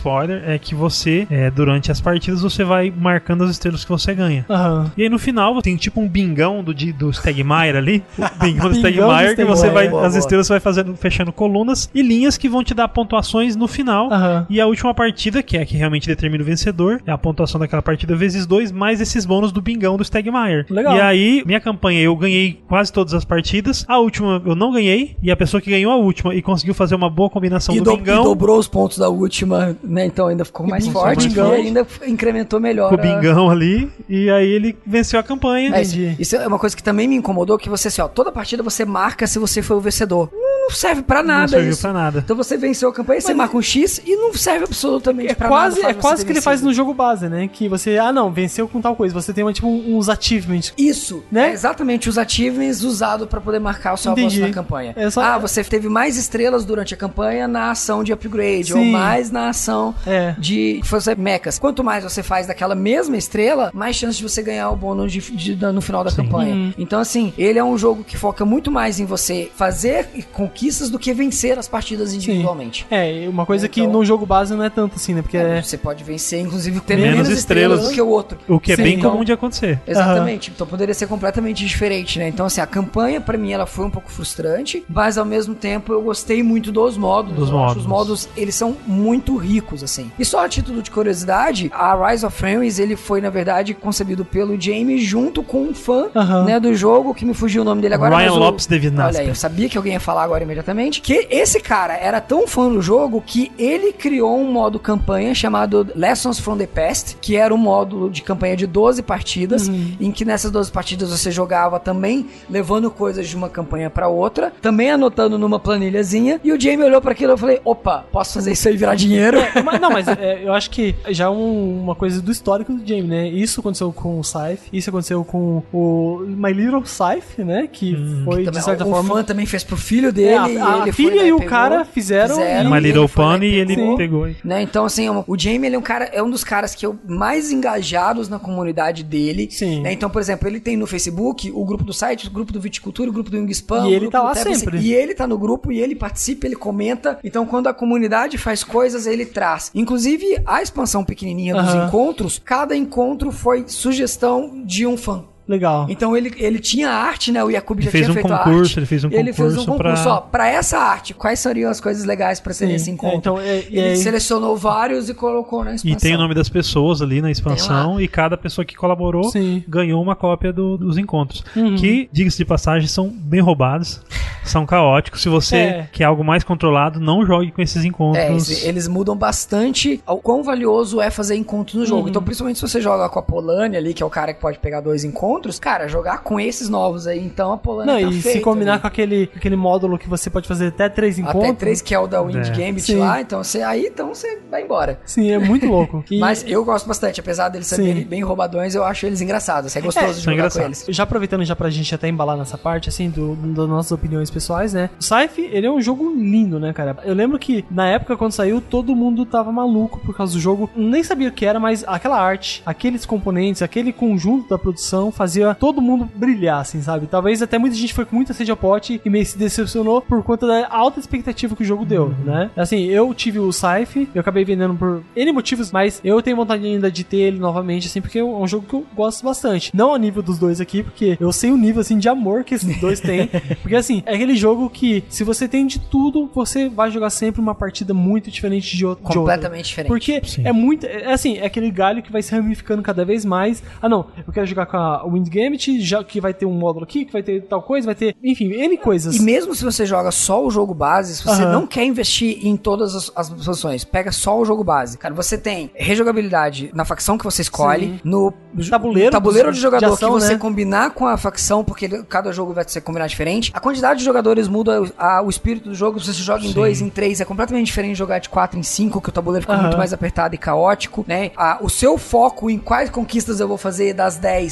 [SPEAKER 3] é que você, durante as partidas, você vai marcando as estrelas que você ganha. E aí no final tem tipo um bingão do Stegmaier ali, o bingão do Stegmaier, que você vai, as estrelas você vai fazendo, fechando colunas e linhas que vão te dar pontuações no final. E a última partida, que é a que realmente determina o vencedor, é a pontuação daquela partida vezes 2, mais esses bônus do bingão do Stegmaier.
[SPEAKER 1] Legal.
[SPEAKER 3] E aí, minha campanha, eu ganhei quase todas as partidas, a última eu não ganhei, e a pessoa que ganhou a última e conseguiu fazer uma boa combinação do bingão...
[SPEAKER 2] E dobrou os pontos da última, né, então ainda ficou mais forte, e ainda incrementou melhor.
[SPEAKER 3] O bingão ali, e aí ele venceu a campanha.
[SPEAKER 2] Isso é uma coisa que também me incomodou, que você, assim, ó, toda partida você marca se você foi o vencedor. Não serve pra nada isso. Não serviu
[SPEAKER 3] pra nada.
[SPEAKER 2] Então você venceu a campanha, você marca um X e não serve absolutamente pra nada.
[SPEAKER 1] É quase que ele faz no jogo base, né? Que você, venceu com tal coisa. Você tem uns achievements.
[SPEAKER 2] Isso, né? É exatamente os achievements usados pra poder marcar o seu avanço na campanha. Você teve mais estrelas durante a campanha na ação de upgrade, ou mais na ação de fazer mechas. Quanto mais você faz daquela mesma estrela, mais chance de você ganhar o bônus no final da campanha. Então, assim, ele é um jogo que foca muito mais em você fazer conquistas do que vencer as partidas individualmente.
[SPEAKER 1] Uma coisa que no jogo base não é tanto assim, né? Porque
[SPEAKER 2] você pode vencer, inclusive, ter menos estrelas do que o outro.
[SPEAKER 3] O que é bem comum de acontecer.
[SPEAKER 2] Exatamente. Então poderia ser completamente diferente, né? Então, assim, a campanha, pra mim, ela foi um pouco frustrante, mas ao mesmo tempo eu gostei muito dos módulos. Os módulos, eles são muito ricos, assim. E só a título de curiosidade, a Rise of Fenris, ele foi, na verdade, concebido pelo Jamie junto com um fã, né, do jogo, que me fugiu o nome dele agora.
[SPEAKER 3] Ryan Lopes de Vinasper.
[SPEAKER 2] Olha aí, eu sabia que alguém ia falar agora imediatamente, que esse cara era tão fã do jogo que ele criou um modo campanha chamado Lessons from the Past, que era um módulo de campanha de 12 partidas, em que nessas 12 partidas você jogava também levando coisas de uma campanha pra outra, também anotando numa planilhazinha, e o Jamie olhou pra aquilo e eu falei, opa, posso fazer isso aí virar dinheiro?
[SPEAKER 1] Mas eu acho que já é uma coisa do histórico do Jamie, né? Isso aconteceu com o Scythe, isso aconteceu com o My Little Scythe, né? Que foi, de certa forma...
[SPEAKER 2] O fã também fez pro filho dele.
[SPEAKER 1] A filha e o cara fizeram
[SPEAKER 3] My Little Pony e ele pegou.
[SPEAKER 2] Né? Então, assim, o Jamie, ele é um dos caras que eu mais engajados na comunidade dele. Né? Então, por exemplo, ele tem no Facebook o grupo do site, o grupo do Viticultura, o grupo do Wingspan.
[SPEAKER 1] E ele tá lá sempre.
[SPEAKER 2] E ele tá no grupo e ele participa, ele comenta. Então, quando a comunidade faz coisas, ele traz. Inclusive, a expansão pequenininha dos encontros, cada encontro foi sugestão de um fã.
[SPEAKER 1] Legal.
[SPEAKER 2] Então ele tinha arte, né? O Yakub já tinha feito
[SPEAKER 3] a arte. Ele fez um concurso
[SPEAKER 2] pra essa arte. Quais seriam as coisas legais pra ser esse encontro? Ele selecionou vários e colocou na expansão.
[SPEAKER 3] E tem o nome das pessoas ali na expansão e cada pessoa que colaborou ganhou uma cópia dos encontros. Que, diga-se de passagem, são bem roubados, são caóticos. Se você quer algo mais controlado, não jogue com esses encontros.
[SPEAKER 2] Eles mudam bastante o quão valioso é fazer encontros no jogo. Então, principalmente se você joga com a Polônia ali, que é o cara que pode pegar 2 encontros, cara, jogar com esses novos aí, então a Polônia tá feita.
[SPEAKER 1] E se combinar com aquele módulo que você pode fazer até 3 encontros.
[SPEAKER 2] Até 3, que é o da Wind Gambit lá, então você vai embora.
[SPEAKER 1] Sim, é muito louco.
[SPEAKER 2] Mas eu gosto bastante, apesar deles serem bem roubadões, eu acho eles engraçados, é gostoso de jogar com eles.
[SPEAKER 1] Já aproveitando já pra gente até embalar nessa parte, assim, das nossas opiniões pessoais, né? O Scythe, ele é um jogo lindo, né, cara? Eu lembro que, na época, quando saiu, todo mundo tava maluco por causa do jogo. Nem sabia o que era, mas aquela arte, aqueles componentes, aquele conjunto da produção, fazia todo mundo brilhar, assim, sabe? Talvez até muita gente foi com muita sede ao pote e meio se decepcionou por conta da alta expectativa que o jogo deu, né? Assim, eu tive o Scythe, eu acabei vendendo por N motivos, mas eu tenho vontade ainda de ter ele novamente, assim, porque é um jogo que eu gosto bastante. Não a nível dos dois aqui, porque eu sei o nível, assim, de amor que esses dois têm. Porque, assim, é aquele jogo que, se você tem de tudo, você vai jogar sempre uma partida muito diferente de outra.
[SPEAKER 2] Completamente diferente.
[SPEAKER 1] Porque é muito... assim, é aquele galho que vai se ramificando cada vez mais. Ah, não, eu quero jogar com a Wind Gambit, já que vai ter um módulo aqui, que vai ter tal coisa, vai ter, enfim, N coisas.
[SPEAKER 2] E mesmo se você joga só o jogo base, se você não quer investir em todas as posições, pega só o jogo base. Cara, você tem rejogabilidade na facção que você escolhe, no tabuleiro de jogador de ação, que você combinar com a facção, porque cada jogo vai ser combinado diferente. A quantidade de jogadores muda o espírito do jogo. Se você joga em 2, em 3, é completamente diferente de jogar de 4 em 5, que o tabuleiro fica muito mais apertado e caótico, né? O seu foco em quais conquistas eu vou fazer das 10, você só vai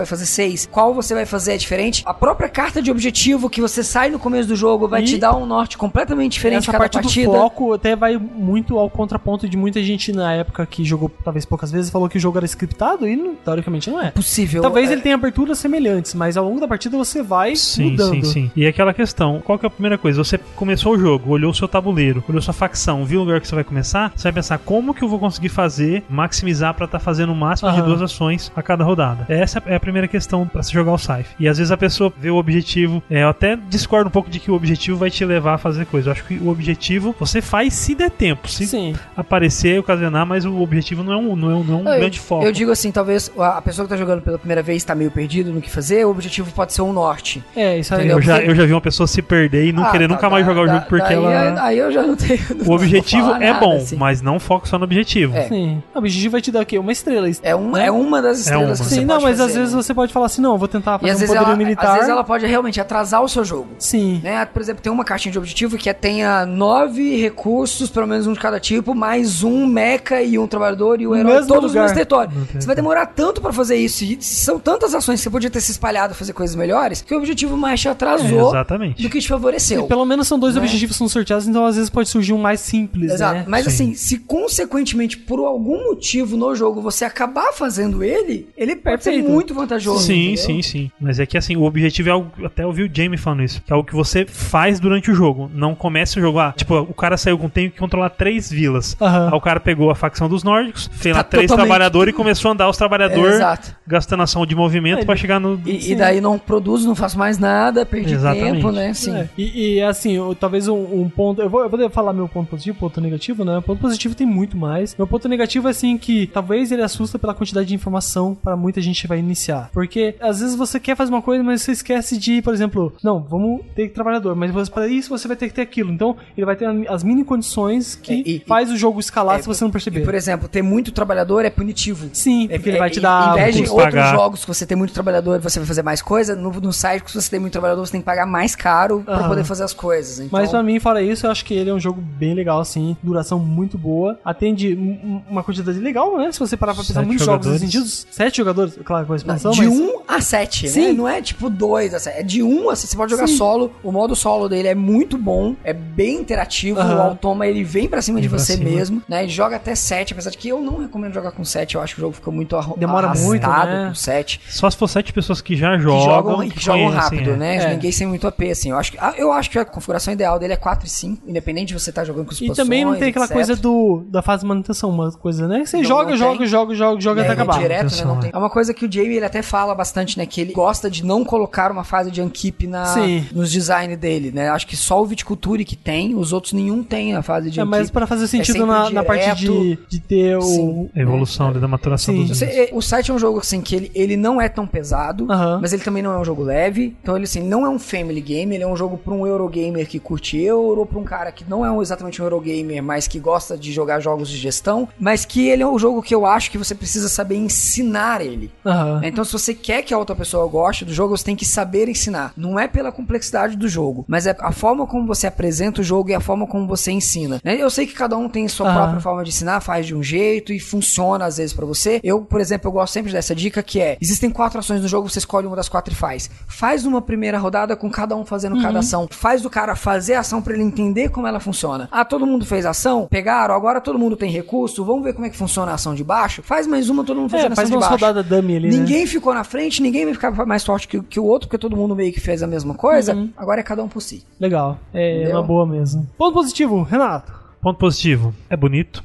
[SPEAKER 2] fazer 6, qual você vai fazer é diferente. A própria carta de objetivo que você sai no começo do jogo vai te dar um norte completamente diferente cada partida.
[SPEAKER 1] Essa parte do foco até vai muito ao contraponto de muita gente na época que jogou talvez poucas vezes, falou que o jogo era scriptado e teoricamente não é.
[SPEAKER 2] Possível.
[SPEAKER 1] Talvez ele tenha aberturas semelhantes, mas ao longo da partida você vai mudando.
[SPEAKER 3] Sim. E aquela questão, qual que é a primeira coisa? Você começou o jogo, olhou o seu tabuleiro, olhou sua facção, viu o lugar que você vai começar, você vai pensar, como que eu vou conseguir fazer, maximizar pra estar fazendo o máximo de 2 ações a cada rodada. Essa é a primeira questão pra se jogar o Scythe. E às vezes a pessoa vê o objetivo, eu até discordo um pouco de que o objetivo vai te levar a fazer coisa. Eu acho que o objetivo você faz se der tempo, se aparecer, ocasionar, mas o objetivo não é um grande foco.
[SPEAKER 2] Eu digo assim, talvez a pessoa que tá jogando pela primeira vez tá meio perdido no que fazer, o objetivo pode ser um norte.
[SPEAKER 1] Isso aí.
[SPEAKER 3] Eu já vi uma pessoa se perder e não querer nunca mais jogar o jogo porque ela...
[SPEAKER 2] Aí eu já não tenho...
[SPEAKER 3] O objetivo é bom,
[SPEAKER 2] assim.
[SPEAKER 3] Mas não foca só no objetivo.
[SPEAKER 1] Sim. O objetivo vai te dar o quê? Uma estrela.
[SPEAKER 2] É uma das estrelas que você
[SPEAKER 1] pode
[SPEAKER 2] pode
[SPEAKER 1] mas
[SPEAKER 2] fazer,
[SPEAKER 1] às vezes você pode falar assim, não, eu vou tentar fazer um poderio militar.
[SPEAKER 2] Às vezes ela pode realmente atrasar o seu jogo.
[SPEAKER 1] Sim.
[SPEAKER 2] Né? Por exemplo, tem uma caixinha de objetivo que tenha 9 recursos, pelo menos um de cada tipo, mais um mecha e um trabalhador e o herói, todos no mesmo território. Você vai demorar tanto pra fazer isso, e são tantas ações que você podia ter se espalhado, fazer coisas melhores, que o objetivo mais te atrasou do que te favoreceu.
[SPEAKER 1] E pelo menos são 2 objetivos que são sorteados, então às vezes pode surgir um mais simples, né?
[SPEAKER 2] Mas assim, se consequentemente, por algum motivo no jogo, você acabar fazendo ele pode ser muito vantajoso.
[SPEAKER 3] Sim. Mas é que assim, o objetivo é algo, até ouvi o Jamie falando isso, que é algo que você faz durante o jogo. Não começa o jogo, tipo, o cara saiu com tem que controlar 3 vilas. Aí o cara pegou a facção dos nórdicos, fez lá 3 trabalhadores e começou a andar os trabalhadores, gastando ação de movimento pra chegar no...
[SPEAKER 2] E daí não produz, não faz mais nada, perdi tempo, né? Sim.
[SPEAKER 1] E assim, talvez um ponto... Eu vou falar meu ponto positivo, ponto negativo, né? O ponto positivo tem muito mais. Meu ponto negativo é assim que talvez ele assusta pela quantidade de informação para muita gente que vai iniciar. Porque às vezes você quer fazer uma coisa, mas você esquece de, por exemplo, não, vamos ter trabalhador, mas para isso você vai ter que ter aquilo. Então, ele vai ter as mini condições que faz o jogo escalar se você não perceber.
[SPEAKER 2] Por exemplo, ter muito trabalhador é punitivo.
[SPEAKER 1] Sim, porque ele vai te dar...
[SPEAKER 2] Em vez de outros jogos que você tem muito trabalhador e você vai fazer mais coisa, no site que você tem muito trabalhador, você tem que pagar mais caro pra poder fazer as coisas. Então...
[SPEAKER 1] Mas pra mim, fora isso, eu acho que ele é um jogo bem legal, assim, duração muito boa, atende uma quantidade legal, né? Se você parar pra pensar, muitos jogos nesse sentido, 7 jogadores, claro, com a expansão,
[SPEAKER 2] de 1 a 7,
[SPEAKER 1] sim,
[SPEAKER 2] né? Não é tipo 2 a 7, é de 1 a 7, você pode jogar solo, o modo solo dele é muito bom, é bem interativo, o automa, ele vem pra cima de você mesmo, né? Ele joga até 7, apesar de que eu não recomendo jogar com 7, eu acho que o jogo fica muito
[SPEAKER 1] demora muito, né?
[SPEAKER 2] Com 7.
[SPEAKER 3] Só se for 7 pessoas que já jogam.
[SPEAKER 2] Que jogam rápido, né? Ninguém sem muito AP, assim. Eu acho que a configuração ideal dele é 4 e 5, independente de você estar jogando com expansões,
[SPEAKER 1] e também não tem aquela coisa da fase de manutenção, uma coisa, né? Você joga até acabar.
[SPEAKER 2] Direto, né? Não tem. É uma coisa que o Jamie, ele até fala bastante, né? Que ele gosta de não colocar uma fase de Unkeep nos design dele, né? Acho que só o Viticulture que tem, os outros nenhum tem a fase de Unkeep.
[SPEAKER 1] Mas para fazer sentido na parte de ter
[SPEAKER 3] a evolução da maturação dos
[SPEAKER 2] o site é um jogo, assim, que ele não é tão pesado, mas ele também não é um jogo leve. Então, ele, assim, não é um family game, ele é um jogo pra um Eurogamer que curte Euro, pra um cara que não é exatamente um Eurogamer, mas que gosta de jogar jogos de gestão, mas que ele é um jogo que eu acho que você precisa saber ensinar ele. Então, se você quer que a outra pessoa goste do jogo, você tem que saber ensinar. Não é pela complexidade do jogo, mas é a forma como você apresenta o jogo e a forma como você ensina. Eu sei que cada um tem sua própria forma de ensinar, faz de um jeito e funciona às vezes pra você. Eu, por exemplo, eu gosto sempre dessa dica que é, existem 4 ações no jogo, você escolhe uma das 4 e faz. Faz uma primeira rodada com cada um fazendo cada ação. Faz do cara fazer a ação pra ele entender como ela funciona. Todo mundo fez a ação, pegaram, agora todo mundo tem recurso, vamos ver como é que funciona a ação de baixo. Faz mais uma, todo mundo fazendo a ação de baixo.
[SPEAKER 1] Faz uma rodada dummy ali,
[SPEAKER 2] ninguém ficou na frente, ninguém vai ficar mais forte que o outro, porque todo mundo meio que fez a mesma coisa. Agora é cada um por si.
[SPEAKER 1] Legal. É uma boa mesmo. Ponto positivo, Renato.
[SPEAKER 3] Ponto positivo, é bonito,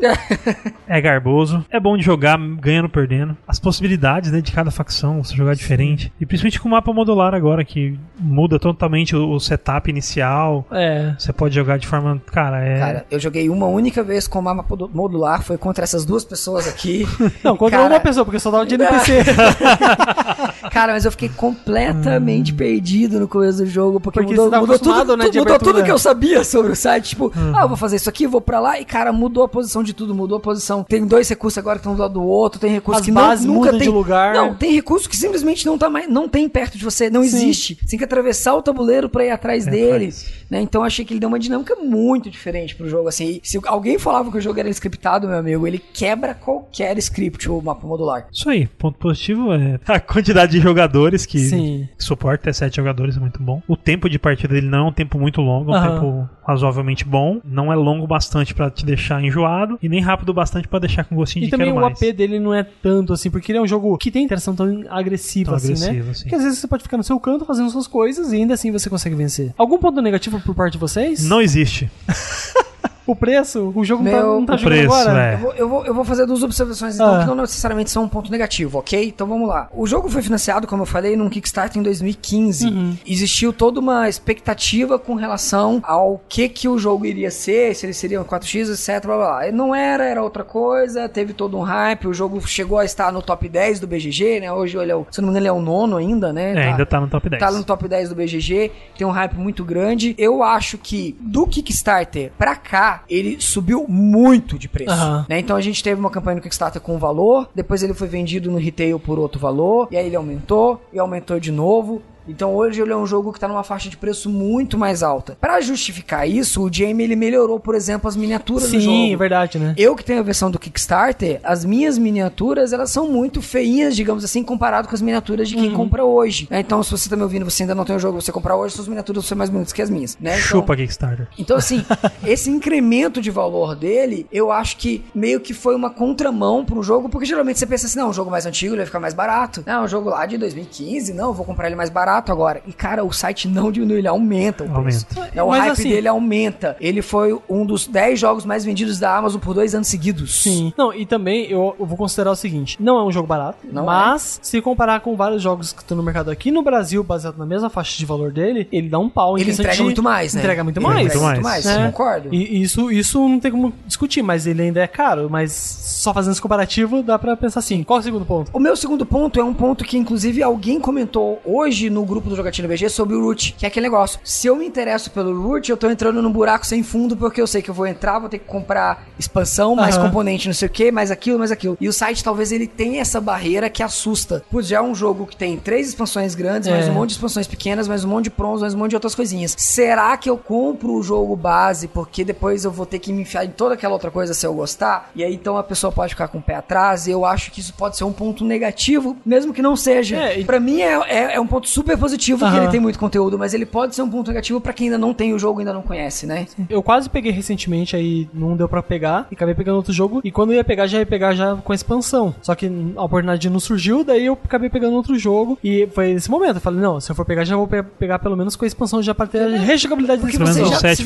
[SPEAKER 3] é garboso, é bom de jogar ganhando, perdendo, as possibilidades, né, de cada facção, você jogar diferente, e principalmente com o mapa modular agora, que muda totalmente o setup inicial, você pode jogar de forma, Cara,
[SPEAKER 2] eu joguei uma única vez com o mapa modular, foi contra essas 2 pessoas aqui.
[SPEAKER 1] Não, contra uma pessoa, porque só dava de NPC.
[SPEAKER 2] Cara, mas eu fiquei completamente perdido no começo do jogo, porque
[SPEAKER 1] mudou tudo, né,
[SPEAKER 2] mudou tudo que eu sabia sobre o site, tipo, eu vou fazer isso isso aqui, vou pra lá, e cara, mudou a posição de tudo, mudou a posição. Tem 2 recursos agora que estão do lado do outro, tem recursos
[SPEAKER 1] As
[SPEAKER 2] que
[SPEAKER 1] bases
[SPEAKER 2] nunca
[SPEAKER 1] mudam
[SPEAKER 2] tem.
[SPEAKER 1] de lugar.
[SPEAKER 2] Não, tem recurso que simplesmente não tem perto de você, não existe. Você tem que atravessar o tabuleiro pra ir atrás dele, né? Então eu achei que ele deu uma dinâmica muito diferente pro jogo, assim. Se alguém falava que o jogo era scriptado, meu amigo, ele quebra qualquer script, o mapa modular.
[SPEAKER 3] Isso aí, ponto positivo é a quantidade de jogadores que suporta, até 7 jogadores, é muito bom. O tempo de partida dele não é um tempo muito longo, é um tempo razoavelmente bom, não é longo bastante pra te deixar enjoado e nem rápido bastante pra deixar com gostinho de quero mais.
[SPEAKER 1] E também o AP dele não é tanto assim, porque ele é um jogo que tem interação tão agressiva assim, né?
[SPEAKER 3] Assim.
[SPEAKER 1] Que às vezes você pode ficar no seu canto fazendo suas coisas e ainda assim você consegue vencer. Algum ponto negativo por parte de vocês?
[SPEAKER 3] Não existe.
[SPEAKER 1] O preço? O jogo não tá jogando
[SPEAKER 3] preço,
[SPEAKER 1] agora?
[SPEAKER 2] Eu vou fazer 2 observações, então, que não necessariamente são um ponto negativo, ok? Então vamos lá. O jogo foi financiado, como eu falei, num Kickstarter em 2015. Existiu toda uma expectativa com relação ao que o jogo iria ser, se ele seria um 4x, etc, blá, blá, blá. Ele não era outra coisa, teve todo um hype, o jogo chegou a estar no top 10 do BGG, né? Hoje ele se não me engano ele é o 9º ainda, né?
[SPEAKER 3] Ainda tá no top 10.
[SPEAKER 2] Tá no top 10 do BGG, tem um hype muito grande. Eu acho que do Kickstarter pra cá, ele subiu muito de preço, né? Então a gente teve uma campanha no Kickstarter com um valor, depois ele foi vendido no retail por outro valor, e aí ele aumentou, e aumentou de novo. Então hoje ele é um jogo que tá numa faixa de preço muito mais alta. Pra justificar isso, o Jamie ele melhorou, por exemplo, as miniaturas do jogo.
[SPEAKER 1] Sim, é verdade, né?
[SPEAKER 2] Eu que tenho a versão do Kickstarter, as minhas miniaturas, elas são muito feinhas, digamos assim, comparado com as miniaturas de quem compra hoje. Então, se você tá me ouvindo, você ainda não tem o jogo, você comprar hoje, suas miniaturas vão ser mais bonitas que as minhas, né? Então,
[SPEAKER 3] chupa Kickstarter.
[SPEAKER 2] Então, assim, esse incremento de valor dele, eu acho que meio que foi uma contramão pro jogo, porque geralmente você pensa assim, não, um jogo mais antigo, ele vai ficar mais barato. Não, um jogo lá de 2015, não, eu vou comprar ele mais barato agora. E, cara, o site não diminui, ele aumenta o preço. O hype assim, dele aumenta. Ele foi um dos 10 jogos mais vendidos da Amazon por 2 anos seguidos.
[SPEAKER 1] Sim. Não, e também eu vou considerar o seguinte, não é um jogo barato, mas se comparar com vários jogos que estão no mercado aqui no Brasil, baseado na mesma faixa de valor dele, ele dá um pau.
[SPEAKER 2] Ele entrega muito mais, né?
[SPEAKER 1] Entrega muito mais, né?
[SPEAKER 2] Concordo.
[SPEAKER 1] E isso não tem como discutir, mas ele ainda é caro, mas só fazendo esse comparativo dá pra pensar assim. Qual é o segundo ponto?
[SPEAKER 2] O meu segundo ponto é um ponto que, inclusive, alguém comentou hoje no grupo do Jogatina BG sobre o Root, que é aquele negócio. Se eu me interesso pelo Root, eu tô entrando num buraco sem fundo, porque eu sei que eu vou entrar, vou ter que comprar expansão, mais componente, não sei o que, mais aquilo. E o site, talvez, ele tenha essa barreira que assusta. Pois já é um jogo que tem 3 expansões grandes, mais um monte de expansões pequenas, mais um monte de promos, mais um monte de outras coisinhas. Será que eu compro o jogo base, porque depois eu vou ter que me enfiar em toda aquela outra coisa se eu gostar? E aí, então, a pessoa pode ficar com o pé atrás, e eu acho que isso pode ser um ponto negativo, mesmo que não seja. Pra mim, é um ponto super positivo que ele tem muito conteúdo, mas ele pode ser um ponto negativo pra quem ainda não tem o jogo, ainda não conhece, né?
[SPEAKER 1] Eu quase peguei recentemente, aí não deu pra pegar, e acabei pegando outro jogo, e quando eu ia pegar já com a expansão. Só que a oportunidade não surgiu, daí eu acabei pegando outro jogo, e foi nesse momento, eu falei, não, se eu for pegar, já vou pegar pelo menos com a expansão, já pra ter a rejogabilidade
[SPEAKER 2] porque das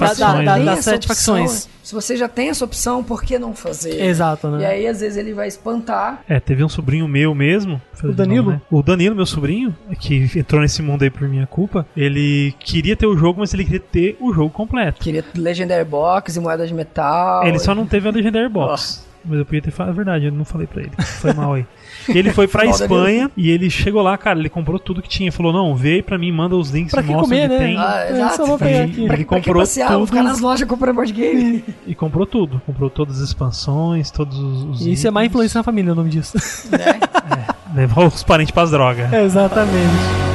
[SPEAKER 1] das 7 facções.
[SPEAKER 2] Se você já tem essa opção, por que não fazer?
[SPEAKER 1] Exato, né?
[SPEAKER 2] E aí, às vezes, ele vai espantar.
[SPEAKER 3] Teve um sobrinho meu mesmo.
[SPEAKER 1] O Danilo?
[SPEAKER 3] Nome, né? O Danilo, meu sobrinho, que entrou nesse mundo aí por minha culpa, ele queria ter o jogo, mas ele queria ter o jogo completo.
[SPEAKER 2] Queria Legendary Box e moeda de metal.
[SPEAKER 3] Ele só não teve a Legendary Box. Mas eu podia ter falado a verdade, eu não falei pra ele. Foi mal aí. Ele foi pra Espanha e ele chegou lá, cara, ele comprou tudo que tinha. Falou, não, vê aí pra mim, manda os links,
[SPEAKER 1] pra que
[SPEAKER 3] mostra
[SPEAKER 1] comer,
[SPEAKER 3] onde
[SPEAKER 1] né?
[SPEAKER 3] tem.
[SPEAKER 2] Exato.
[SPEAKER 1] Vou pegar aqui.
[SPEAKER 3] Ele comprou
[SPEAKER 2] passear,
[SPEAKER 3] tudo.
[SPEAKER 2] Vou ficar nas lojas comprando board game.
[SPEAKER 3] E comprou tudo. Comprou todas as expansões, todos os
[SPEAKER 1] E isso é má influência na família, o nome disso.
[SPEAKER 3] Levar os parentes pras drogas.
[SPEAKER 1] Exatamente.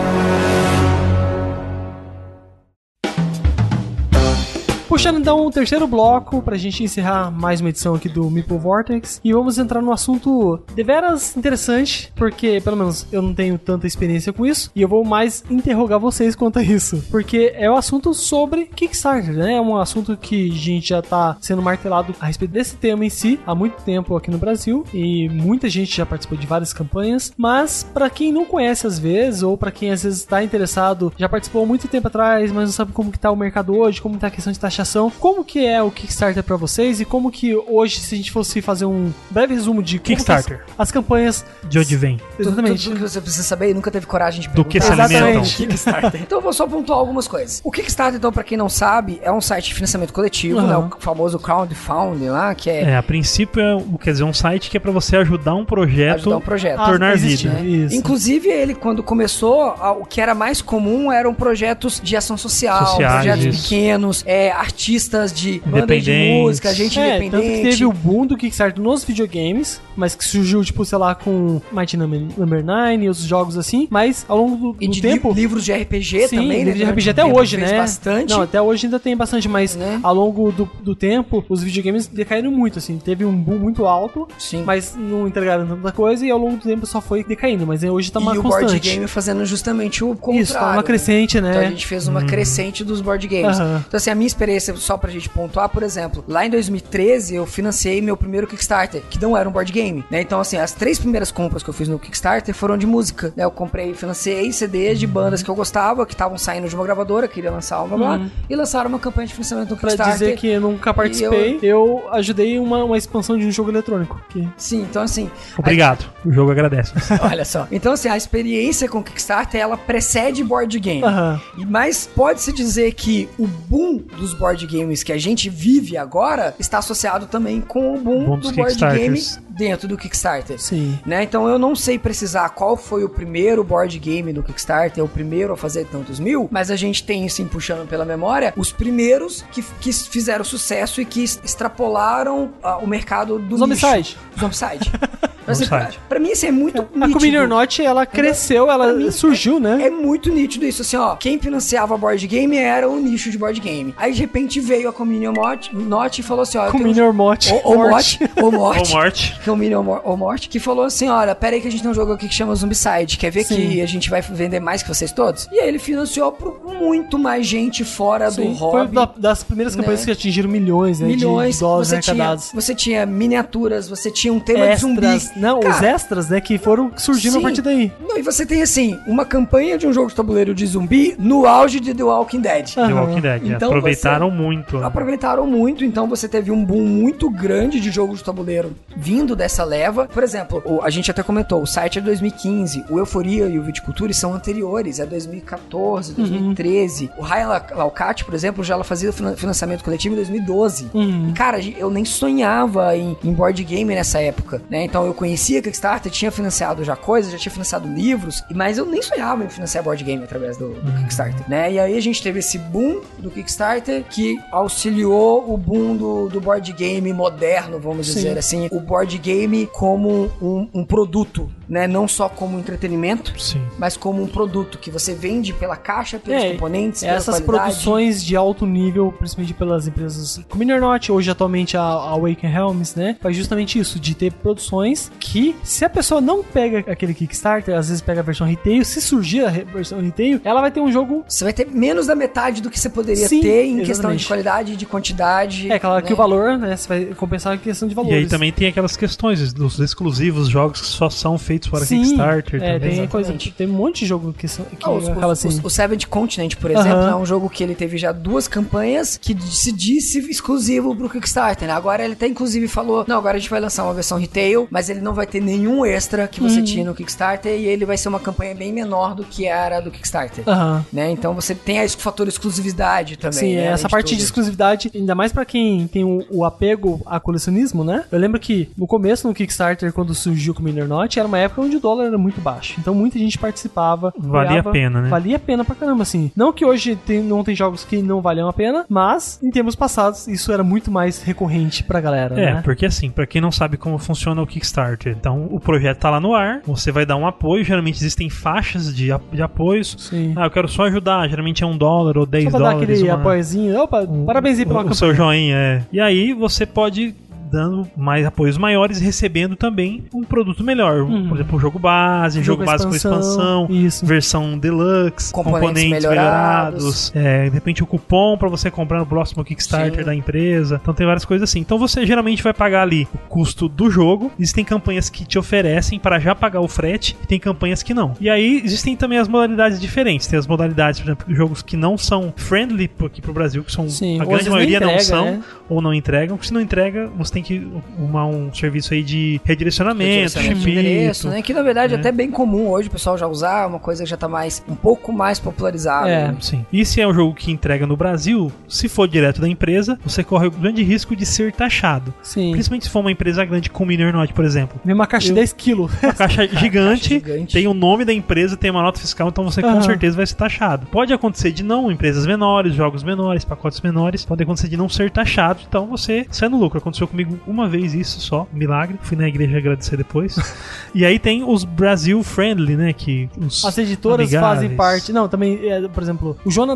[SPEAKER 1] Puxando então o terceiro bloco pra gente encerrar mais uma edição aqui do Meeple Vortex, e vamos entrar num assunto deveras interessante, porque pelo menos eu não tenho tanta experiência com isso, e eu vou mais interrogar vocês quanto a isso, porque é o assunto sobre Kickstarter, né? É um assunto que a gente já tá sendo martelado a respeito desse tema em si há muito tempo aqui no Brasil, e muita gente já participou de várias campanhas, mas pra quem não conhece às vezes, ou pra quem às vezes tá interessado, já participou há muito tempo atrás, mas não sabe como que tá o mercado hoje, como tá a questão de taxação, como que é o Kickstarter pra vocês e como que hoje, se a gente fosse fazer um breve resumo de
[SPEAKER 3] Kickstarter,
[SPEAKER 1] as campanhas
[SPEAKER 3] de onde vem.
[SPEAKER 1] Exatamente.
[SPEAKER 2] Tudo que você precisa saber e nunca teve coragem de
[SPEAKER 3] perguntar. Do que se
[SPEAKER 1] alimentam.
[SPEAKER 2] Kickstarter. Então eu vou só pontuar algumas coisas. O Kickstarter, então, pra quem não sabe, é um site de financiamento coletivo, né? O famoso crowdfunding lá, que é...
[SPEAKER 3] a princípio quer dizer, um site que é pra você ajudar um projeto
[SPEAKER 2] a
[SPEAKER 3] tornar vida.
[SPEAKER 2] Né? Inclusive, ele, quando começou, o que era mais comum eram projetos de ação social, projetos pequenos, artistas de bandas de música, gente independente.
[SPEAKER 1] Tanto que teve o boom do Kickstarter nos videogames, mas que surgiu, tipo, sei lá, com Mighty Number 9 e outros jogos assim, mas ao longo do tempo...
[SPEAKER 2] livros de RPG também, né?
[SPEAKER 1] Livros de RPG até hoje, né?
[SPEAKER 2] Bastante.
[SPEAKER 1] Não, até hoje ainda tem bastante, mas ao longo do tempo, os videogames decaíram muito, assim. Teve um boom muito alto, mas não entregaram tanta coisa e ao longo do tempo só foi decaindo, mas hoje tá uma constante.
[SPEAKER 2] E o board game fazendo justamente o contrário.
[SPEAKER 1] Isso, tá uma crescente, né?
[SPEAKER 2] Então a gente fez uma crescente dos board games. Então assim, a minha experiência, só pra gente pontuar, por exemplo, lá em 2013 eu financiei meu primeiro Kickstarter, que não era um board game, né? Então assim, as 3 primeiras compras que eu fiz no Kickstarter foram de música, né? Eu comprei, financiei CDs de bandas que eu gostava, que estavam saindo de uma gravadora, queria lançar uma blá, e lançaram uma campanha de financiamento no Kickstarter.
[SPEAKER 1] Pra dizer que eu nunca participei, eu ajudei uma expansão de um jogo eletrônico.
[SPEAKER 2] Sim, então assim...
[SPEAKER 3] Obrigado, o jogo agradece.
[SPEAKER 2] Olha só. Então assim, a experiência com o Kickstarter, ela precede board game. Mas pode-se dizer que o boom dos board games que a gente vive agora está associado também com o boom do board game dentro do Kickstarter.
[SPEAKER 1] Sim.
[SPEAKER 2] Né? Então eu não sei precisar qual foi o primeiro board game do Kickstarter, o primeiro a fazer tantos mil, mas a gente tem, assim, puxando pela memória, os primeiros que fizeram sucesso e que extrapolaram o mercado do
[SPEAKER 1] Zombicide.
[SPEAKER 2] Zombicide. Assim, pra mim, isso é muito nítido.
[SPEAKER 1] A Communion Not, ela cresceu, ela surgiu, né?
[SPEAKER 2] É muito nítido isso, assim, ó. Quem financiava board game era o nicho de board game. Aí, de repente, veio a Communion Not e falou assim, ó...
[SPEAKER 1] Communion Morte.
[SPEAKER 2] Communion Morte, que falou assim, olha, pera aí que a gente tem um jogo aqui que chama Zombicide. Quer ver que a gente vai vender mais que vocês todos? E aí, ele financiou por muito mais gente fora do hobby.
[SPEAKER 1] Foi das primeiras campanhas que atingiram milhões, né?
[SPEAKER 2] Milhões.
[SPEAKER 1] De dólares arrecadados.
[SPEAKER 2] Você tinha miniaturas, você tinha um tema de zumbi.
[SPEAKER 1] Não, cara, os extras, né, que foram surgindo a partir daí.
[SPEAKER 2] Não, e você tem, assim, uma campanha de um jogo de tabuleiro de zumbi no auge de The Walking Dead.
[SPEAKER 3] The Walking Dead, então aproveitaram muito.
[SPEAKER 2] Aproveitaram muito, então você teve um boom muito grande de jogos de tabuleiro vindo dessa leva. Por exemplo, a gente até comentou, o site é 2015, o Euforia e o Viticulture são anteriores, é 2014, 2013. O Ryan Laucat, por exemplo, já ela fazia financiamento coletivo em 2012. E, cara, eu nem sonhava em board game nessa época, né? Então eu conhecia Kickstarter, tinha financiado já coisas, já tinha financiado livros, mas eu nem sonhava em financiar board game através do Kickstarter, né? E aí a gente teve esse boom do Kickstarter que auxiliou o boom do board game moderno, vamos dizer assim. O board game como um produto, né? Não só como entretenimento, mas como um produto que você vende pela caixa, pelos componentes, pela
[SPEAKER 1] essas
[SPEAKER 2] qualidade.
[SPEAKER 1] Produções de alto nível, principalmente pelas empresas como Not, hoje atualmente a Awaken Helms, né? Faz justamente isso, de ter produções que, se a pessoa não pega aquele Kickstarter, às vezes pega a versão retail, se surgir a versão retail, ela vai ter um jogo...
[SPEAKER 2] Você vai ter menos da metade do que você poderia ter em questão de qualidade, de quantidade.
[SPEAKER 1] É claro, né? Que o valor, né? Você vai compensar a questão de valores.
[SPEAKER 3] E aí também tem aquelas questões dos exclusivos, jogos que só são feitos para Kickstarter.
[SPEAKER 1] Tem um monte de jogo que acaba assim.
[SPEAKER 2] O Seventh Continent, por exemplo, é um jogo que ele teve já 2 campanhas que se disse exclusivo pro Kickstarter, né? Agora ele até inclusive falou, não, agora a gente vai lançar uma versão retail, mas ele não vai ter nenhum extra que você tinha no Kickstarter e ele vai ser uma campanha bem menor do que era do Kickstarter, né? Então você tem o fator exclusividade também.
[SPEAKER 1] Sim,
[SPEAKER 2] né?
[SPEAKER 1] Essa parte de exclusividade, ainda mais pra quem tem o apego a colecionismo, né? Eu lembro que no começo, no Kickstarter, quando surgiu o Not, era uma época onde o dólar era muito baixo. Então muita gente participava.
[SPEAKER 3] Valia a pena, né?
[SPEAKER 1] Valia a pena pra caramba, assim. Não que hoje não tem jogos que não valiam a pena, mas em tempos passados isso era muito mais recorrente pra galera, né?
[SPEAKER 3] Porque assim, pra quem não sabe como funciona o Kickstarter, então o projeto tá lá no ar, você vai dar um apoio, geralmente existem faixas de apoios.
[SPEAKER 1] Sim.
[SPEAKER 3] Eu quero só ajudar, geralmente é $1 ou $10.
[SPEAKER 1] Só pra dar aquele apoiozinho. Opa, parabéns aí pela campanha.
[SPEAKER 3] O seu joinha, E aí você pode dando mais apoios maiores e recebendo também um produto melhor. Por exemplo, um jogo base, jogo base com expansão, versão deluxe, componentes melhorados, de repente o cupom para você comprar no próximo Kickstarter da empresa. Então tem várias coisas assim. Então você geralmente vai pagar ali o custo do jogo. Existem campanhas que te oferecem para já pagar o frete e tem campanhas que não. E aí existem também as modalidades diferentes. Tem as modalidades, por exemplo, de jogos que não são friendly aqui pro Brasil, que são a grande maioria não são, ou não entregam. Se não entrega, você tem que arrumar um serviço aí de redirecionamento,
[SPEAKER 2] de endereço, né? Que na verdade é até bem comum hoje o pessoal já usar, uma coisa que já tá um pouco mais popularizada. Né?
[SPEAKER 3] Sim. E se é um jogo que entrega no Brasil, se for direto da empresa, você corre o grande risco de ser taxado.
[SPEAKER 1] Sim.
[SPEAKER 3] Principalmente se for uma empresa grande como o Minernote, por exemplo.
[SPEAKER 1] Vem uma caixa de 10 quilos.
[SPEAKER 3] Uma caixa gigante, tem o nome da empresa, tem uma nota fiscal, então você com certeza vai ser taxado. Pode acontecer de não, empresas menores, jogos menores, pacotes menores, pode acontecer de não ser taxado, então você sai no lucro. Aconteceu comigo uma vez isso só, milagre. Fui na igreja agradecer depois. E aí tem os Brasil Friendly, né? Que
[SPEAKER 1] as editoras fazem parte. Não, também, por exemplo, o Joana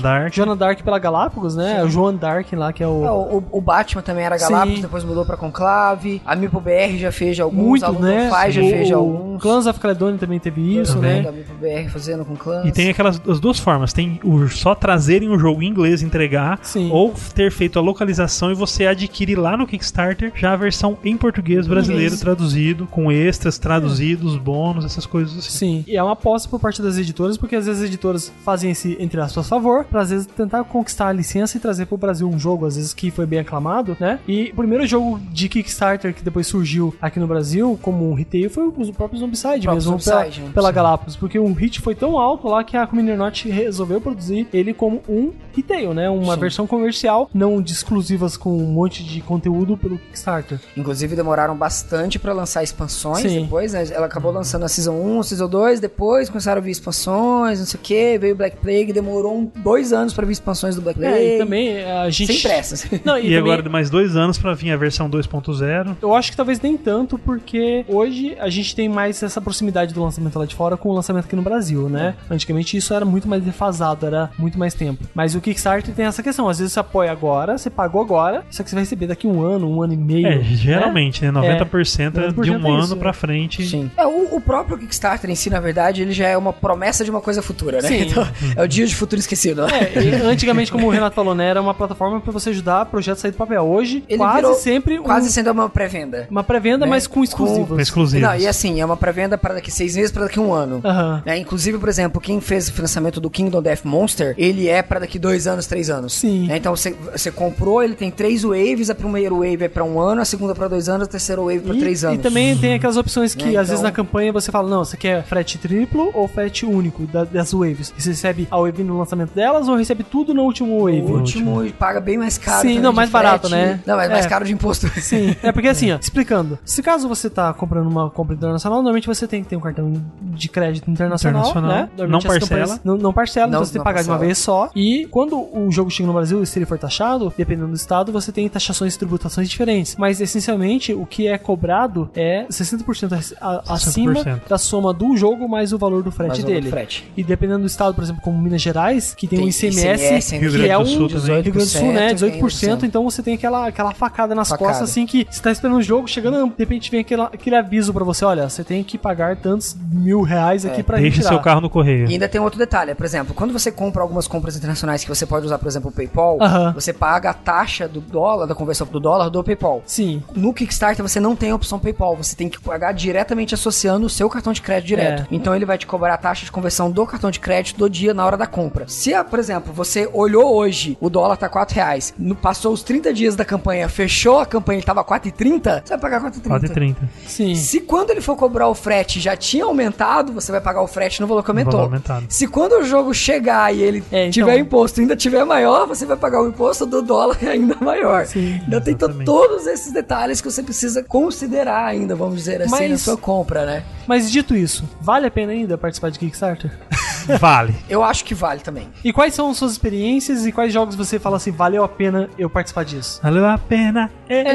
[SPEAKER 1] Dark pela Galápagos, né? Sim. O Joan Dark lá, que é
[SPEAKER 2] o Batman também era Galápagos, depois mudou pra Conclave. A Mipo BR já fez de alguns.
[SPEAKER 1] Muito, né?
[SPEAKER 2] Já fez de alguns.
[SPEAKER 1] Clans of Caledônia também teve isso, né?
[SPEAKER 2] A Mipo BR fazendo com Clans.
[SPEAKER 3] E tem as duas formas. Tem só trazerem o jogo em inglês e entregar, ou ter feito a localização e você adquire lá no Kickstarter já a versão em português brasileiro traduzido, com extras traduzidos, bônus, essas coisas assim.
[SPEAKER 1] Sim, e é uma aposta por parte das editoras, porque às vezes as editoras fazem esse, entre aspas, favor, pra às vezes tentar conquistar a licença e trazer pro Brasil um jogo, às vezes que foi bem aclamado, né? E o primeiro jogo de Kickstarter que depois surgiu aqui no Brasil, como um retail, foi o próprio Zombicide mesmo, pela Galápagos, porque o hit foi tão alto lá que a Minernote resolveu produzir ele como um retail, né? Uma versão comercial, não de exclusivas com um monte de conteúdo pelo Kickstarter.
[SPEAKER 2] Inclusive demoraram bastante pra lançar expansões depois, né? Ela acabou lançando a Season 1, Season 2, depois começaram a vir expansões, não sei o que, veio o Black Plague, demorou 2 anos pra vir expansões do Black Plague.
[SPEAKER 1] E também a gente...
[SPEAKER 2] Sem pressa.
[SPEAKER 3] Não, e agora mais 2 anos pra vir a versão 2.0.
[SPEAKER 1] Eu acho que talvez nem tanto, porque hoje a gente tem mais essa proximidade do lançamento lá de fora com o lançamento aqui no Brasil, né? Antigamente isso era muito mais defasado, era muito mais tempo. Mas o Kickstarter tem essa questão, às vezes você apoia agora, você pagou agora, só que você vai receber daqui 1 ano, 1 ano e meio.
[SPEAKER 3] Geralmente, né? 90% é de um ano pra frente.
[SPEAKER 2] Sim. O próprio Kickstarter em si, na verdade, ele já é uma promessa de uma coisa futura, né?
[SPEAKER 1] Sim.
[SPEAKER 2] Então, é o dia de futuro esquecido.
[SPEAKER 1] Antigamente, como o Renato falou, né? Era uma plataforma pra você ajudar projetos a sair do papel. Hoje, ele
[SPEAKER 2] quase sendo uma pré-venda.
[SPEAKER 1] Uma pré-venda, né? Mas com exclusivos.
[SPEAKER 2] Não, e assim, é uma pré-venda para daqui 6 meses, para daqui 1 ano. Né? Inclusive, por exemplo, quem fez o financiamento do Kingdom Death Monster, ele é para daqui 2 anos, 3 anos.
[SPEAKER 1] Sim.
[SPEAKER 2] Né? Então, você comprou, ele tem 3 waves, a primeira wave é para 1 ano, a segunda para 2 anos, a terceira wave para 3 anos.
[SPEAKER 1] E também tem aquelas opções que, às vezes, na campanha você fala, não, você quer frete triplo ou frete único das waves? Você recebe a wave no lançamento delas ou recebe tudo no último wave?
[SPEAKER 2] No último paga bem mais caro.
[SPEAKER 1] Sim, não, mais barato, né?
[SPEAKER 2] Não, mas mais caro de imposto.
[SPEAKER 1] Sim, porque assim, ó, explicando, se caso você tá comprando uma compra internacional, normalmente você tem que ter um cartão de crédito internacional. Né?
[SPEAKER 3] Não parcela.
[SPEAKER 1] Não parcela, então você tem que pagar de uma vez só. E quando o jogo chega no Brasil, se ele for taxado, dependendo do estado, você tem taxações e tributações diferentes. Mas, essencialmente, o que é cobrado é 60% acima da soma do jogo mais o valor do frete dele. E dependendo do estado, por exemplo, como Minas Gerais, que tem um ICMS
[SPEAKER 3] que é um 18%,
[SPEAKER 1] Rio Grande do Sul, né? 18%, então você tem aquela facada nas costas, assim, que você tá esperando o jogo, chegando, de repente vem aquele aviso pra você, olha, você tem que pagar tantos R$1.000 aqui pra
[SPEAKER 3] Deixe seu carro no correio.
[SPEAKER 2] E ainda tem outro detalhe, por exemplo, quando você compra algumas compras internacionais que você pode usar, por exemplo, o PayPal, você paga a taxa do dólar, da conversão do dólar do PayPal.
[SPEAKER 1] Sim.
[SPEAKER 2] No Kickstarter você não tem a opção PayPal, você tem que pagar diretamente associando o seu cartão de crédito direto. Então ele vai te cobrar a taxa de conversão do cartão de crédito do dia na hora da compra. Se, por exemplo, você olhou hoje, o dólar tá R$4, passou os 30 dias da campanha, fechou a campanha, ele tava R$4,30, você vai pagar R$4,30.
[SPEAKER 3] R$4,30.
[SPEAKER 1] Sim.
[SPEAKER 2] Se quando ele for cobrar o frete já tinha aumentado, você vai pagar o frete no valor que aumentou. Se quando o jogo chegar e ele tiver imposto ainda tiver maior, você vai pagar o imposto do dólar ainda maior.
[SPEAKER 1] Sim,
[SPEAKER 2] ainda tem todos esses detalhes que você precisa considerar ainda, vamos dizer assim, na sua compra, né?
[SPEAKER 1] Mas dito isso, vale a pena ainda participar de Kickstarter?
[SPEAKER 3] Vale.
[SPEAKER 2] Eu acho que vale também.
[SPEAKER 1] E quais são as suas experiências e quais jogos você fala assim, valeu a pena eu participar disso?
[SPEAKER 3] Valeu a pena.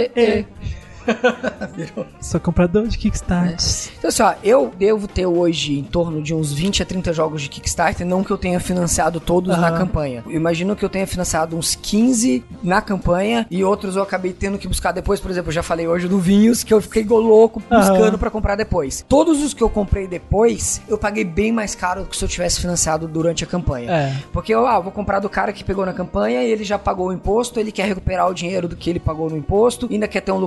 [SPEAKER 3] Sou comprador de Kickstarter.
[SPEAKER 2] Então assim, ó, eu devo ter hoje em torno de uns 20 a 30 jogos de Kickstarter, não que eu tenha financiado todos na campanha. Eu imagino que eu tenha financiado uns 15 na campanha e outros eu acabei tendo que buscar depois. Por exemplo, eu já falei hoje do Vinhos, que eu fiquei louco buscando pra comprar depois. Todos os que eu comprei depois, eu paguei bem mais caro do que se eu tivesse financiado durante a campanha. Porque eu vou comprar do cara que pegou na campanha e ele já pagou o imposto, ele quer recuperar o dinheiro do que ele pagou no imposto, ainda quer ter um lucro por fora, porque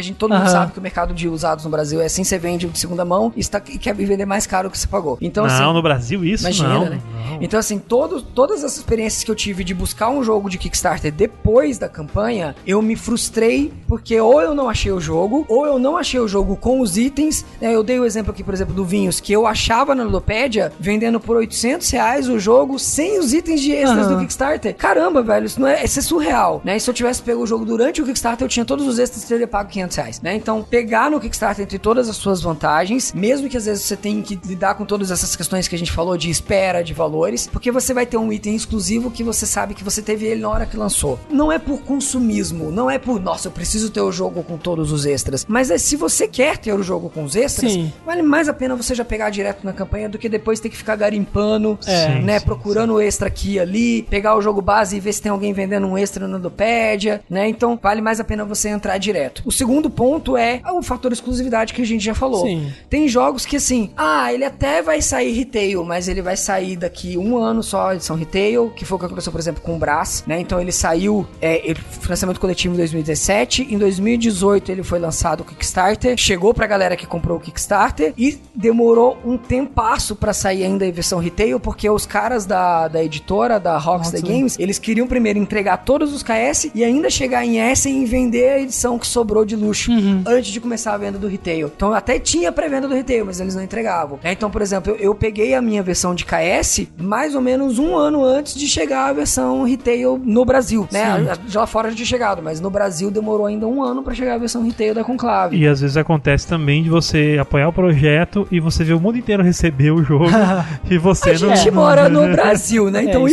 [SPEAKER 2] todo mundo sabe que o mercado de usados no Brasil é assim, você vende de segunda mão e quer vender mais caro que você pagou. Então,
[SPEAKER 3] não, no Brasil isso
[SPEAKER 2] imagina,
[SPEAKER 3] não.
[SPEAKER 2] Né? Então, assim, todas as experiências que eu tive de buscar um jogo de Kickstarter depois da campanha, eu me frustrei porque ou eu não achei o jogo, ou eu não achei o jogo com os itens. Eu dei o exemplo aqui, por exemplo, do Vinhos, que eu achava na Ludopédia vendendo por R$800 o jogo sem os itens de extras do Kickstarter. Caramba, velho, isso é surreal, né? E se eu tivesse pego o jogo durante o Kickstarter, eu tinha todos os extras e teria pago R$500, né? Então, pegar no Kickstarter entre todas as suas vantagens, mesmo que às vezes você tenha que lidar com todas essas questões que a gente falou de espera, de valores, porque você vai ter um item exclusivo que você sabe que você teve ele na hora que lançou. Não é por consumismo, não é por, nossa, eu preciso ter o jogo com todos os extras, mas é se você quer ter o jogo com os extras, vale mais a pena você já pegar direto na campanha do que depois ter que ficar garimpando, né, procurando o extra aqui e ali, pegar o jogo base e ver se tem alguém vendendo um extra na Ludopédia, né? Então, vale mais a pena você entrar direto. O segundo ponto é o fator exclusividade que a gente já falou. Tem jogos que assim, ele até vai sair retail, mas ele vai sair daqui 1 ano só, edição retail, que foi o que aconteceu, por exemplo, com o Brás, né? Então ele saiu, financiamento coletivo em 2017, em 2018 ele foi lançado o Kickstarter, chegou pra galera que comprou o Kickstarter e demorou um tempasso pra sair ainda a versão retail, porque os caras da editora, da Rockstar Games, eles queriam primeiro entregar todos os KS e ainda chegar em Essen e vender a edição que sobrou de luxo, antes de começar a venda do retail. Então até tinha pré-venda do retail, mas eles não entregavam. Então, por exemplo, eu peguei a minha versão de KS mais ou menos 1 ano antes de chegar a versão retail no Brasil, né? Já lá fora já tinha chegado, mas no Brasil demorou ainda 1 ano pra chegar a versão retail da Conclave.
[SPEAKER 3] E às vezes acontece também de você apoiar o projeto e você ver o mundo inteiro receber o jogo e você
[SPEAKER 2] não... A gente mora no Brasil, né? Então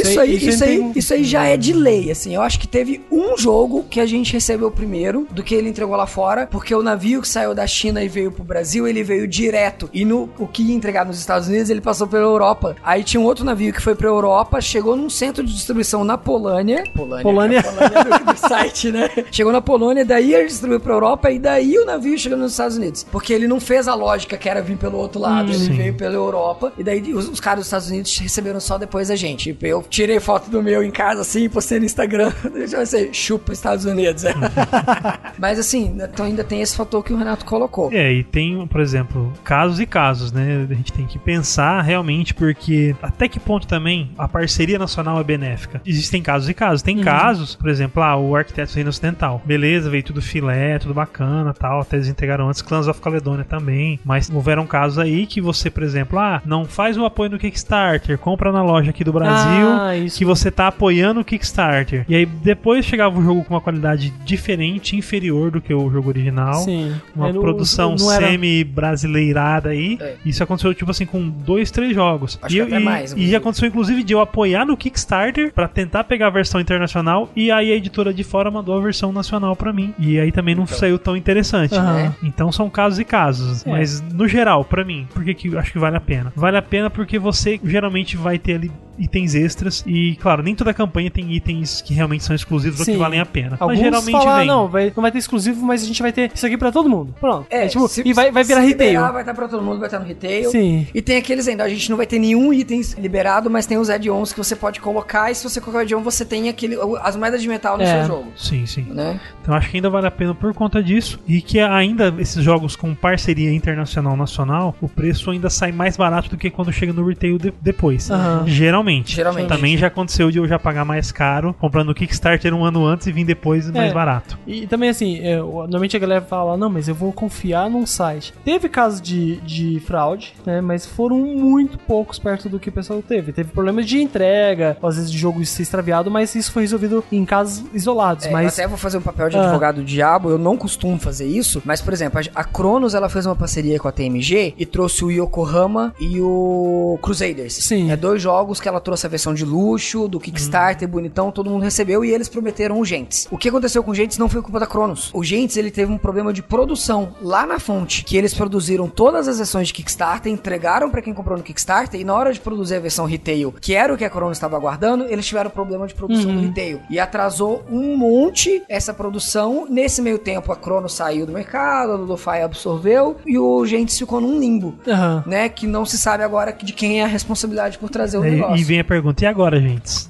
[SPEAKER 2] isso aí já é de lei, assim. Eu acho que teve um jogo que a gente recebeu primeiro do que ele entregou lá fora, porque o navio que saiu da China e veio pro Brasil, ele veio direto. E o que ia entregar nos Estados Unidos, ele passou pela Europa. Aí tinha um outro navio que foi pra Europa, chegou num centro de distribuição na Polônia. Polônia do site, né? Chegou na Polônia, daí ele distribuiu pra Europa e daí o navio chegou nos Estados Unidos. Porque ele não fez a lógica que era vir pelo outro lado, ele veio pela Europa e daí os caras dos Estados Unidos receberam só depois a gente. Eu tirei foto do meu em casa assim, postei no Instagram, vai ser chupa Estados Unidos. Mas assim, então ainda tem esse fator que o Renato colocou.
[SPEAKER 3] E tem, por exemplo, casos e casos, né? A gente tem que pensar realmente, porque até que ponto também a parceria nacional é benéfica. Existem casos e casos. Tem casos, por exemplo, o Arquitetos Reino Ocidental. Beleza, veio tudo filé, tudo bacana, tal, até eles entregaram antes, Clans of Caledonia também, mas houveram casos aí que você, por exemplo, não faz o apoio no Kickstarter, compra na loja aqui do Brasil, que você tá apoiando o Kickstarter. E aí depois chegava o jogo com uma qualidade diferente, inferior do que o jogo original. Uma produção semi-brasileirada aí. Isso aconteceu, tipo assim, com 2, 3 jogos.
[SPEAKER 2] Acho que até mais.
[SPEAKER 3] E aconteceu, inclusive, de eu apoiar no Kickstarter pra tentar pegar a versão internacional e aí a editora de fora mandou a versão nacional pra mim. E aí também não saiu tão interessante, né? Então são casos e casos. Mas, no geral, pra mim, por que eu acho que vale a pena? Vale a pena porque você geralmente vai ter ali itens extras e, claro, nem toda campanha tem itens que realmente são exclusivos ou que valem a pena.
[SPEAKER 1] Alguns
[SPEAKER 3] mas geralmente vem.
[SPEAKER 1] Não vai ter exclusivo, mas a gente vai ter isso aqui pra todo mundo. Pronto. E vai virar retail.
[SPEAKER 2] Vai estar pra todo mundo, vai estar no retail. E tem aqueles ainda, a gente não vai ter nenhum item liberado, mas tem os add-ons que você pode colocar e se você colocar o add-on, você tem as moedas de metal no seu jogo.
[SPEAKER 3] Sim. Né? Então acho que ainda vale a pena por conta disso e que ainda esses jogos com parceria internacional nacional, o preço ainda sai mais barato do que quando chega no retail depois. Geralmente. Também já aconteceu de eu já pagar mais caro comprando o Kickstarter 1 ano antes e vir depois mais barato.
[SPEAKER 1] E também assim, normalmente a galera fala, não, mas eu vou confiar num site. Teve casos de fraude, né? Mas foram muito poucos perto do que o pessoal teve. Teve problemas de entrega, às vezes de jogo ser extraviado, mas isso foi resolvido em casos isolados. Mas...
[SPEAKER 2] Eu até vou fazer um papel de advogado do diabo, eu não costumo fazer isso, mas, por exemplo, a Cronos, ela fez uma parceria com a TMG e trouxe o Yokohama e o Crusaders.
[SPEAKER 1] Sim.
[SPEAKER 2] 2 jogos que ela trouxe a versão de luxo, do Kickstarter, bonitão, todo mundo recebeu e eles prometeram o Gentes. O que aconteceu com o Gentes não foi culpa da Cronos. O Gentes, ele teve um problema de produção lá na fonte, que eles produziram todas as versões de Kickstarter, entregaram pra quem comprou no Kickstarter e na hora de produzir a versão retail, que era o que a Cronos estava aguardando, eles tiveram problema de produção no retail. E atrasou um monte essa produção. Nesse meio tempo, a Cronos saiu do mercado, a Ludofy absorveu e o Gentes ficou num limbo, né? Que não se sabe agora de quem é a responsabilidade por trazer o negócio.
[SPEAKER 3] Aí vem a pergunta, e agora, gente?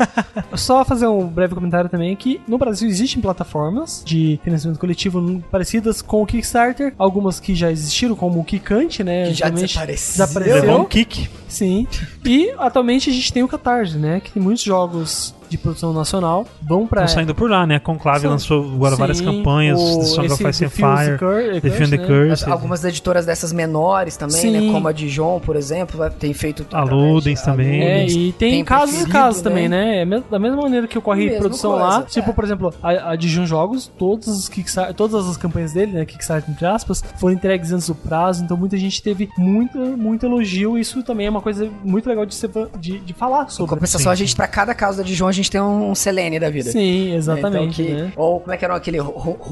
[SPEAKER 1] Só fazer um breve comentário também que no Brasil existem plataformas de financiamento coletivo parecidas com o Kickstarter, algumas que já existiram, como o Kikante, né?
[SPEAKER 2] Que já desapareceu.
[SPEAKER 3] Levou um kick.
[SPEAKER 1] Sim. E atualmente a gente tem o Catarse, né? Que tem muitos jogos de produção nacional vão pra...
[SPEAKER 3] Estão saindo por lá, né? A Conclave lançou agora várias campanhas, The Song of Ice and Fire, Defend the Curse.
[SPEAKER 2] Algumas editoras dessas menores também, né? Como a Dijon, por exemplo, tem feito...
[SPEAKER 3] A Ludens também.
[SPEAKER 1] E tem casos e casos também, né? Da mesma maneira que ocorre produção lá. Tipo, por exemplo, a Dijon Jogos, todas as campanhas dele, né? Kickstarter, entre aspas, foram entregues antes do prazo, então muita gente teve muito elogio, e isso também é uma coisa muito legal de falar sobre.
[SPEAKER 2] Em compensação, a gente, pra cada caso da Dijon, a gente tem um Selene da vida.
[SPEAKER 1] Sim, exatamente.
[SPEAKER 2] Então,
[SPEAKER 1] né?
[SPEAKER 2] Ou como é que era aquele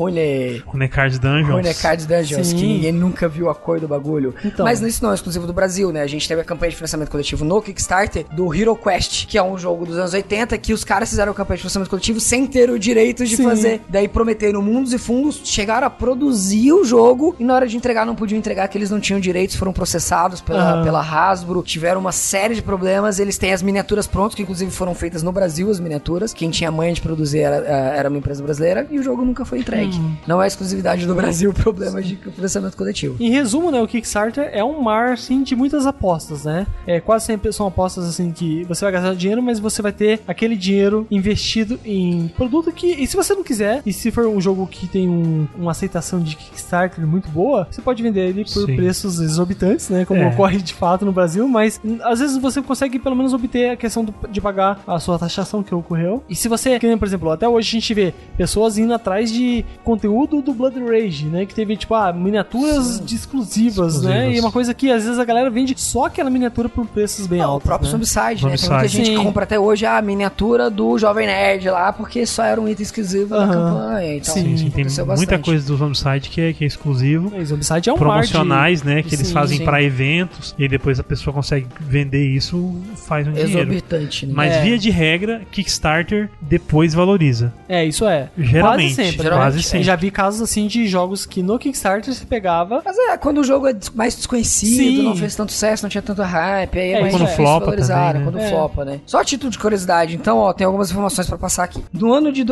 [SPEAKER 3] Runecard Dungeons.
[SPEAKER 2] Runecard Dungeons, que ninguém nunca viu a cor do bagulho.
[SPEAKER 1] Então.
[SPEAKER 2] Mas isso não é exclusivo do Brasil, né? A gente teve a campanha de financiamento coletivo no Kickstarter do Hero Quest, que é um jogo dos anos 80, que os caras fizeram a campanha de financiamento coletivo sem ter o direito de fazer. Daí prometeram mundos e fundos, chegaram a produzir o jogo e na hora de entregar não podiam entregar, que eles não tinham direitos, foram processados pela Hasbro, tiveram uma série de problemas. Eles têm as miniaturas prontas, que inclusive foram feitas no Brasil, as miniaturas. Quem tinha manha de produzir era uma empresa brasileira, e o jogo nunca foi entregue. Não é exclusividade do Brasil, problema de financiamento coletivo.
[SPEAKER 1] Em resumo, né, o Kickstarter é um mar, assim, de muitas apostas, né? Quase sempre são apostas, assim, que você vai gastar dinheiro, mas você vai ter aquele dinheiro investido em produto que, e se você não quiser, e se for um jogo que tem uma aceitação de Kickstarter muito boa, você pode vender ele por preços exorbitantes, né? Como ocorre de fato no Brasil, mas às vezes você consegue pelo menos obter a questão de pagar a sua taxação que ocorreu. E se você, por exemplo, até hoje a gente vê pessoas indo atrás de conteúdo do Blood Rage, né? Que teve, tipo, miniaturas exclusivas, né? E uma coisa que às vezes a galera vende só aquela miniatura por preços bem altos.
[SPEAKER 2] O próprio Zombicide, né? Tem muita gente que compra até hoje a miniatura do Jovem Nerd lá, porque só era um item exclusivo da campanha. Então,
[SPEAKER 3] sim, tem muita coisa do Zombicide que é exclusivo.
[SPEAKER 1] O Zombicide é um
[SPEAKER 3] promocionais, né? Que eles fazem pra eventos, e depois a pessoa consegue vender isso, faz um dinheiro.
[SPEAKER 2] Exorbitante, né?
[SPEAKER 3] Mas via de regra, Kickstarter depois valoriza.
[SPEAKER 1] Isso é.
[SPEAKER 3] Geralmente.
[SPEAKER 1] Quase sempre. Já vi casos assim de jogos que no Kickstarter você pegava.
[SPEAKER 2] Mas quando o jogo é mais desconhecido, não fez tanto sucesso, não tinha tanto hype, aí é mais
[SPEAKER 3] quando flopa
[SPEAKER 2] valorizar,
[SPEAKER 3] também, né?
[SPEAKER 2] Quando flopa, né? Só a título de curiosidade, então, tem algumas informações pra passar aqui. No ano de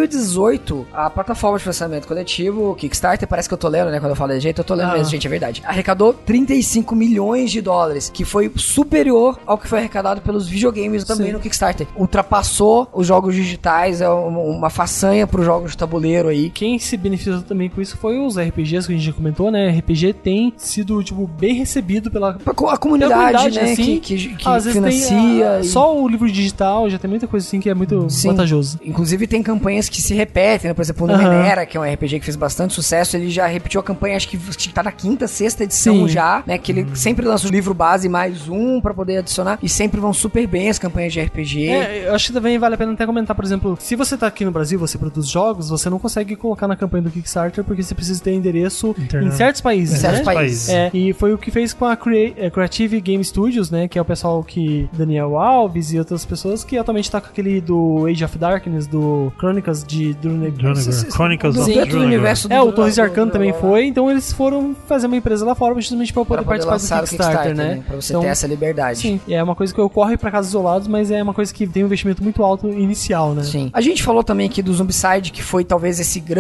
[SPEAKER 2] 2018, a plataforma de financiamento coletivo, o Kickstarter, parece que eu tô lendo, né? Quando eu falo desse jeito, eu tô lendo mesmo, gente, é verdade. Arrecadou 35 milhões de dólares, que foi superior ao que foi arrecadado pelos videogames também no Kickstarter. Ultrapassou os jogos digitais, é uma façanha pros jogos de tabuleiro aí.
[SPEAKER 1] Quem se beneficiou também com isso foi os RPGs que a gente já comentou, né? RPG tem sido, tipo, bem recebido pela
[SPEAKER 2] comunidade, né?
[SPEAKER 1] Assim,
[SPEAKER 2] que financia.
[SPEAKER 1] Só o livro digital já tem muita coisa assim que é muito vantajoso.
[SPEAKER 2] Inclusive tem campanhas que se repetem, né? Por exemplo, o Numenera, que é um RPG que fez bastante sucesso, ele já repetiu a campanha, acho que tá na quinta, sexta edição já, né? Que ele sempre lança o livro base mais um pra poder adicionar, e sempre vão super bem as campanhas de RPG.
[SPEAKER 1] Eu acho que também vale a pena até comentar, por exemplo, se você tá aqui no Brasil, você produz jogos, você não consegue colocar na campanha do Kickstarter porque você precisa ter endereço em certos países,
[SPEAKER 2] né? Certos países.
[SPEAKER 1] E foi o que fez com a Creative Game Studios, né? Que é o pessoal que... Daniel Alves e outras pessoas que atualmente tá com aquele do Age of Darkness, do Crônicas de Drunegar.
[SPEAKER 3] Crônicas do
[SPEAKER 2] universo
[SPEAKER 1] o Torres de Arcano também foi, então eles foram fazer uma empresa lá fora justamente pra poder participar do Kickstarter, né?
[SPEAKER 2] Pra você ter essa liberdade.
[SPEAKER 1] Sim, e é uma coisa que ocorre pra casos isolados, mas é uma coisa que tem um investimento muito alto inicial, né?
[SPEAKER 2] Sim. A gente falou também aqui do Zombicide, que foi talvez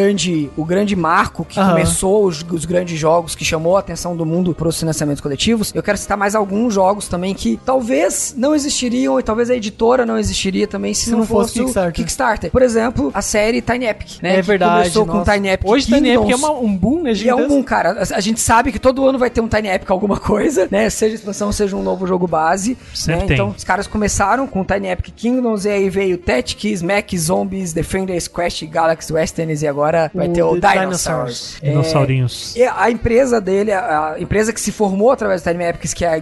[SPEAKER 2] o grande marco que começou os grandes jogos, que chamou a atenção do mundo pros financiamentos coletivos. Eu quero citar mais alguns jogos também que talvez não existiriam, e talvez a editora não existiria também se não fosse o Kickstarter. Por exemplo, a série Tiny Epic, né?
[SPEAKER 1] É verdade.
[SPEAKER 2] Começou com Tiny Epic
[SPEAKER 1] Hoje
[SPEAKER 2] Kingdoms.
[SPEAKER 1] Tiny Epic é um boom, né?
[SPEAKER 2] E é um boom, cara. A gente sabe que todo ano vai ter um Tiny Epic alguma coisa, né? Seja expansão, seja um novo jogo base.
[SPEAKER 3] Sempre
[SPEAKER 2] né? Então, os caras começaram com Tiny Epic Kingdoms, e aí veio Tactics, Mech, Zombies, Defenders, Quest, Galaxy, Westerns, e agora vai ter o Dinosaurs.
[SPEAKER 3] Dinossaurinhos.
[SPEAKER 2] E a empresa dele, a empresa que se formou através do Tiny Epics, que é a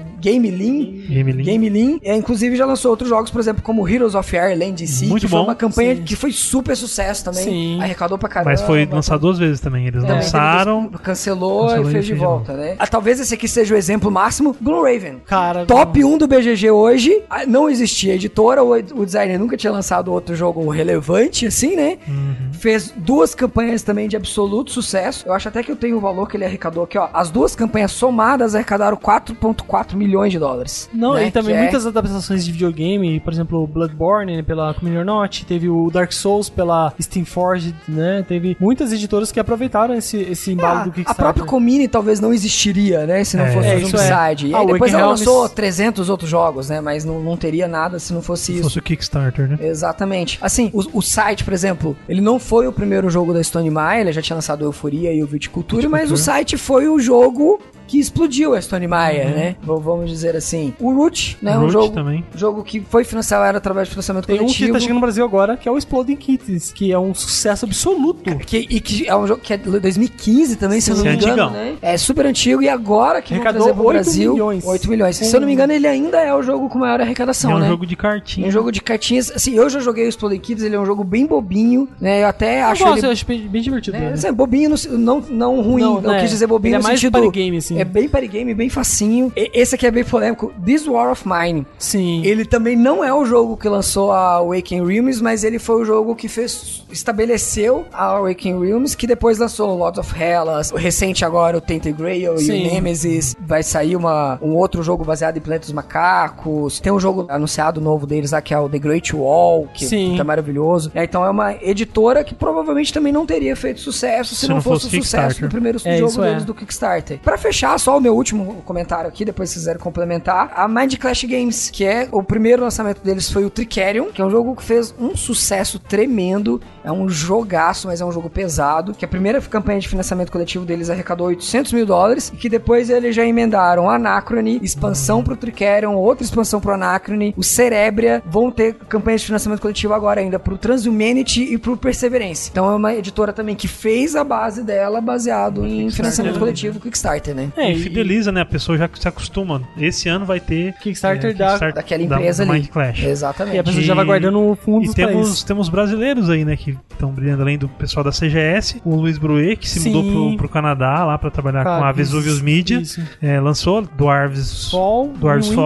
[SPEAKER 2] Gamelin, inclusive já lançou outros jogos, por exemplo, como Heroes of Ireland DC,
[SPEAKER 3] muito
[SPEAKER 2] que
[SPEAKER 3] bom.
[SPEAKER 2] foi uma campanha que foi super sucesso também.
[SPEAKER 1] Sim.
[SPEAKER 2] Arrecadou pra caramba.
[SPEAKER 3] Mas foi lançado 2 vezes também. Eles lançaram,
[SPEAKER 2] cancelou e fez de volta, né? Talvez esse aqui seja o exemplo máximo. Gloomraven.
[SPEAKER 1] Cara,
[SPEAKER 2] top 1 do BGG hoje. Não existia editora, o designer nunca tinha lançado outro jogo relevante, assim, né? Fez 2 campanhas também de absoluto sucesso. Eu acho até que eu tenho o valor que ele arrecadou aqui, ó. As 2 campanhas somadas arrecadaram 4,4 milhões de dólares.
[SPEAKER 1] Não,
[SPEAKER 2] né?
[SPEAKER 1] e também muitas adaptações de videogame, por exemplo, Bloodborne pela Community Not, teve o Dark Souls pela Steamforged, né? Teve muitas editoras que aproveitaram esse embalo do Kickstarter.
[SPEAKER 2] A própria Comini talvez não existiria, né? Se não fosse o Zombicide. E aí depois ela lançou 300 outros jogos, né? Mas não teria nada se não fosse isso.
[SPEAKER 3] Se fosse o Kickstarter, né?
[SPEAKER 2] Exatamente. Assim, o site, por exemplo, ele não foi o primeiro jogo da Stone Meyer, ele já tinha lançado o Euphoria e o Viticulture, mas o site foi o jogo que explodiu a Stone Meyer, né? Vamos dizer assim. O Root, né? Um jogo que foi financiado através de financiamento coletivo.
[SPEAKER 1] Tem um que tá chegando no Brasil agora, que é o Exploding Kittens, que é um sucesso absoluto.
[SPEAKER 2] Que é um jogo que é de 2015 também, se eu não me engano, né? É super antigo e agora que vão trazer pro Brasil... 8 milhões. Se eu não me engano, ele ainda é o jogo com maior arrecadação, né?
[SPEAKER 3] É um jogo de cartinhas.
[SPEAKER 2] É um jogo de cartinhas. Assim, eu já joguei o Exploding Kittens, ele é um jogo bem bobinho, né? Eu até acho
[SPEAKER 1] eu acho bem divertido.
[SPEAKER 2] É bobinho, não ruim. Não quis dizer bobinho no sentido...
[SPEAKER 1] Ele é mais party game, assim.
[SPEAKER 2] É bem party game, bem facinho. Esse aqui é bem polêmico. This War of Mine.
[SPEAKER 1] Sim.
[SPEAKER 2] Ele também não é o jogo que lançou a Awakening Realms, mas ele foi o jogo que estabeleceu a Awakening Realms, que depois lançou Lords of Hellas, o recente agora o Tainted Grail e o Nemesis. Vai sair um outro jogo baseado em Planeta dos Macacos. Tem um jogo anunciado novo deles lá, que é o The Great Wall, que tá maravilhoso. Então é uma editora que provavelmente também não teria feito sucesso se não fosse o sucesso do primeiro jogo deles do Kickstarter. Pra fechar, só o meu último comentário aqui, depois se quiserem complementar, a Mind Clash Games, que é o primeiro lançamento deles foi o Tricerion, que é um jogo que fez um sucesso tremendo, é um jogaço, mas é um jogo pesado, que a primeira campanha de financiamento coletivo deles arrecadou $800 mil, e que depois eles já emendaram Anachrony, expansão pro Tricerion, outra expansão pro Anachrony, o Cerebria, vão ter campanhas de financiamento coletivo agora ainda pro Transhumanity e pro Perseverance. Então é uma editora também que fez a base dela baseado em financiamento coletivo Kickstarter, né?
[SPEAKER 3] E fideliza, né? A pessoa já se acostuma. Esse ano vai ter
[SPEAKER 1] Kickstarter
[SPEAKER 2] daquela empresa ali.
[SPEAKER 3] Mind Clash.
[SPEAKER 2] Exatamente.
[SPEAKER 1] E a pessoa já vai guardando fundos pra isso.
[SPEAKER 3] Temos brasileiros aí, né? Que estão brilhando, além do pessoal da CGS. O Luiz Bruet, que se mudou pro Canadá lá pra trabalhar com a Vesuvius Media. Lançou Dwarves Fall.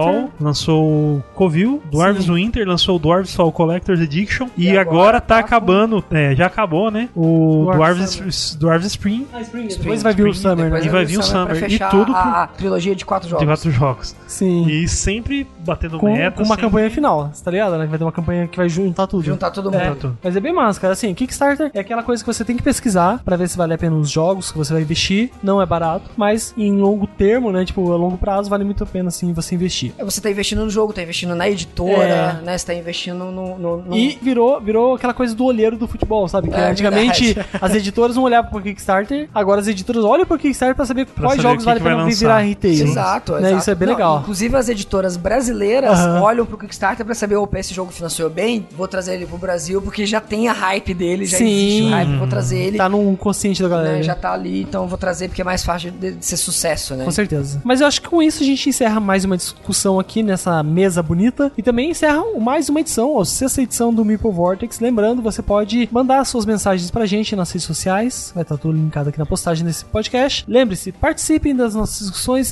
[SPEAKER 3] Lançou o Covil. Dwarves Winter. Lançou o Dwarves Fall Collector's Edition. E agora tá acabando. Já acabou, né? O Dwarves Spring.
[SPEAKER 1] Depois vai vir o Summer, né?
[SPEAKER 3] E vai vir o Summer. E tudo
[SPEAKER 2] a trilogia de 4 jogos.
[SPEAKER 3] De 4 jogos.
[SPEAKER 1] Sim.
[SPEAKER 3] E sempre batendo meta.
[SPEAKER 1] Com uma campanha final, você tá ligado? Né? Vai ter uma campanha que vai juntar tudo.
[SPEAKER 2] Juntar todo mundo.
[SPEAKER 1] Mas é bem massa, cara. Assim, Kickstarter é aquela coisa que você tem que pesquisar pra ver se vale a pena os jogos que você vai investir. Não é barato, mas em longo termo, né? Tipo, a longo prazo vale muito a pena, assim, você investir.
[SPEAKER 2] Você tá investindo no jogo, tá investindo na editora, né? Você tá investindo no...
[SPEAKER 1] E virou aquela coisa do olheiro do futebol, sabe? Que antigamente as editoras não olhavam pro Kickstarter, agora as editoras olham pro Kickstarter pra saber quais jogos vale a pena virar retail.
[SPEAKER 2] Exato.
[SPEAKER 1] Isso é bem legal.
[SPEAKER 2] Inclusive as editoras brasileiras olham pro Kickstarter pra saber, opa, esse jogo financiou bem, vou trazer ele pro Brasil, porque já tem a hype dele, já existe o hype, vou trazer ele.
[SPEAKER 1] Tá no consciente da galera.
[SPEAKER 2] Né, já tá ali, então vou trazer porque é mais fácil de ser sucesso, né?
[SPEAKER 1] Com certeza. Mas eu acho que com isso a gente encerra mais uma discussão aqui nessa mesa bonita e também encerra mais uma edição, a 6ª edição do Meeple Vortex. Lembrando, você pode mandar suas mensagens pra gente nas redes sociais, vai estar tudo linkado aqui na postagem desse podcast. Lembre-se, participem das nossas discussões,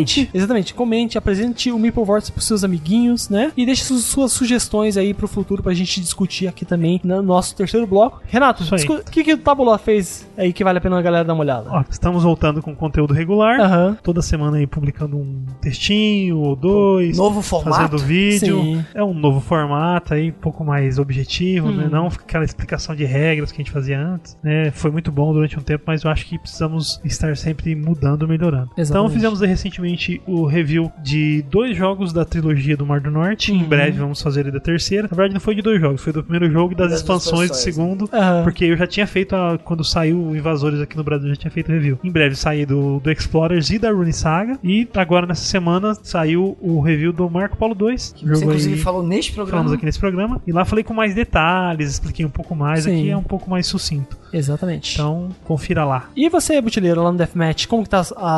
[SPEAKER 1] comente, apresente o Meeple Vortex pros seus amiguinhos, né? E deixe suas sugestões aí pro futuro pra gente discutir aqui também no nosso terceiro bloco. Renato, o que o Tabula fez aí que vale a pena a galera dar uma olhada?
[SPEAKER 3] Estamos voltando com conteúdo regular, toda semana aí publicando um textinho ou dois.
[SPEAKER 2] Novo formato.
[SPEAKER 3] Fazendo vídeo. É um novo formato aí, um pouco mais objetivo, né? Não aquela explicação de regras que a gente fazia antes, né? Foi muito bom durante um tempo, mas eu acho que precisamos estar sempre mudando, melhorando. Exatamente. Então fizemos recentemente o review de 2 jogos da trilogia do Mar do Norte. Em breve vamos fazer ele da terceira. Na verdade não foi de 2 jogos, foi do primeiro jogo e das expansões do segundo, porque eu já tinha feito quando saiu o Invasores aqui no Brasil, eu já tinha feito o review. Em breve saí do Explorers e da Rune Saga, e agora nessa semana saiu o review do Marco Polo 2.
[SPEAKER 2] Que você inclusive falou neste programa.
[SPEAKER 3] Falamos aqui nesse programa, e lá falei com mais detalhes, expliquei um pouco mais. Aqui é um pouco mais sucinto.
[SPEAKER 1] Exatamente.
[SPEAKER 3] Então confira lá.
[SPEAKER 1] E você, Butileiro, lá no Deathmatch, como que tá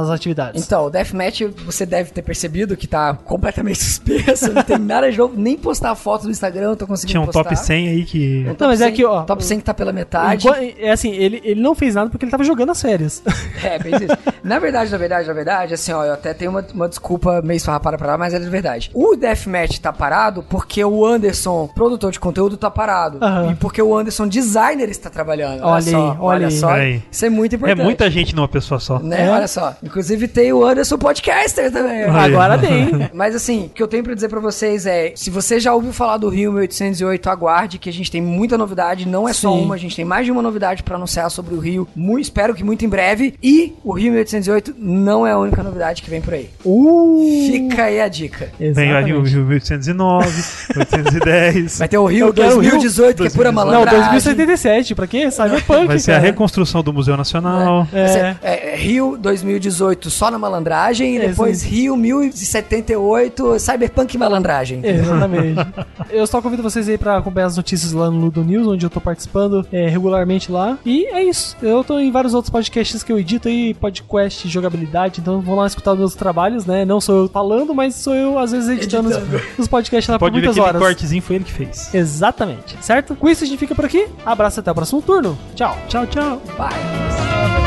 [SPEAKER 1] nas atividades?
[SPEAKER 2] Então, o Deathmatch, você deve ter percebido que tá completamente suspenso, não tem nada de novo, nem postar foto no Instagram, eu tô conseguindo postar.
[SPEAKER 3] Tinha um top 100 aí que...
[SPEAKER 1] Não, mas
[SPEAKER 2] 100,
[SPEAKER 1] é que, ó...
[SPEAKER 2] Top 100 que tá pela metade.
[SPEAKER 1] É assim, ele não fez nada porque ele tava jogando as férias.
[SPEAKER 2] Fez isso. Na verdade, assim, ó, eu até tenho uma desculpa meio esfarrapada pra lá, mas é de verdade. O Deathmatch tá parado porque o Anderson, produtor de conteúdo, tá parado. E porque o Anderson, designer, está trabalhando. Olha só.
[SPEAKER 3] Aí.
[SPEAKER 2] Isso é muito importante.
[SPEAKER 3] É muita gente numa pessoa só.
[SPEAKER 2] Né? Olha só. Inclusive tem o Anderson Podcaster também.
[SPEAKER 1] Agora tem.
[SPEAKER 2] Mas assim, o que eu tenho pra dizer pra vocês é, se você já ouviu falar do Rio 1808, aguarde, que a gente tem muita novidade, não é só uma, a gente tem mais de uma novidade pra anunciar sobre o Rio, espero que muito em breve, e o Rio 1808 não é a única novidade que vem por aí. Fica aí a dica.
[SPEAKER 3] Vem o Rio 1809, 810.
[SPEAKER 2] Vai ter o Rio 2018, que é pura malandragem.
[SPEAKER 1] Não, 2077, pra quê? Cyberpunk,
[SPEAKER 3] vai ser a reconstrução do Museu Nacional.
[SPEAKER 2] Rio 2018 só na malandragem, e depois Rio 1078, Cyberpunk malandragem.
[SPEAKER 1] Exatamente. Eu só convido vocês aí pra acompanhar as notícias lá no Ludo News, onde eu tô participando regularmente lá. E é isso. Eu tô em vários outros podcasts que eu edito aí, podcast, jogabilidade, então vão lá escutar os meus trabalhos, né? Não sou eu falando, mas sou eu, às vezes, editando os podcasts lá por muitas horas.
[SPEAKER 3] Cortezinho foi ele que fez.
[SPEAKER 1] Exatamente. Certo? Com isso a gente fica por aqui. Abraço, até o próximo turno. Tchau.
[SPEAKER 3] Tchau, tchau.
[SPEAKER 2] Bye.